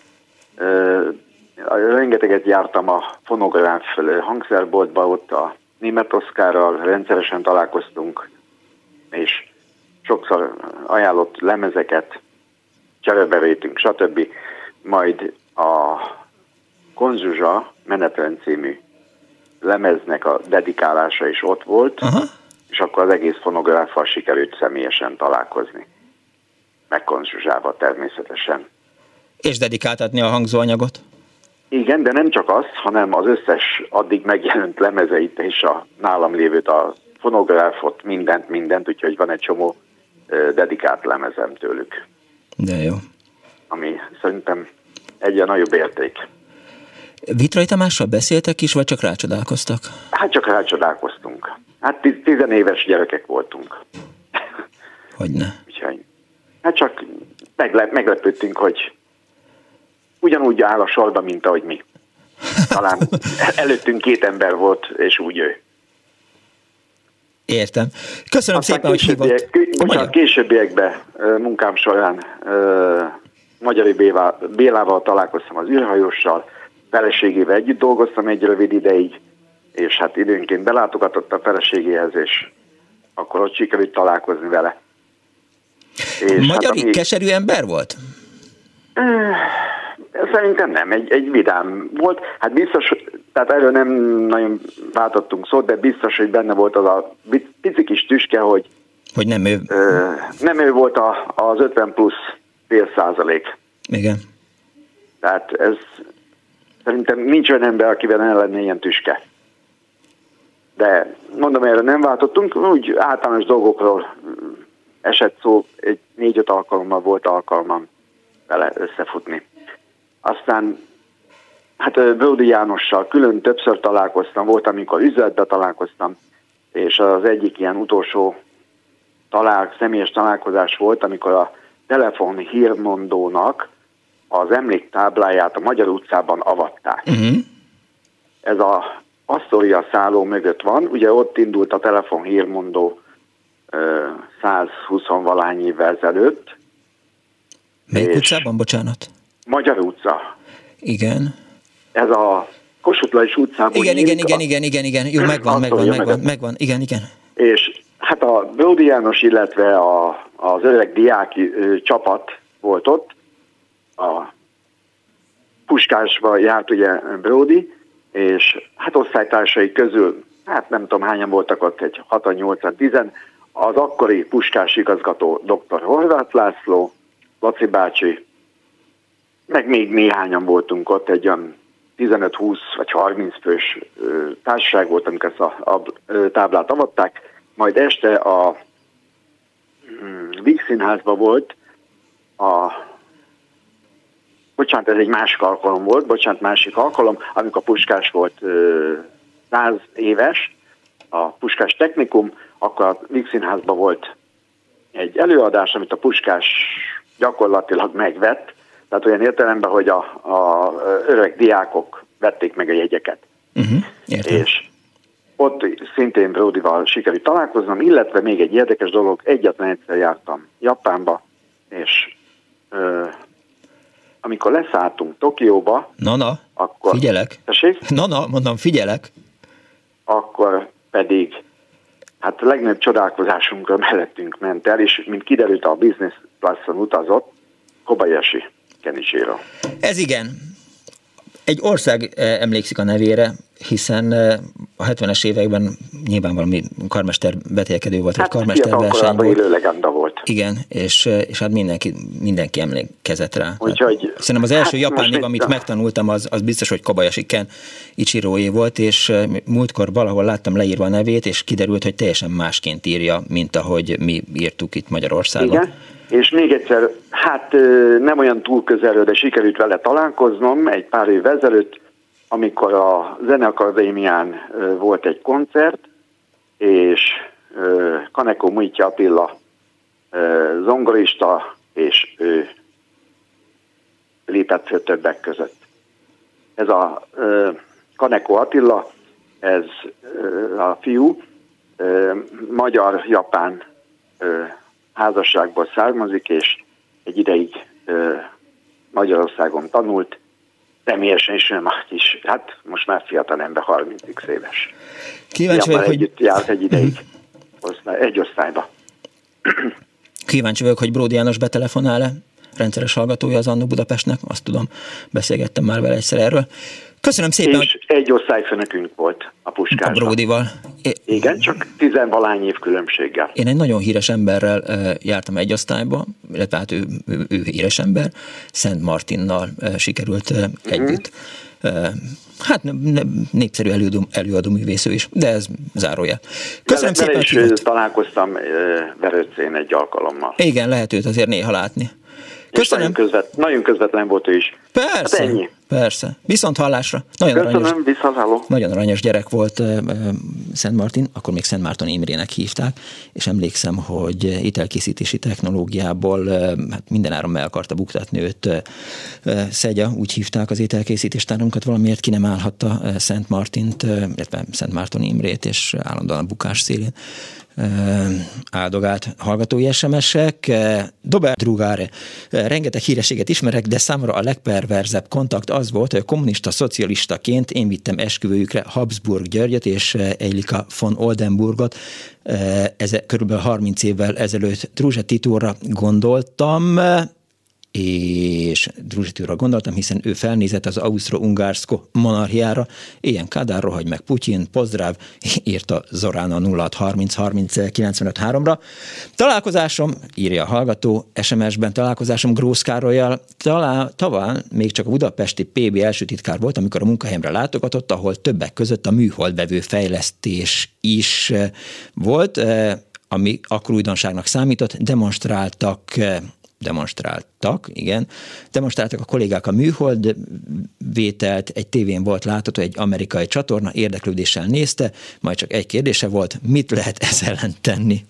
Speaker 11: rengeteget jártam a fonográf hangszerboltba, ott a Németh Oszkárral rendszeresen találkoztunk, és sokszor ajánlott lemezeket, cserebevétünk, stb. Majd a Kunzsuzsa Menetrend című lemeznek a dedikálása is ott volt, és akkor az egész fonográffal sikerült személyesen találkozni. Meg Kunzsuzsával természetesen.
Speaker 2: És dedikáltatni a hangzóanyagot?
Speaker 11: Igen, de nem csak azt, hanem az összes addig megjelent lemezeit és a nálam lévőt, a fonográfot, mindent, úgyhogy van egy csomó dedikált lemezem tőlük.
Speaker 2: De jó.
Speaker 11: Ami szerintem egy a nagyobb érték.
Speaker 2: Vitrai Tamással beszéltek is, vagy csak rácsodálkoztak?
Speaker 11: Hát csak rácsodálkoztunk. Hát 10 éves gyerekek voltunk.
Speaker 2: Hogyne.
Speaker 11: Úgyhogy, hát csak meglepődtünk, hogy ugyanúgy áll a sorba, mint ahogy mi. Talán előttünk 2 ember volt, és úgy ő.
Speaker 2: Értem. Köszönöm szépen, hogy hívott.
Speaker 11: Későbbiekben munkám során Magyari Bélával találkoztam, az űrhajóssal, feleségével együtt dolgoztam egy rövid ideig, és hát időnként belátogatott a feleségéhez, és akkor ott sikerült találkozni vele.
Speaker 2: És Magyari hát, keserű ember volt?
Speaker 11: Szerintem nem, egy vidám volt. Hát biztos, tehát erről nem nagyon váltottunk szót, de biztos, hogy benne volt az a pici kis tüske, hogy
Speaker 2: nem ő.
Speaker 11: Nem ő volt az 50 plusz %.
Speaker 2: Igen.
Speaker 11: Tehát ez szerintem nincs olyan ember, akivel ne lenne ilyen tüske. De mondom, erre nem váltottunk, úgy általános dolgokról esett szó, egy 4-5 alkalommal volt alkalmam vele összefutni. Aztán hát Bródi Jánossal külön többször találkoztam, volt, amikor üzletbe találkoztam, és az egyik ilyen utolsó személyes találkozás volt, amikor a telefon hírmondónak az emléktábláját a Magyar utcában avatták. Ez a Astoria szálló mögött van, ugye ott indult a telefon hírmondó 120-valahány évvel ezelőtt.
Speaker 2: Melyik utcában, bocsánat?
Speaker 11: Magyar utca.
Speaker 2: Igen.
Speaker 11: Ez a Kossuth Lajos utcából.
Speaker 2: Igen. Jó, megvan. Igen.
Speaker 11: És hát a Bródi János, illetve az öreg diáki csapat volt ott. A Puskásba járt ugye Bródi, és hát osztálytársai közül hát nem tudom hányan voltak ott, egy 6-8-10, az akkori Puskás igazgató dr. Horváth László, Laci bácsi, meg még néhányan voltunk ott, egy olyan 15-20 vagy 30 fős társaság volt, amikor ezt a táblát avatták, majd este a Víg Színházban volt bocsánat, ez egy másik alkalom volt, amikor Puskás volt 100 éves, a Puskás Technikum, akkor a Víg Színházban volt egy előadás, amit a Puskás gyakorlatilag megvett, tehát olyan értelemben, hogy a öreg diákok vették meg a jegyeket. És ott szintén Bródival sikerült találkoznom, illetve még egy érdekes dolog, egyetlen egyszer jártam Japánba, és amikor leszálltunk Tokióba...
Speaker 2: akkor, figyelek.
Speaker 11: Tessék?
Speaker 2: Mondom, figyelek.
Speaker 11: Akkor pedig, hát a legnagyobb csodálkozásunkra mellettünk ment el, és mint kiderült, a Business Plus-on utazott Kobayashi Kenichiro.
Speaker 2: Ez igen. Egy ország emlékszik a nevére, hiszen a 70-es években nyilván valami karmester betélkedő volt,
Speaker 11: hát
Speaker 2: egy karmesterverseny volt.
Speaker 11: Élő legenda volt.
Speaker 2: Igen, és hát mindenki emlékezett rá.
Speaker 11: Úgyhogy,
Speaker 2: szerintem az első japán név, amit megtanultam, az biztos, hogy Kobayashi Kenichiroé volt, és múltkor valahol láttam leírva a nevét, és kiderült, hogy teljesen másként írja, mint ahogy mi írtuk itt Magyarországon.
Speaker 11: Igen. És még egyszer, hát nem olyan túl közelről, de sikerült vele találkoznom egy pár év ezelőtt, amikor a Zeneakadémián volt egy koncert, és Kaneko Mújtja Attila zongorista, és ő lépett föl többek között. Ez a Kaneko Attila, ez a fiú magyar-japán házasságból származik, és egy ideig Magyarországon tanult, személyesen is nem is, hát most már fiatal ember, 30 éves.
Speaker 2: Kíváncsi vagyok, hogy...
Speaker 11: Együtt járt egy ideig, egy osztályba.
Speaker 2: Kíváncsi vagyok, hogy Bródi János betelefonál-e, rendszeres hallgatója az Annó Budapestnek, azt tudom, beszélgettem már vele egyszer erről. Köszönöm szépen.
Speaker 11: És egy osztályfőnök volt a Puskásban.
Speaker 2: A Bródival.
Speaker 11: Igen, csak 10-valány év különbséggel.
Speaker 2: Én egy nagyon híres emberrel jártam egy osztályba, illetve hát ő híres ember, Szent Martinnal sikerült együtt. Hát népszerű előadó művésző is, de ez zárójel. Köszönöm szépen.
Speaker 11: És találkoztam Verőcén egy alkalommal.
Speaker 2: Igen, lehet őt azért néha látni. Köszönöm.
Speaker 11: Nagyon közvetlen volt ő is.
Speaker 2: Persze, hát ennyi. Persze. Viszont hallásra.
Speaker 11: Köszönöm, viszont halló.
Speaker 2: Nagyon aranyos gyerek volt Szent Martin, akkor még Szent Márton Imrének hívták, és emlékszem, hogy ételkészítési technológiából hát mindenáron meg akarta buktatni őt Szegya, úgy hívták az ételkészítéstárunkat, valamiért ki nem állhatta Szent Martint, illetve Szent Márton Imrét, és állandóan a bukás szélén áldogált hallgatói SMS-ek. Dober Drugare, rengeteg hírességet ismerek, de számomra a legperverzebb kontakt az volt, hogy a kommunista szocialistaként én vittem esküvőjükre Habsburg Györgyöt és Eilika von Oldenburgot. Ez körülbelül 30 évvel ezelőtt Druzse Titóra gondoltam, hiszen ő felnézett az Austro-Ungárszko monarchiára, ilyen Kádár, rohagy meg Putyin, pozdráv, írta Zorán a 0630 30 95 3-ra. Találkozásom, írja a hallgató SMS-ben, találkozásom Grósz Károlyal talán még csak a budapesti PB első titkár volt, amikor a munkahelyemre látogatott, ahol többek között a műholdbevő fejlesztés is volt, ami akkor újdonságnak számított, demonstráltak a kollégák a műhold vételt, egy tévén volt látható, egy amerikai csatorna érdeklődéssel nézte, majd csak egy kérdése volt, mit lehet ezzel ellen tenni?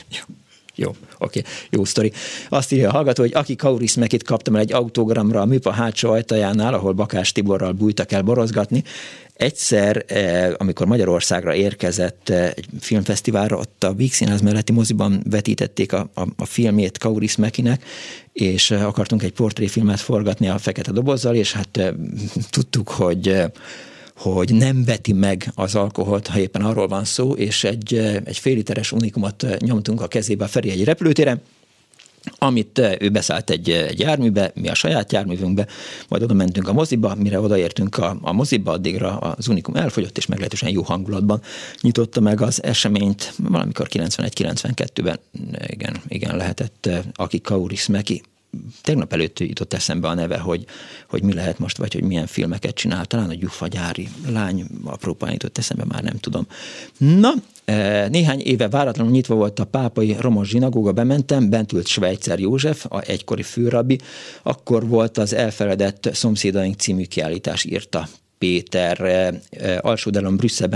Speaker 2: Jó sztori. Azt írja a hallgató, hogy aki Kaurismäkit kaptam el egy autogramra a műpa hátsó ajtajánál, ahol Bakás Tiborral bújtak el borozgatni. Egyszer, amikor Magyarországra érkezett egy filmfesztiválra, ott a Víg Színház melletti moziban vetítették a filmjét Kaurismäkinek, és akartunk egy portréfilmet forgatni a fekete dobozzal, és hát tudtuk, hogy nem veti meg az alkoholt, ha éppen arról van szó, és egy fél literes unikumot nyomtunk a kezébe a Ferihegyi repülőtéren, amit ő beszállt egy járműbe, mi a saját járművünkbe, majd oda mentünk a moziba, mire odaértünk a moziba, addigra az Unikum elfogyott, és meglehetősen jó hangulatban nyitotta meg az eseményt, valamikor 91-92-ben, igen, lehetett Aki Kaurismäki. Tegnap előtt jutott eszembe a neve, hogy mi lehet most, vagy hogy milyen filmeket csinál. Talán a Gyufagyári lány, aprópán jutott eszembe, már nem tudom. Na, néhány éve váratlanul nyitva volt a pápai romos zsinagóga, bementem, bent ült Schweitzer József, a egykori főrabbi, akkor volt az Elfeledett szomszédaink című kiállítás, írta Péter. Alsó Delon Brüsszelben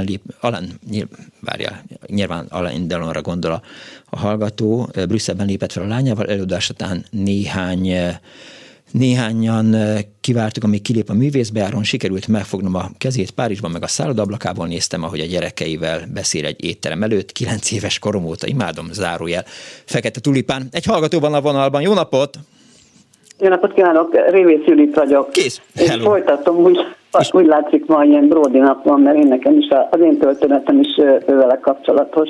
Speaker 2: nyilván Alain Delonra gondol a hallgató, Brüsszelben lépett fel a lányával, előadás után néhányan kivártuk, amíg kilép a művészbejáron, sikerült megfognom a kezét Párizsban, meg a szállodaablakából néztem, ahogy a gyerekeivel beszél egy étterem előtt, 9 éves korom óta imádom, zárójel, Fekete Tulipán. Egy hallgató van a vonalban, jó napot!
Speaker 12: Jó napot kívánok, Révész Judit vagyok.
Speaker 2: Kész,
Speaker 12: és folytatom, úgy látszik, ma ilyen Bródi nap van, mert én nekem is, az én történetem is ővele kapcsolatos.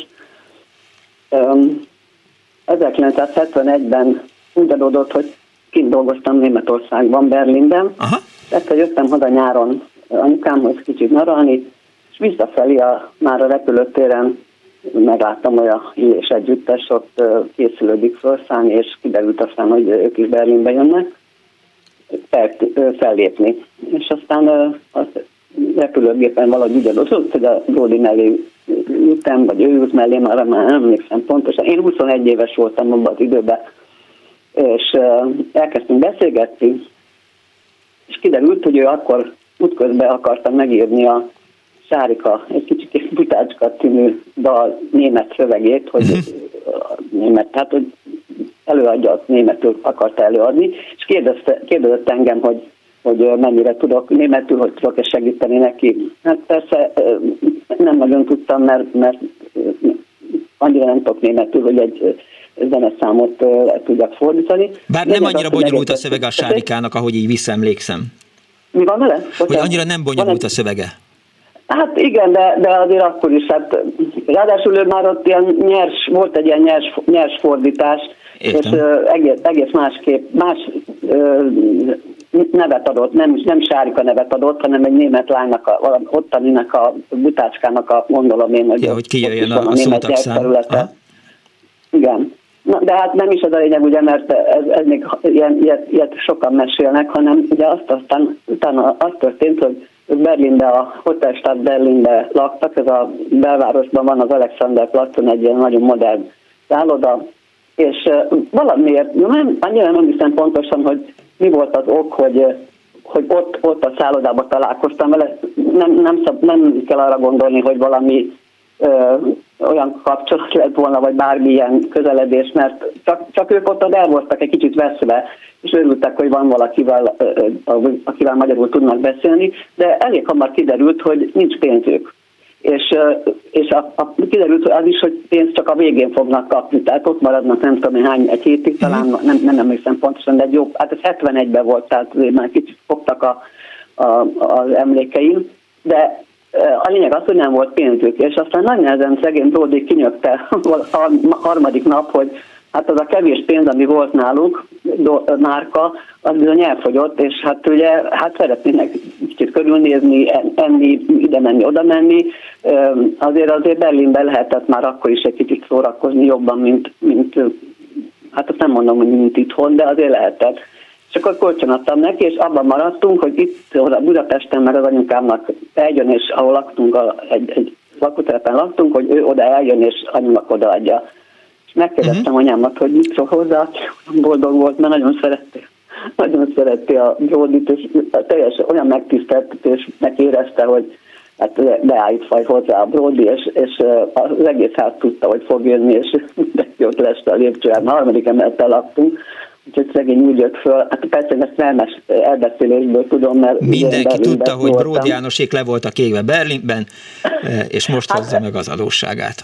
Speaker 12: 1971-ben úgy adódott, hogy kint dolgoztam Németországban, Berlinben. Tehát, hogy jöttem haza nyáron anyukámhoz kicsit nyaralni, és visszafelé már a repülőtéren megláttam, hogy a Illés együttes ott készülődik felszállni, és kiderült aztán, hogy ők is Berlinbe jönnek fellépni. És aztán a repülőgépen valahogy úgy adott, hogy a Bródi mellé ültem, vagy ő ült mellé, már nem emlékszem pontosan. Én 21 éves voltam abban az időben, és elkezdtünk beszélgetni, és kiderült, hogy ő akkor útközben akarta megírni a Sárika, egy kicsit Butácska című dal német szövegét, hogy német, tehát hogy előadja, azt németül akarta előadni, és kérdezett engem, hogy mennyire tudok németül, hogy tudok-e segíteni neki. Hát persze nem nagyon tudtam, mert annyira nem tudok németül, hogy egy zeneszámot tudjak fordítani.
Speaker 2: Bár nem annyira bonyolult a szövege a Sárikának, ahogy így visszaemlékszem.
Speaker 12: Mi van vele?
Speaker 2: Hogy annyira nem bonyolult a szövege.
Speaker 12: Hát igen, de azért akkor is, hát ráadásul ő már ott volt egy ilyen nyers fordítás,
Speaker 2: értem.
Speaker 12: És egész másképp, más nevet adott, nem Sárika nevet adott, hanem egy német lánynak, ottaninak a Butácskának gondolom én,
Speaker 2: hogy kijöjjön a szótagszám.
Speaker 12: Igen. Na, de hát nem is az a lényeg, ugye, mert ez még ilyet sokan mesélnek, hanem ugye aztán utána az történt, hogy Berlinbe, a Hotelstadt Berlinbe laktak, ez a belvárosban van az Alexanderplatzon egy ilyen nagyon modern szálloda, és valamiért, annyira nem hiszem pontosan, hogy mi volt az ok, hogy ott a szállodában találkoztam vele, nem kell arra gondolni, hogy valami olyan kapcsolat lett volna, vagy bármilyen közeledés, mert csak ők ott el voltak egy kicsit veszve, és örültek, hogy van valakivel, akivel magyarul tudnak beszélni, de elég hamar kiderült, hogy nincs pénzük. És kiderült hogy az is, hogy pénzt csak a végén fognak kapni, tehát ott maradnak nem tudom hány, egy hétig talán, nem emlékszem pontosan, de jó, hát ez 71-ben volt, tehát már kicsit fogtak az emlékeim, de a lényeg az, hogy nem volt pénzük, és aztán nagy nehezen szegény Bródi kinyögte a harmadik nap, hogy hát az a kevés pénz, ami volt náluk, márka, az bizony elfogyott, és hát ugye szeretnének kicsit körülnézni, enni, ide menni, oda menni. Azért Berlinben lehetett már akkor is egy kicsit szórakozni jobban, mint hát azt nem mondom, hogy mint itthon, de azért lehetett. És akkor kölcsönadtam neki, és abban maradtunk, hogy itt Budapesten meg az anyukámnak eljön, és ahol laktunk, egy lakótelepen laktunk, hogy ő oda eljön, és anyumak odaadja. És megkérdeztem anyámat, hogy mit szól hozzá, boldog volt, mert nagyon szerette a Bródit, és teljesen olyan megtiszteltetésnek érezte, hogy hát beállítva hozzá a Bródi, és az egész ház tudta, hogy fog jönni, és mindenki ott leste a lépcsőján, a harmadik emeleten laktunk, úgyhogy szegény úgy jött föl. Hát persze ezt elbeszélésből tudom, mert
Speaker 2: mindenki tudta, hogy Bródi Jánosék le voltak égve Berlinben, és most hozza meg az adósságát.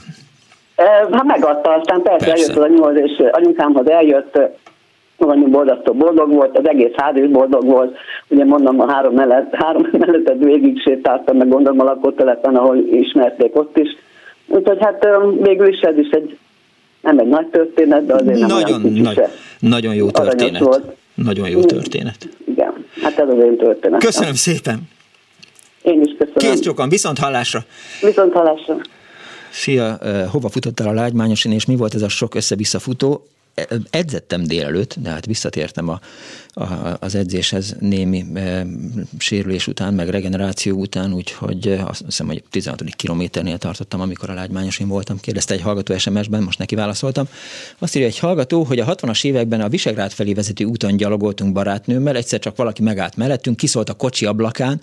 Speaker 12: Hát megadta, aztán persze eljött az anyuhoz, és anyukámhoz eljött, anyu boldog volt, az egész ház is boldog volt. Ugye mondom, a három mellettet végig sétáltam, meg gondolom a lakótelepen, ahol ismerték ott is. Úgyhogy hát végül is ez is egy nem egy nagy történet, de azért nem olyan kicsi se.
Speaker 2: Nagyon jó történet. Nagyon jó történet.
Speaker 12: Igen, hát ez az én történetem.
Speaker 2: Köszönöm szépen.
Speaker 12: Én is köszönöm.
Speaker 2: Kész csókan, viszont hallásra.
Speaker 12: Viszont hallásra.
Speaker 2: Szia, hova futottál a Lágymányosin, és mi volt ez a sok össze-vissza futó? Edzettem délelőtt, de hát visszatértem az edzéshez némi sérülés után, meg regeneráció után, úgyhogy azt hiszem, hogy 16. kilométernél tartottam, amikor a Lágymányosin voltam. Kérdezte egy hallgató SMS-ben, most neki válaszoltam. Azt írja egy hallgató, hogy a 60-as években a Visegrád felé vezető úton gyalogoltunk barátnőmmel, egyszer csak valaki megállt mellettünk, kiszólt a kocsi ablakán,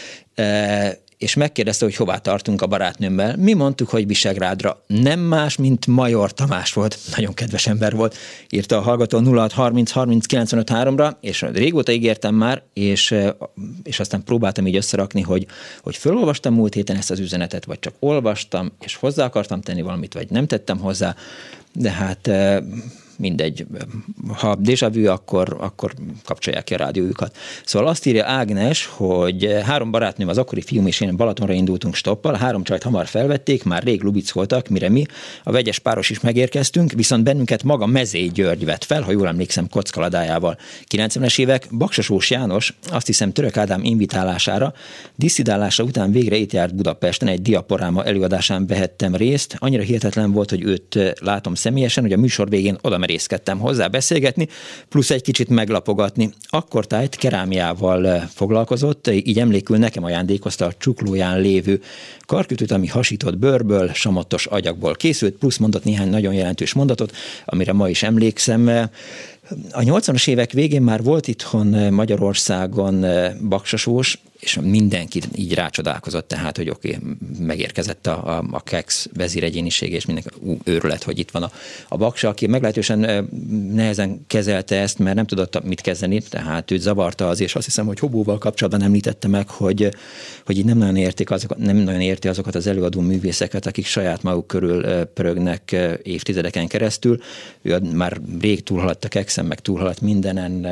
Speaker 2: és megkérdezte, hogy hová tartunk a barátnőmmel. Mi mondtuk, hogy Visegrádra. Nem más, mint Major Tamás volt. Nagyon kedves ember volt. Írta a hallgató 0630 30 95 3-ra, és régóta ígértem már, és aztán próbáltam így összerakni, hogy felolvastam múlt héten ezt az üzenetet, vagy csak olvastam, és hozzá akartam tenni valamit, vagy nem tettem hozzá, de hát mindegy, ha déjà vu, akkor kapcsolják ki a rádiójukat. Szóval azt írja Ágnes, hogy 3 barátnőm, az akkori fiúm és én Balatonra indultunk stoppal, 3 csajt hamar felvették, már rég lubicoltak, mire mi, a vegyes páros is megérkeztünk, viszont bennünket maga Mezély György vett fel, ha jól emlékszem, kockaladájával. 90-es évek, Baksasós János, azt hiszem Török Ádám invitálására, disszidálása után végre itt járt Budapesten, egy diaporáma előadásán vehettem részt. Annyira hihetetlen volt, hogy őt látom személyesen, hogy a műsor végén oda merészkedtem hozzá beszélgetni, plusz egy kicsit meglapogatni. Akkortájt kerámiával foglalkozott, így emlékül nekem ajándékozta a csuklóján lévő karkötőt, ami hasított bőrből, samottos agyagból készült, plusz mondott néhány nagyon jelentős mondatot, amire ma is emlékszem. A 80-as évek végén már volt itthon Magyarországon Baksasós, és mindenki így rácsodálkozott, tehát, hogy oké, megérkezett a KEX vezéregyénisége, és mindenki őrület, hogy itt van a Baksa, aki meglehetősen nehezen kezelte ezt, mert nem tudott mit kezdeni, tehát őt zavarta az, és azt hiszem, hogy Hobóval kapcsolatban említette meg, hogy így nem nagyon érti azokat az előadó művészeket, akik saját maguk körül pörögnek évtizedeken keresztül. Ő már rég túlhaladt a KEX-en, meg túlhaladt mindenen,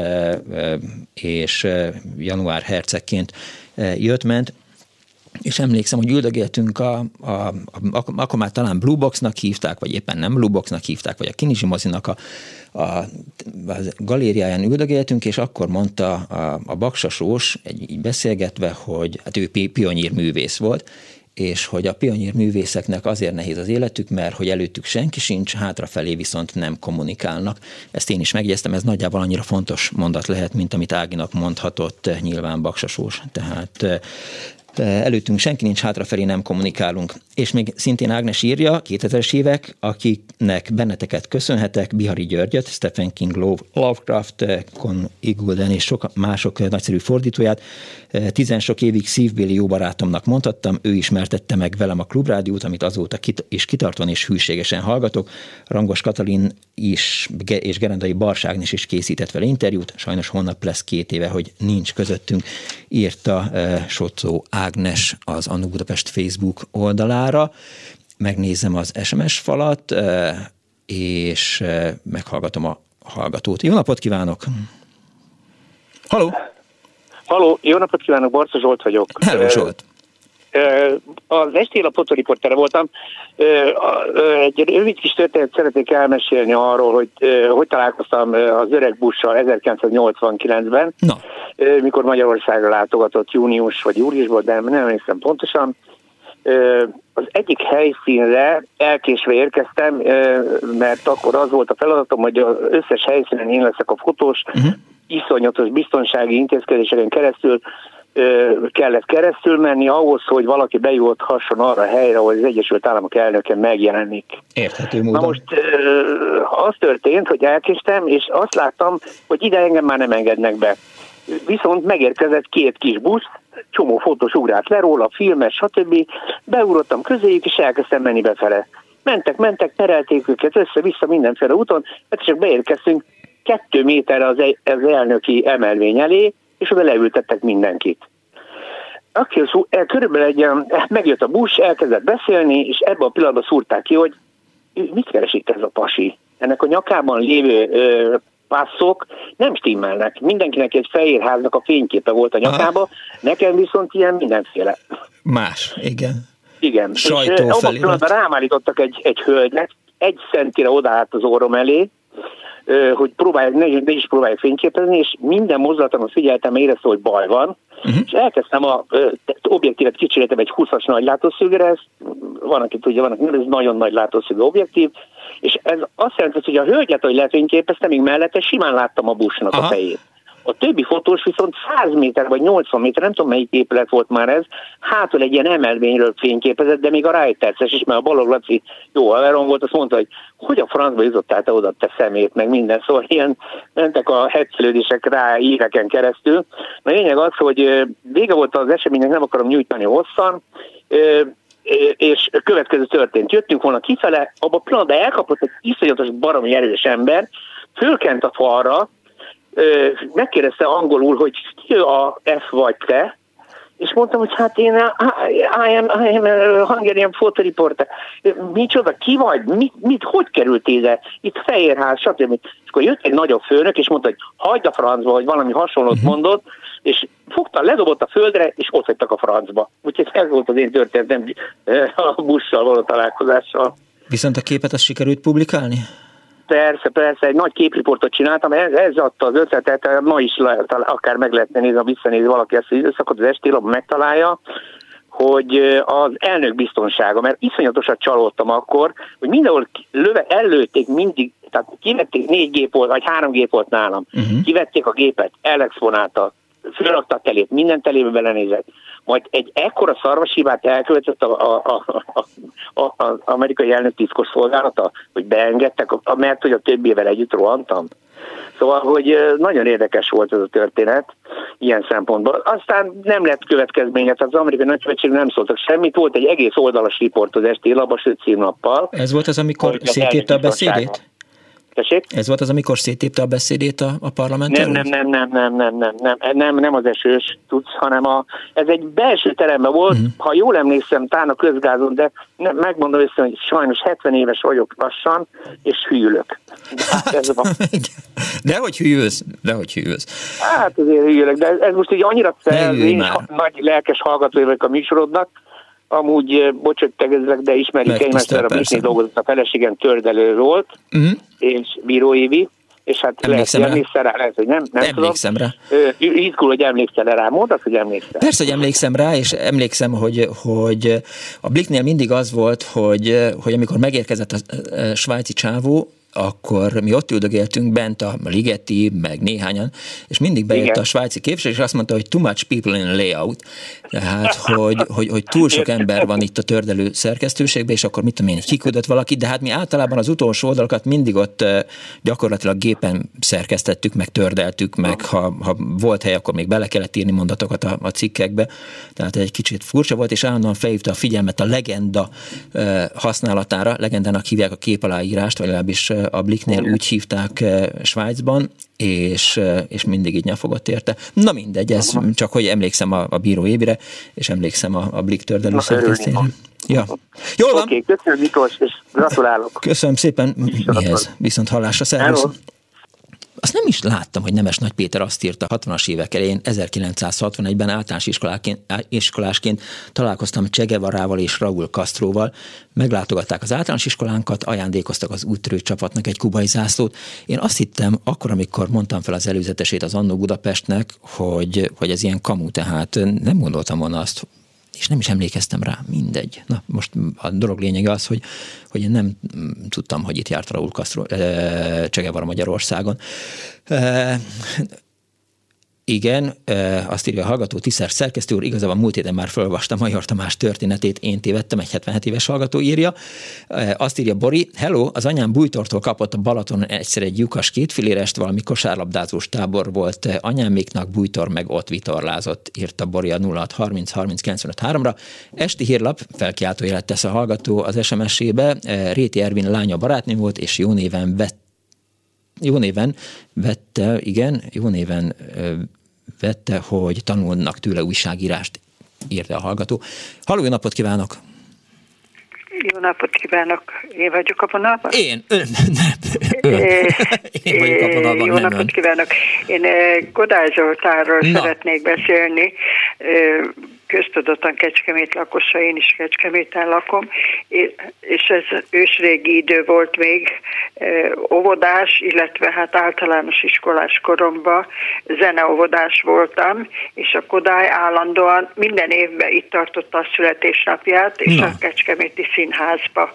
Speaker 2: és január hercegként jött-ment, és emlékszem, hogy üldögéltünk akkor már talán Blue Boxnak hívták, vagy éppen nem Blue Boxnak hívták, vagy a Kinizsi mozinak a galériáján üldögéltünk, és akkor mondta a Baksasós, így beszélgetve, hogy hát ő pionírművész volt, és hogy a pionírművészeknek azért nehéz az életük, mert hogy előttük senki sincs, hátrafelé viszont nem kommunikálnak. Ezt én is megjegyeztem, ez nagyjából annyira fontos mondat lehet, mint amit Áginak mondhatott nyilván Baksasós. Tehát előttünk senki nincs, hátrafelé nem kommunikálunk. És még szintén Ágnes írja, 2000-es évek, akiknek benneteket köszönhetek, Bihari Györgyöt, Stephen King, Lovecraft, Con Igulden és sok mások nagyszerű fordítóját. 10 sok évig szívbéli jó barátomnak mondhattam, ő ismertette meg velem a Klubrádiót, amit azóta is kitartóan és hűségesen hallgatok. Rangos Katalin is, és Gerendai Bars Ágnes is készített vele interjút, sajnos holnap lesz 2 éve, hogy nincs közöttünk, írta Socó Ágnes az Annu Budapest Facebook oldalára. Megnézem az SMS falat, és meghallgatom a hallgatót. Jó napot kívánok! Halló!
Speaker 13: Halló, jó napot kívánok, Barca Zsolt vagyok.
Speaker 2: Hello, Zsolt!
Speaker 13: Az Esti Lap fotóriportere voltam. Egy rövid kis történet szeretnék elmesélni arról, hogy találkoztam az öreg Bussal 1989-ben, mikor Magyarországra látogatott június vagy júliusban, de nem emlékszem pontosan. Az egyik helyszínre elkésve érkeztem, mert akkor az volt a feladatom, hogy az összes helyszínen én leszek a fotós, iszonyatos biztonsági intézkedéseken keresztül kellett keresztül menni ahhoz, hogy valaki bejuthasson arra a helyre, ahol az Egyesült Államok elnöke megjelenik.
Speaker 2: Érthető módon.
Speaker 13: Na most az történt, hogy elkéstem, és azt láttam, hogy ide engem már nem engednek be. Viszont megérkezett 2 kis busz, csomó fotós ugrált le róla, filmes, stb. Beugrottam közéjük, és elkezdtem menni befele. Mentek, terelték őket össze-vissza mindenféle úton, hát csak beérkeztünk 2 méterre az elnöki emelvény elé, és oda leültettek mindenkit. Akkor körülbelül megjött a busz, elkezdett beszélni, és ebben a pillanatban szúrták ki, hogy mit keres itt ez a pasi? Ennek a nyakában lévő passzok nem stimmelnek. Mindenkinek egy fehér háznak a fényképe volt a nyakába, nekem viszont ilyen mindenféle.
Speaker 2: Más, igen.
Speaker 13: Igen. És abban a pillanatban rám állítottak egy hölgyet, 1 centire odaállt az orrom elé, hogy ne is próbálják fényképezni, és minden mozdulatomon figyeltem, éreztem, hogy baj van, és elkezdtem a objektívet kicseréltem egy 20-as nagy látószögre, ez van, aki tudja, van, ez nagyon nagy látószögű objektív, és ez azt jelenti, hogy a hölgyet, hogy lefényképeztem, még mellette simán láttam a Bushnak a fejét. A többi fotós viszont 100 méter vagy 80 méter, nem tudom melyik épület volt már ez, hátul egy ilyen emelvényről fényképezett, de még a Reiterses is, mert a Balogh Laci jó haverom volt, azt mondta, hogy a francba jutottál te oda, te szemét, meg minden, szóval ilyen mentek a heccelődések rá éveken keresztül. A lényeg az, hogy vége volt az eseménynek, nem akarom nyújtani hosszan, és a következő történt. Jöttünk volna kifele, abban a pillanatban elkapott egy iszonyatos baromi erős ember, fölkent a falra, megkérdezte angolul, hogy ki a F vagy te, és mondtam, hogy hát én I am a Hungarian photo reporter. Micsoda, ki vagy? Hogy került ide? Itt Fehérház, stb. És akkor jött egy nagyobb főnök, és mondta, hogy hagyd a francba, vagy valami hasonlót mondott, és fogta, ledobott a földre, és ott hagytak a francba. Úgyhogy ez volt az én történetem a Bush-sal való találkozással.
Speaker 2: Viszont a képet azt sikerült publikálni?
Speaker 13: Persze, egy nagy képriportot csináltam, ez adta az ötletet, ma is akár meg lehetne nézni, visszanézni valaki ezt az időszakot, az estélapban megtalálja, hogy az elnök biztonsága, mert iszonyatosan csalódtam akkor, hogy mindenhol ellőtték mindig, tehát kivették 4 gép volt, vagy 3 gép volt nálam, kivették a gépet, elexponálta, fölrakta a telét, minden telébe belenézett, majd egy ekkora szarvashibát elkövetett az amerikai elnök titkos szolgálata, hogy beengedtek, mert hogy a többivel együtt rohantam. Szóval, hogy nagyon érdekes volt ez a történet ilyen szempontból. Aztán nem lett következménye, tehát az amerikai nagykövetségnek nem szóltak semmit, volt egy egész oldalas riport az Esti Lapban, sőt címnappal.
Speaker 2: Ez volt az, amikor széttépte a beszédét?
Speaker 13: Tessék?
Speaker 2: Ez volt az, amikor széttépte a beszédét a parlament?
Speaker 13: Nem az esős tudsz, hanem ez egy belső teremben volt, ha jól emlékszem, talán a közgázon, de megmondom össze, hogy sajnos 70 éves vagyok lassan, és hűlök.
Speaker 2: Dehogy hűlsz.
Speaker 13: Hát azért hűlök, de ez most így annyira én is nagy lelkes hallgatója vagyok a műsorodnak, amúgy bocsöttegezlek, de ismerjük egymást, mert a Bliknél dolgozott a feleségem, tördelő volt, és Bíró Évi, és hát emlékszel rá, lehet, hogy nem
Speaker 2: emlékszem
Speaker 13: tudom. Rá. Izgul, hogy emlékszel rá, mondd azt, hogy emlékszel.
Speaker 2: Persze, hogy emlékszem rá, és emlékszem, hogy a Bliknél mindig az volt, hogy amikor megérkezett a svájci csávó, akkor mi ott üldögéltünk bent a Ligeti, meg néhányan, és mindig bejött a svájci képviselő, és azt mondta, hogy too much people in layout, tehát, hogy túl sok ember van itt a tördelő szerkesztőségben, és akkor mit tudom én, kiküldött valaki, de hát mi általában az utolsó oldalakat mindig ott gyakorlatilag gépen szerkesztettük, meg tördeltük, meg ha volt hely, akkor még bele kellett írni mondatokat a cikkekbe, tehát egy kicsit furcsa volt, és állandóan felhívta a figyelmet a legenda használatára, legendának hívják a képaláírást, vagy legalábbis a Bliknél úgy hívták Svájcban, és mindig így nyafogott érte. Na mindegy, ez csak, hogy emlékszem a Bíró Évire, és emlékszem a Blik tördelő szerkesztőjére. Ja. Jól van.
Speaker 13: Oké, köszönöm Miklós, és gratulálok.
Speaker 2: Köszönöm szépen. Mihez? Viszont hallásra, szervusz. Azt nem is láttam, hogy Nemes Nagy Péter azt írta 60-as évek elején, 1961-ben általános iskolásként találkoztam Che Guevarával és Raúl Castroval, meglátogatták az általános iskolánkat, ajándékoztak az úttörő csapatnak egy kubai zászlót. Én azt hittem, akkor, amikor mondtam fel az előzetesét az Annó Budapestnek, hogy ez ilyen kamu, tehát nem gondoltam volna azt, és nem is emlékeztem rá, mindegy. Na, most a dolog lényege az, hogy én nem tudtam, hogy itt járt Raúl Castro, Che Guevara Magyarországon. Igen, azt írja a hallgató, tisztelt szerkesztő úr, igazából múlt héten már felolvastam Major Tamás történetét, én tévedtem, egy 77 éves hallgató írja. Azt írja Bori, hello, az anyám bújtortól kapott a Balatonon egyszer egy lyukas kétfillérest, valami kosárlabdázós tábor volt anyáméknak, bújtor meg ott vitorlázott, írta Bori a 0630 30 95 3-ra. Esti hírlap, felkiáltójelet tesz a hallgató az SMS-ébe, Réti Ervin lánya barátnő volt, és jó néven vette, hogy tanulnak tőle újságírást, írta a hallgató. Halló, jó napot kívánok!
Speaker 14: Jó napot kívánok! Én vagyok a vonalban?
Speaker 2: Én? Én vagyok a vonalban,
Speaker 14: jó napot kívánok! Én Kodály Zoltánról szeretnék beszélni. Köztudottan Kecskemét lakosa, én is Kecskeméten lakom, és ez ősrégi idő volt még, óvodás, illetve hát általános iskolás koromban zeneóvodás voltam, és a Kodály állandóan minden évben itt tartotta a születésnapját, és a Kecskeméti Színházba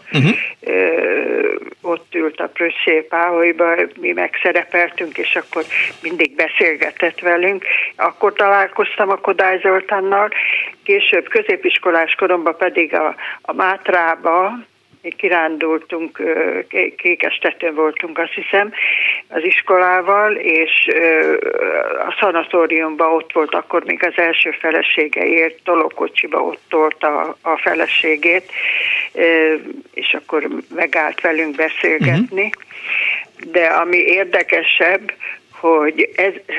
Speaker 14: ott ült a Prösszé Páholyba, mi megszerepeltünk, és akkor mindig beszélgetett velünk. Akkor találkoztam a Kodály Zoltánnal, később középiskolás koromban pedig a Mátrába kirándultunk, Kékestetőn voltunk, azt hiszem, az iskolával, és a szanatóriumban ott volt akkor még az első felesége ért, tolókocsiba ott tolta a feleségét, és akkor megállt velünk beszélgetni. De ami érdekesebb, hogy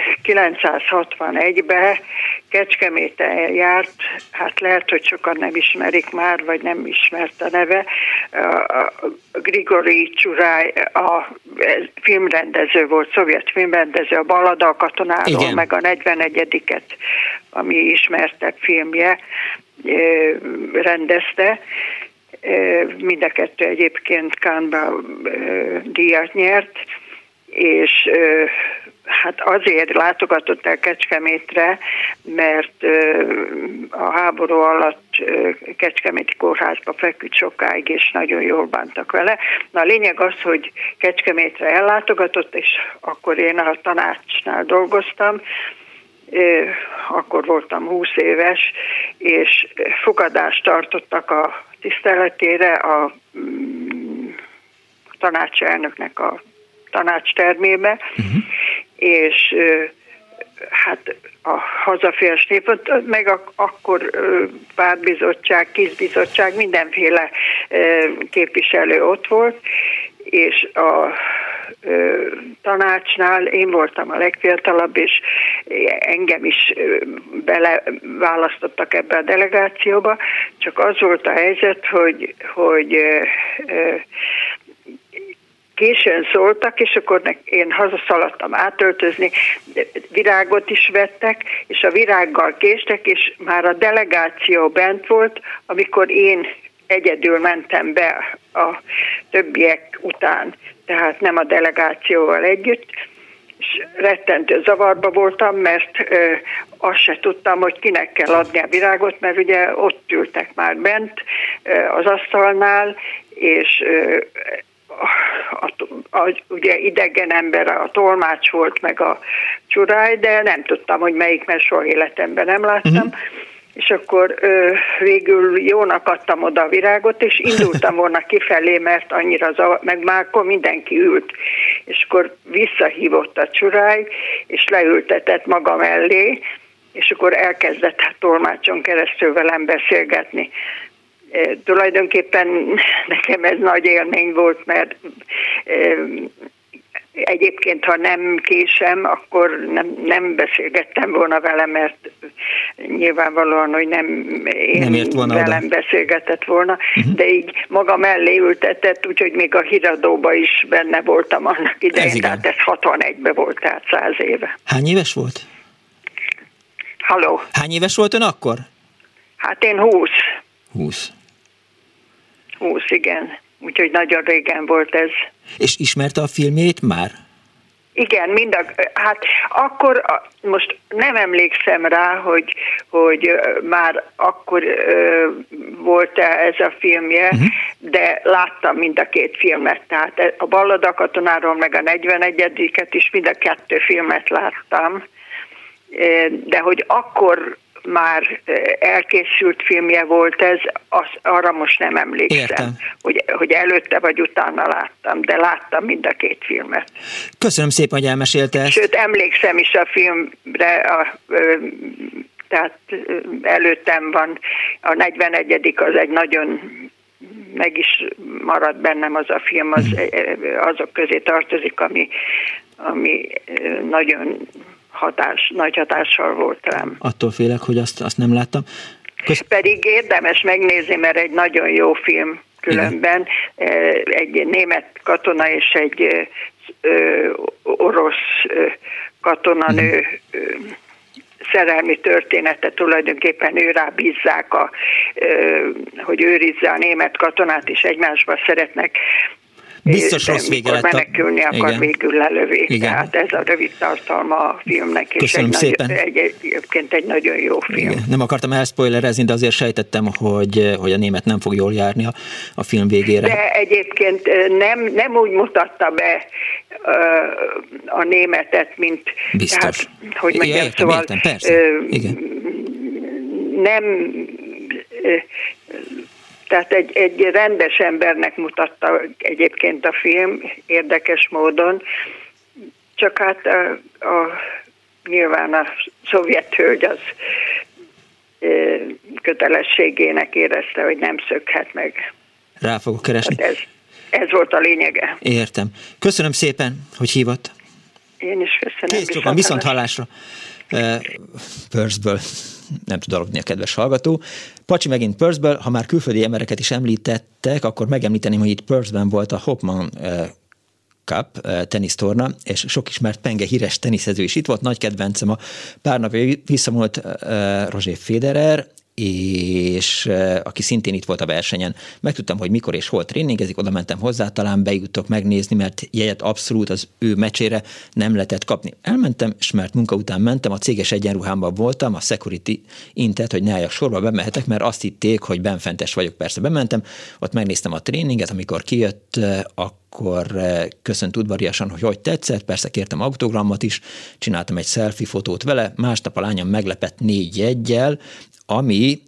Speaker 14: 961-ben Kecskeméten járt, hát lehet, hogy sokan nem ismerik már, vagy nem ismert a neve, Grigori Csurály, a filmrendező volt, szovjet filmrendező, a Ballada a katonáról, igen, meg a 41-et, ami ismertebb filmje, rendezte. Mind a kettő egyébként Cannes-ban díjat nyert, és hát azért látogatott el Kecskemétre, mert a háború alatt Kecskeméti kórházba feküdt sokáig, és nagyon jól bántak vele. Na a lényeg az, hogy Kecskemétre ellátogatott, és akkor én a tanácsnál dolgoztam, akkor voltam 20 éves, és fogadást tartottak a tiszteletére a tanácselnöknek a tanácstermébe, és hát a hazaféles nép, meg akkor pártbizottság, kizbizottság, mindenféle képviselő ott volt, és a tanácsnál én voltam a legfiatalabb, és engem is beleválasztottak ebbe a delegációba, csak az volt a helyzet, hogy későn szóltak, és akkor én hazaszaladtam átöltözni, virágot is vettek, és a virággal késtek, és már a delegáció bent volt, amikor én egyedül mentem be a többiek után, tehát nem a delegációval együtt, és rettentő zavarba voltam, mert azt se tudtam, hogy kinek kell adni a virágot, mert ugye ott ültek már bent az asztalnál, és ugye idegen ember, a tolmács volt, meg a Csurály, de nem tudtam, hogy melyik, mert soha életemben nem láttam. És akkor végül jónak adtam oda a virágot, és indultam volna kifelé, mert annyira meg már akkor mindenki ült. És akkor visszahívott a Csurály, és leültetett maga mellé, és akkor elkezdett a tolmácson keresztül velem beszélgetni. Tulajdonképpen nekem ez nagy élmény volt, mert egyébként, ha nem késem, akkor nem beszélgettem volna vele, mert nyilvánvalóan, hogy nem velem beszélgetett volna, de így maga mellé ültetett, úgyhogy még a híradóban is benne voltam annak idején, tehát ez 61-ben volt, tehát 100 éve.
Speaker 2: Hány éves volt?
Speaker 14: Halló?
Speaker 2: Hány éves volt ön akkor?
Speaker 14: Hát én 20.
Speaker 2: 20,
Speaker 14: igen. Úgyhogy nagyon régen volt ez.
Speaker 2: És ismerte a filmjét már?
Speaker 14: Igen, hát akkor, most nem emlékszem rá, hogy már akkor volt ez a filmje, de láttam mind a két filmet, tehát a Ballada katonáról, meg a 41-et is, mind a kettő filmet láttam, de hogy akkor már elkészült filmje volt ez, arra most nem emlékszem, hogy előtte vagy utána láttam, de láttam mind a két filmet.
Speaker 2: Köszönöm szépen, hogy elmesélte ezt.
Speaker 14: Sőt, emlékszem is a filmre, tehát előttem van, a 41. az egy nagyon, meg is maradt bennem az a film, azok közé tartozik, ami nagyon nagy hatással volt rám.
Speaker 2: Attól félek, hogy azt nem láttam.
Speaker 14: Pedig érdemes megnézni, mert egy nagyon jó film különben. Igen. Egy német katona és egy orosz katonanő szerelmi története, tulajdonképpen ő rábízzák, hogy őrizze a német katonát, és egymásba szeretnek.
Speaker 2: Biztos rossz vége lett.
Speaker 14: Menekülni akar, igen. Végül lelövik. Igen. Tehát ez a rövid tartalma a filmnek, és egyébként egy nagyon jó film.
Speaker 2: Igen. Nem akartam elspoilerezni, de azért sejtettem, hogy a német nem fog jól járni a film végére.
Speaker 14: De egyébként nem úgy mutatta be a németet, mint...
Speaker 2: Biztos. Tehát,
Speaker 14: hogy mondjam,
Speaker 2: értem, persze. Igen.
Speaker 14: Nem... Tehát egy rendes embernek mutatta egyébként a film, érdekes módon, csak hát nyilván a szovjet hölgy az kötelességének érezte, hogy nem szökhet meg.
Speaker 2: Rá fogok keresni.
Speaker 14: Hát ez volt a lényege.
Speaker 2: Értem. Köszönöm szépen, hogy hívott.
Speaker 14: Én is köszönöm.
Speaker 2: Kész csokon, viszont hallásra. Perthből nem tud aludni a kedves hallgató. Pacsi megint Perthből, ha már külföldi embereket is említettek, akkor megemlíteném, hogy itt Perthben volt a Hopman Cup tenisztorna, és sok ismert penge híres teniszező is itt volt. Nagy kedvencem, a pár napja visszamúlt Roger Federer, és aki szintén itt volt a versenyen. Megtudtam, hogy mikor és hol tréningezik, oda mentem hozzá, talán bejutok megnézni, mert jegyet abszolút az ő meccsére nem lehetett kapni. Elmentem, és mert munka után mentem, a céges egyenruhámban voltam, a security intett, hogy ne álljak sorba, bemehetek, mert azt hitték, hogy benfentes vagyok. Persze bementem, ott megnéztem a tréninget, amikor kijött, akkor köszönt udvariasan, hogy tetszett, persze kértem autogrammat is, csináltam egy selfie fotót vele, másnap a lányom meglepett 4 jeggyel, ami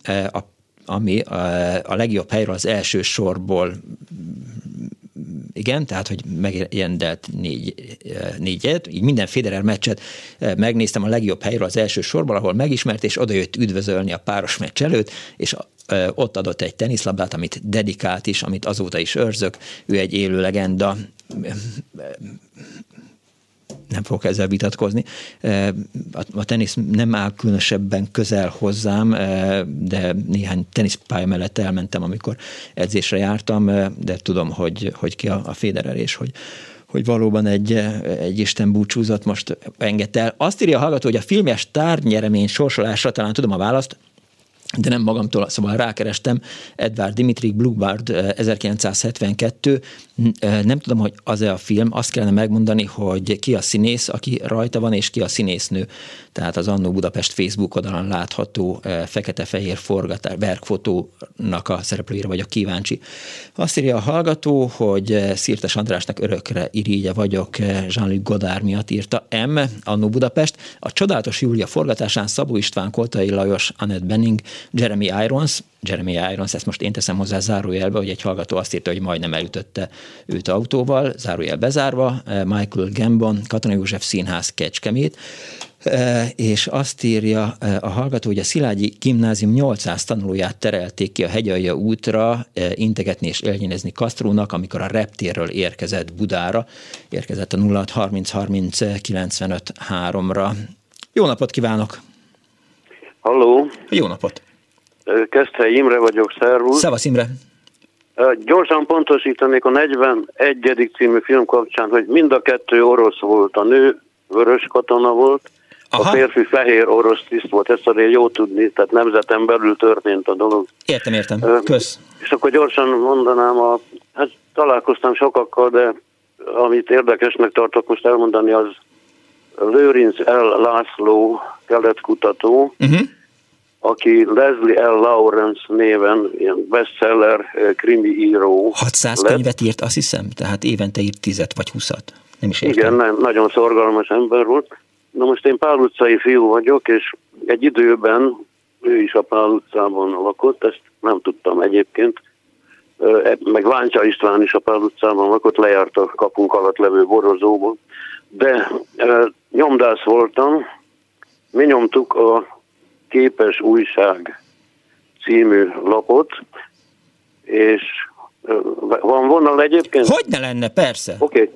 Speaker 2: a legjobb helyről az első sorból, igen, tehát, hogy megjendelt 4 így minden Federer meccset megnéztem a legjobb helyről az első sorból, ahol megismert, és oda jött üdvözölni a páros meccs előtt, és ott adott egy teniszlabdát, amit dedikált is, amit azóta is őrzök. Ő egy élő legenda. Nem fogok ezzel vitatkozni. A tenisz nem áll különösebben közel hozzám, de néhány teniszpálya mellett elmentem, amikor edzésre jártam, de tudom, hogy ki a Federer, és hogy valóban egy Isten búcsúzat most engedte el. Azt írja a hallgató, hogy a filmes tárgynyeremény sorsolásra talán tudom a választ, de nem magamtól, szóval rákerestem, Edward Dimitri, Bluebird 1972, nem tudom, hogy az-e a film, azt kellene megmondani, hogy ki a színész, aki rajta van, és ki a színésznő, tehát az Annó Budapest Facebook oldalon látható fekete-fehér verkfotónak a szereplőire vagyok kíváncsi. Azt írja a hallgató, hogy Szirtes Andrásnak örökre irigye vagyok, Jean-Luc Godard miatt írta M. Annó Budapest. A Csodálatos Júlia forgatásán Szabó István, Koltai Lajos, Annette Bening, Jeremy Irons, ezt most én teszem hozzá zárójelbe, hogy egy hallgató azt írta, hogy majdnem elütötte őt autóval, zárójel bezárva, Michael Gambon, Katona József Színház, Kecskemét, és azt írja a hallgató, hogy a Szilágyi Gimnázium 800 tanulóját terelték ki a Hegyalja útra integetni és élnyezni Kasztrónak, amikor a reptérről érkezett Budára, érkezett a 0630 30 95 3-ra. Jó napot kívánok!
Speaker 15: Halló!
Speaker 2: Jó napot!
Speaker 15: Keszthely Imre vagyok, szervusz!
Speaker 2: Szevasz Imre!
Speaker 15: Gyorsan pontosítanék a 41. című film kapcsán, hogy mind a 2 orosz volt, a nő vörös katona volt, aha, a férfi fehér orosz tiszt volt, ezt azért jó tudni, tehát nemzeten belül történt a dolog.
Speaker 2: Értem, kösz.
Speaker 15: És akkor gyorsan mondanám, hát találkoztam sokakkal, de amit érdekesnek tartok most elmondani, az Lőrinc L. László keletkutató, aki Leslie L. Lawrence néven ilyen bestseller krimi író
Speaker 2: 600 lett. Könyvet írt, azt hiszem, tehát évente írt 10 vagy 20-at. Nem is értem.
Speaker 15: Igen, nem, nagyon szorgalmas ember volt. Na most én Pál utcai fiú vagyok, és egy időben ő is a Pál utcában lakott, ezt nem tudtam egyébként, meg Váncsa István is a Pál utcában lakott, lejárt a kapunk alatt levő borozóból, de nyomdász voltam, mi nyomtuk a Képes Újság című lapot, és van vonal egyébként?
Speaker 2: Hogyne lenne, persze.
Speaker 15: Oké.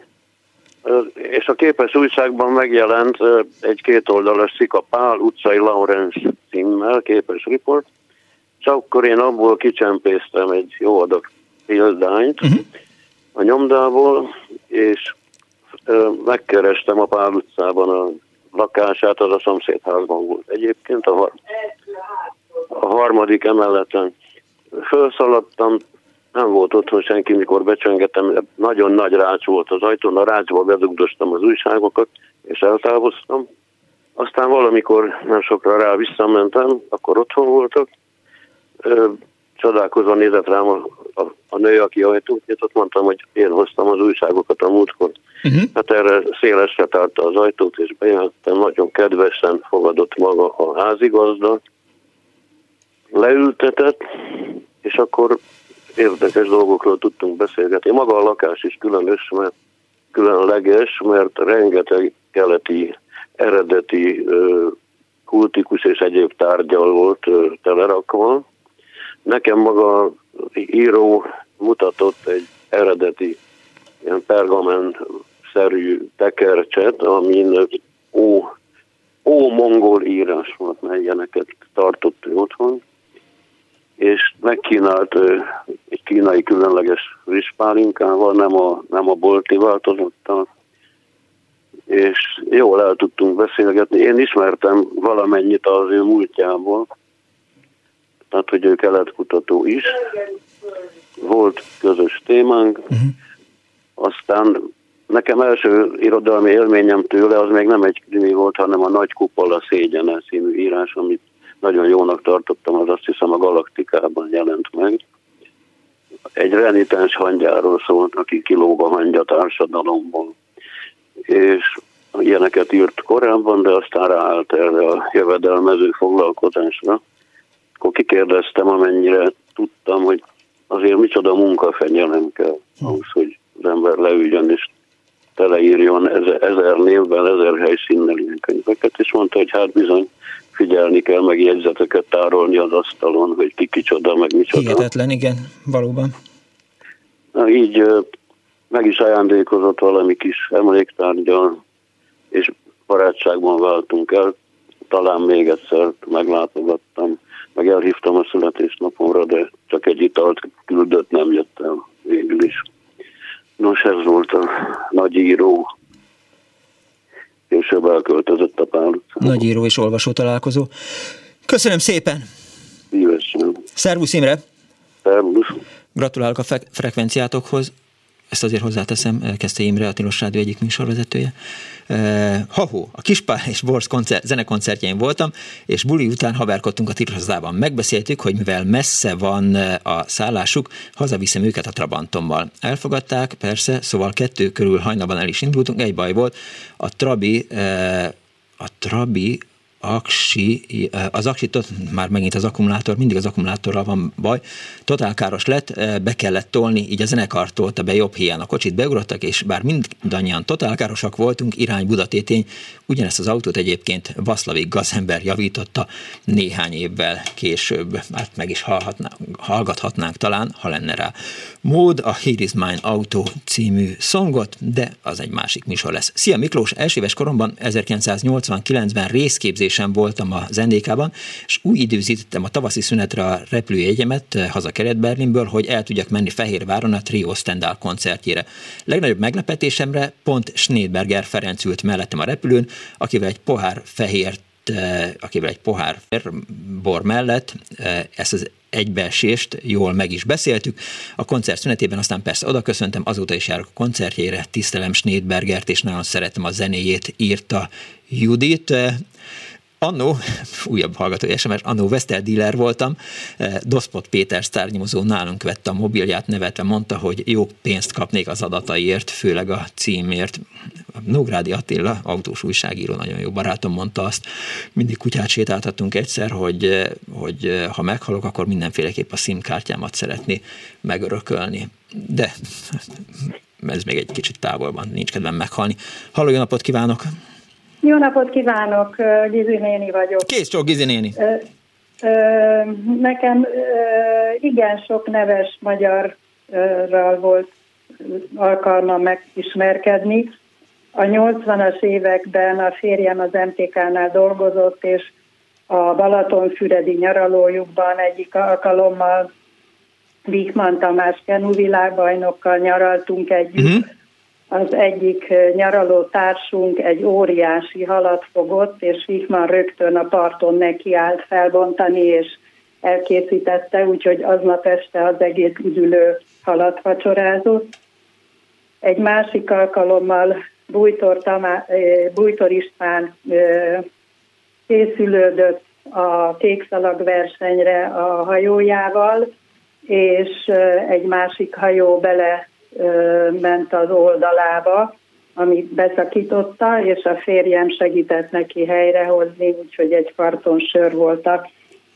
Speaker 15: És a Képes Újságban megjelent egy 2 oldalas cikk a Pál utcai Lawrence címmel, Képes Riport, és akkor én abból kicsempésztem egy jó adag példányt a nyomdából, és megkerestem a Pál utcában a lakását, az a szomszédházban volt egyébként, a harmadik emeleten. Fölszaladtam, nem volt otthon senki, mikor becsöngettem, nagyon nagy rács volt az ajtón, a rácsba bedugdostam az újságokat, és eltávoztam. Aztán valamikor nem sokra rá visszamentem, akkor otthon voltak. Csodálkozva nézett rám a nő, aki ajtót nyitott, mondtam, hogy én hoztam az újságokat a múltkor. Hát erre szélesre tárta az ajtót, és bejöttem, nagyon kedvesen fogadott maga a házigazda, leültetett, és akkor érdekes dolgokról tudtunk beszélgetni. Maga a lakás is különleges, mert rengeteg keleti, eredeti kultikus és egyéb tárgyal volt telerakva. Nekem maga író mutatott egy eredeti ilyen pergament-szerű tekercset, amin mongol írás volt, mert ilyeneket tartott ő otthon, és megkínált egy kínai különleges rizspálinkával, nem a bolti változattal, és jól el tudtunk beszélgetni. Én ismertem valamennyit az ő múltjából, tehát, hogy ő keletkutató is. Volt közös témánk, aztán nekem első irodalmi élményem tőle az még nem egy krimi volt, hanem a Nagy kupola szégyene című írás, amit nagyon jónak tartottam, az azt hiszem a Galaktikában jelent meg. Egy renitens hangyáról szólt, aki kilóg a hangya társadalomból. És ilyeneket írt korábban, de aztán ráállt erre a jövedelmező foglalkozásra. Akkor kikérdeztem, amennyire tudtam, hogy azért micsoda munkafegyelem kell ahhoz, hogy az ember leüljön és teleírjon 1000 névvel, 1000 helyszínnel ilyen könyveket, és mondta, hogy hát bizony figyelni kell, meg jegyzeteket tárolni az asztalon, hogy ki kicsoda, meg micsoda.
Speaker 2: Hihetetlen, igen, valóban.
Speaker 15: Így meg is ajándékozott valami kis emléktárgyal, és barátságban váltunk el. Talán még egyszer meglátogattam, meg elhívtam a születésnapomra, de csak egy italt küldött, nem jött el végül is. Nos, ez volt a nagy író. Később elköltözött a Pál utcába.
Speaker 2: Nagy író és olvasó találkozó. Köszönöm szépen!
Speaker 15: Szívesen.
Speaker 2: Szervusz Imre!
Speaker 15: Szervusz!
Speaker 2: Gratulálok a frekvenciátokhoz. Ezt azért hozzáteszem, kezdte Imre, a Tilos Rádió egyik műsorvezetője. A Kispál és Borz zenekoncertjein voltam, és buli után haverkodtunk a Tiloszában. Megbeszéltük, hogy mivel messze van a szállásuk, hazaviszem őket a Trabantommal. Elfogadták, persze, szóval 2 körül hajnalban el is indultunk, egy baj volt, a Trabi az Aksi, már megint az akkumulátor, mindig az akkumulátorral van baj, totálkáros lett, be kellett tolni, így a zenekar tolta be jobb híján a kocsit, beugrottak, és bár mindannyian totálkárosak voltunk, irány Budatétény, ugyanezt az autót egyébként Vaszlavik gazember javította néhány évvel később, hát meg is hallgathatnánk talán, ha lenne rá mód, a Here is Mine Auto című szongot, de az egy másik műsor lesz. Szia Miklós, elsőéves koromban 1989-ben részképzés voltam az NDK-ban, és úgy időzítettem a tavaszi szünetre a repülőjegyemet haza Kelet-Berlinből, hogy el tudjak menni Fehérváron a Trio Stendhal koncertjére. Legnagyobb meglepetésemre pont Schneeberger Ferenc ült mellettem a repülőn, akivel egy pohár bor mellett ezt az egybeesést jól meg is beszéltük. A koncert szünetében aztán persze odaköszöntem, azóta is járok a koncertjére, tisztelem Schneebergert, és nagyon szeretem a zenéjét, írta Judit. Annó, újabb hallgatói SMS, annó Vestel dealer voltam, Doszpot Péter sztárnyomozó nálunk vette a mobilját, nevetve mondta, hogy jó pénzt kapnék az adataiért, főleg a címért. Nógrádi Attila, autós újságíró, nagyon jó barátom mondta azt, mindig kutyát sétáltattunk egyszer, hogy ha meghalok, akkor mindenféleképp a SIM-kártyámat szeretné megörökölni. De ez még egy kicsit távolban, nincs kedvem meghalni. Halló, jó napot kívánok!
Speaker 16: Jó napot kívánok, Gizi néni vagyok.
Speaker 2: Kész csak, Gizi néni.
Speaker 16: Nekem igen sok neves magyarral volt alkalmam megismerkedni. A 80-as években a férjem az MTK-nál dolgozott, és a Balatonfüredi nyaralójukban egyik alkalommal Bikman Tamás kenuvilágbajnokkal nyaraltunk együtt. az egyik nyaraló társunk egy óriási halat fogott, és Wichmann rögtön a parton nekiállt felbontani, és elkészítette, úgyhogy aznap este az egész üdülő halat vacsorázott. Egy másik alkalommal Bújtor István készülődött a kékszalag versenyre a hajójával, és egy másik hajó bele ment az oldalába, amit beszakította, és a férjem segített neki helyrehozni, úgyhogy egy karton sör volt az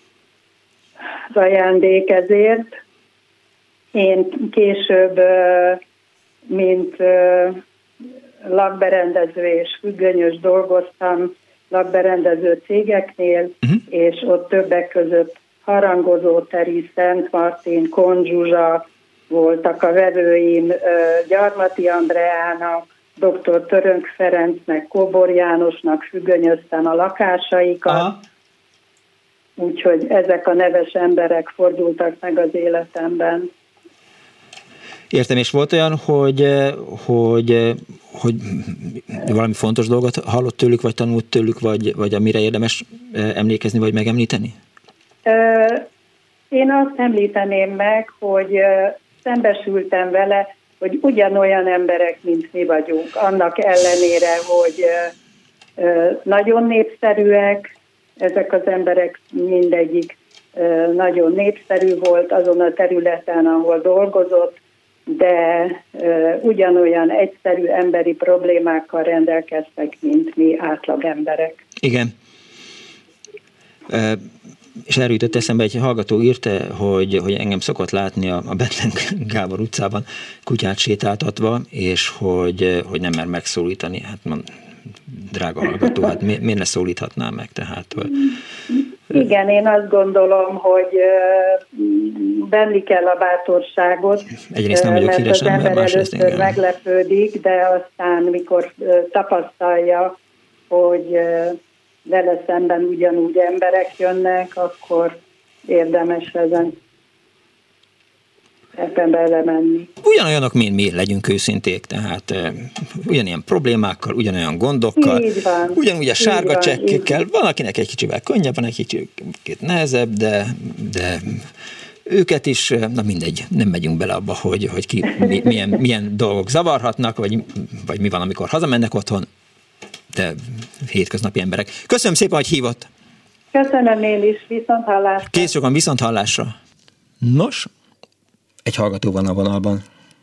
Speaker 16: ajándék ezért. Én később, mint lakberendező és függönyös dolgoztam lakberendező cégeknél, és ott többek között Harangozó Teri, Szent Martin, Kon Zsuzsa voltak a vevőim, Gyarmati Andreának, dr. Törönk Ferencnek, Kóbor Jánosnak függönyöztem a lakásaikat. Aha. Úgyhogy ezek a neves emberek fordultak meg az életemben.
Speaker 2: Értem, és volt olyan, hogy valami fontos dolgot hallott tőlük, vagy tanult tőlük, vagy amire érdemes emlékezni, vagy megemlíteni?
Speaker 16: Én azt említeném meg, hogy szembesültem vele, hogy ugyanolyan emberek, mint mi vagyunk. Annak ellenére, hogy nagyon népszerűek, ezek az emberek mindegyik nagyon népszerű volt azon a területen, ahol dolgozott, de ugyanolyan egyszerű emberi problémákkal rendelkeztek, mint mi átlag emberek.
Speaker 2: Igen. És erről jutott eszembe, egy hallgató írta, hogy engem szokott látni a Bethlen Gábor utcában kutyát sétáltatva, és hogy nem mer megszólítani. Hát mondom, drága hallgató, hát miért ne szólíthatnám meg? Tehát,
Speaker 16: igen, én azt gondolom, hogy benni kell a bátorságot,
Speaker 2: egyrészt nem vagyok híres ember,
Speaker 16: másrészt először meglepődik, de aztán mikor tapasztalja, hogy vele szemben ugyanúgy emberek jönnek, akkor érdemes ebben belemenni.
Speaker 2: Ugyanolyanok, mint mi, legyünk őszinték, tehát ugyanilyen problémákkal, ugyanolyan gondokkal, ugyanúgy a sárga csekkekkel, van akinek egy kicsivel könnyebb, van egy kicsit nehezebb, de őket is, na mindegy, nem megyünk bele abba, hogy ki, milyen dolgok zavarhatnak, vagy mi van, amikor hazamennek otthon, de hétköznapi emberek. Köszönöm szépen, hogy hívott.
Speaker 16: Köszönöm én is, viszonthallásra.
Speaker 2: Kész sokan, viszonthallásra. Nos, egy hallgató van a vonalban.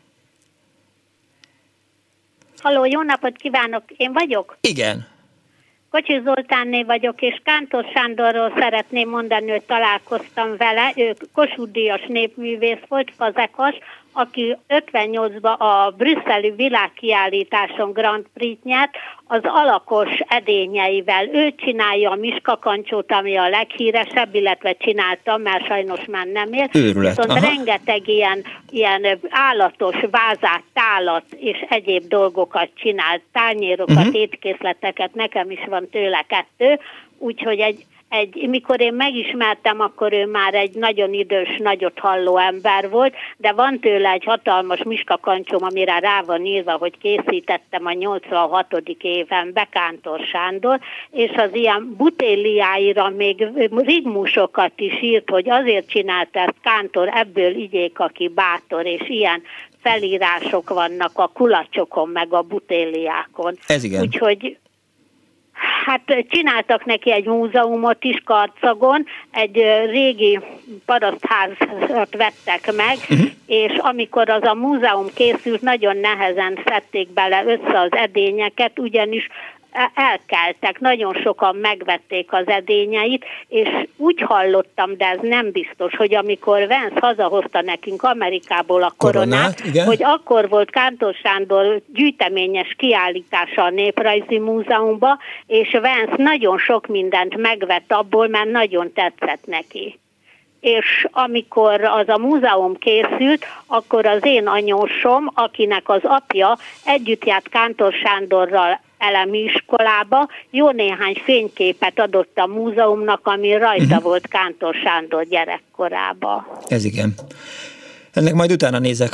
Speaker 17: Halló, jó napot kívánok, én vagyok?
Speaker 2: Igen.
Speaker 17: Kocsis Zoltánné vagyok, és Kántor Sándorról szeretném mondani, hogy találkoztam vele. Ő Kossuth Díjas népművész volt, fazekas, aki 58-ban a brüsszeli világkiállításon Grand Prix nyert, az alakos edényeivel. Ő csinálja a miskakancsót, ami a leghíresebb, illetve csináltam, mert sajnos már nem él.
Speaker 2: Őrület.
Speaker 17: Viszont rengeteg ilyen állatos vázát, tálat és egyéb dolgokat csinált, tányérokat, étkészleteket, nekem is van tőle 2, úgyhogy mikor én megismertem, akkor ő már egy nagyon idős, nagyot halló ember volt, de van tőle egy hatalmas miskakancsom, amire rá van írva, hogy készítettem a 86. évenbe, Kántor Sándor, és az ilyen butéliáira még rigmusokat is írt, hogy azért csinálta ezt Kántor, ebből igyék, aki bátor, és ilyen felírások vannak a kulacsokon, meg a butéliákon.
Speaker 2: Ez igen.
Speaker 17: Úgyhogy hát csináltak neki egy múzeumot is Karcagon, egy régi parasztházat vettek meg, és amikor az a múzeum készült, nagyon nehezen szedték bele össze az edényeket, ugyanis elkeltek, nagyon sokan megvették az edényeit, és úgy hallottam, de ez nem biztos, hogy amikor Vance hazahozta nekünk Amerikából a koronát, hogy akkor volt Kántor Sándor gyűjteményes kiállítása a Néprajzi Múzeumban, és Vance nagyon sok mindent megvett abból, mert nagyon tetszett neki. És amikor az a múzeum készült, akkor az én anyósom, akinek az apja együtt járt Kántor Sándorral elemi iskolába, jó néhány fényképet adott a múzeumnak, ami rajta volt Kántor Sándor gyerekkorába.
Speaker 2: Ez igen. Ennek majd utána nézek,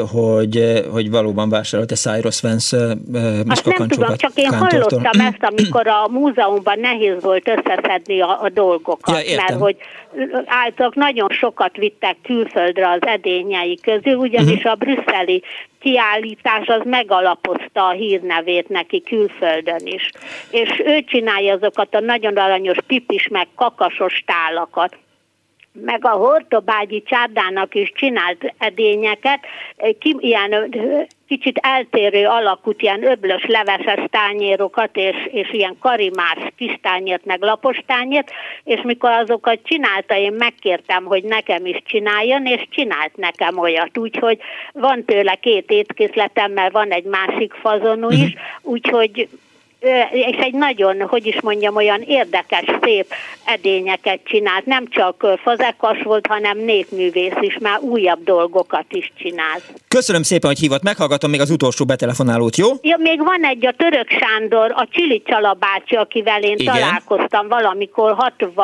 Speaker 2: hogy valóban vásárolt-e Cyrus Vance
Speaker 17: azt nem tudom, csak én hallottam ezt, amikor a múzeumban nehéz volt összeszedni a dolgokat, mert hogy általában nagyon sokat vittek külföldre az edényei közül, ugyanis a brüsszeli kiállítás az megalapozta a hírnevét neki külföldön is. És ő csinálja azokat a nagyon aranyos pipis meg kakasos tálakat. Meg a Hortobágyi Csárdának is csinált edényeket, ilyen kicsit eltérő alakút, ilyen öblös leveses tányérokat, és ilyen karimás kis tányért, meg lapos tányért, és mikor azokat csinálta, én megkértem, hogy nekem is csináljon, és csinált nekem olyat, úgyhogy van tőle 2 étkészletem, mert van egy másik fazonú is, úgyhogy és egy nagyon, olyan érdekes, szép edényeket csinált. Nem csak fazekas volt, hanem népművész is, már újabb dolgokat is csinált.
Speaker 2: Köszönöm szépen, hogy hívott. Meghallgatom még az utolsó betelefonálót, jó?
Speaker 17: Ja, még van egy, a Török Sándor, a Csili Csala bácsi, akivel én találkoztam valamikor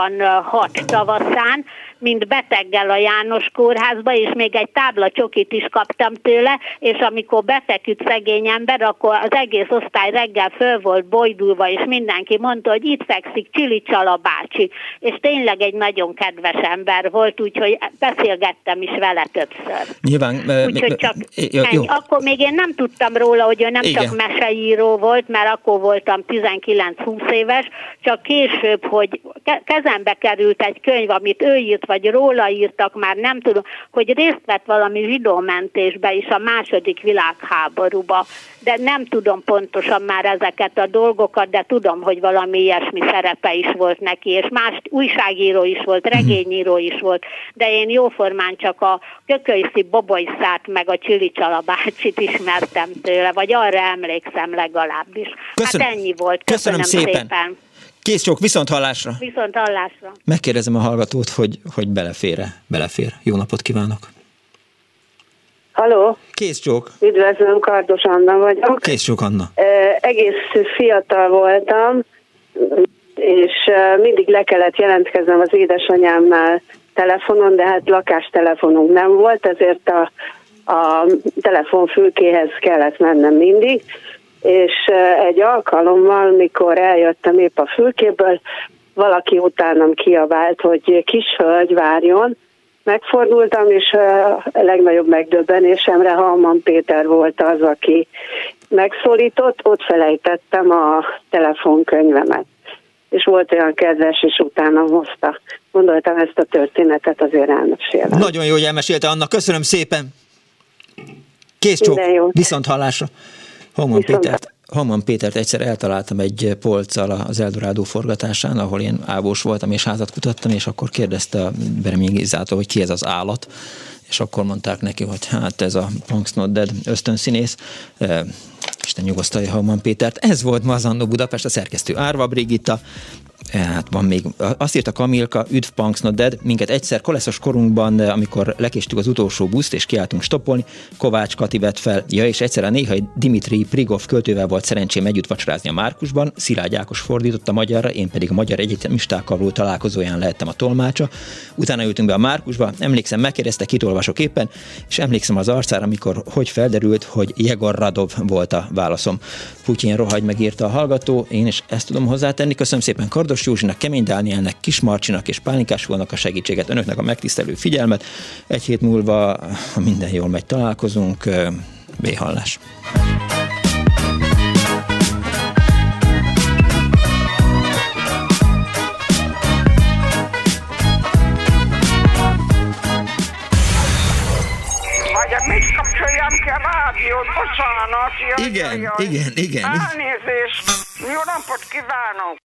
Speaker 17: 66 tavaszán, mint beteggel a János kórházba, és még egy tábla csokit is kaptam tőle, és amikor befeküdt szegény ember, akkor az egész osztály reggel föl volt bojdulva, és mindenki mondta, hogy itt fekszik Csili Csala bácsi. És tényleg egy nagyon kedves ember volt, úgyhogy beszélgettem is vele többször.
Speaker 2: Nyilván.
Speaker 17: Úgyhogy csak ennyi. Akkor még én nem tudtam róla, hogy ő nem csak meseíró volt, mert akkor voltam 19-20 éves, csak később, hogy kezembe került egy könyv, amit ő írt, vagy róla írtak, már nem tudom, hogy részt vett valami zsidómentésbe is a II. Világháborúba, de nem tudom pontosan már ezeket a dolgokat, de tudom, hogy valami ilyesmi szerepe is volt neki, és más újságíró is volt, regényíró is volt, de én jóformán csak a Kökölyszi Bobolyszát meg a Csili Csala bácsit ismertem tőle, vagy arra emlékszem legalábbis.
Speaker 2: Köszönöm.
Speaker 17: Hát ennyi volt. Köszönöm szépen.
Speaker 2: Kész csók, viszont hallásra.
Speaker 17: Viszont hallásra.
Speaker 2: Megkérdezem a hallgatót, hogy belefér. Jó napot kívánok.
Speaker 18: Halló.
Speaker 2: Kész csók.
Speaker 18: Üdvözlöm, Kardos Anna vagyok.
Speaker 2: Kész csók, Anna.
Speaker 18: Egész fiatal voltam, és mindig le kellett jelentkeznem az édesanyámnál telefonon, de hát lakástelefonunk nem volt, ezért a telefonfülkéhez kellett mennem mindig, és egy alkalommal, mikor eljöttem épp a fülkéből, valaki utánam kiabált, hogy kis hölgy várjon. Megfordultam, és a legnagyobb megdöbbenésemre Halman Péter volt az, aki megszólított, ott felejtettem a telefonkönyvemet. És volt olyan kedves, és utána hozta. Gondoltam, ezt a történetet azért elmesélem.
Speaker 2: Nagyon jó, hogy elmesélte, Anna. Köszönöm szépen. Kész csók. Viszont hallásra. Halman Pétert egyszer eltaláltam egy polccal az Eldorádó forgatásán, ahol én ávós voltam és házat kutattam, és akkor kérdezte a Bereményi Gézától, hogy ki ez az állat, és akkor mondták neki, hogy hát ez a Punks Not Dead ösztönszínész. Isten nyugosztalja Halman Pétert. Ez volt ma az Annó Budapest, a szerkesztő Árva Brigitta. Hát van még, azt írta Kamilka, üdv Punks Not Dead, minket egyszer koleszos korunkban, amikor lekéstük az utolsó buszt és kiálltunk stoppolni, Kovács Kati vett fel, és egyszerűen néha Dimitri Prigov költővel volt szerencsém együtt vacsorázni a Márkusban, Szilágy Ákos fordította magyarra, én pedig a magyar egyetemistákkal való találkozóján lehettem a tolmácsa. Utána ültünk be a Márkusba, emlékszem, megkérdezte, kit olvasok éppen, és emlékszem az arcára, amikor hogy felderült, hogy Jegor Radov volt a válaszom. Putyin rohagy, megírta a hallgató, én is ezt tudom hozzátenni. Köszönöm szépen Kardos Józsinak, Kemény Dánielnek, Kis Marcsinak és Pálinkás Volnak a segítséget, önöknek a megtisztelő figyelmet. Egy hét múlva, ha minden jól megy, találkozunk. B-hallás.
Speaker 10: Mit kapcsoljam ki a rádiót? Bocsánat.
Speaker 2: Igen.
Speaker 10: Elnézést. Jó napot kívánok.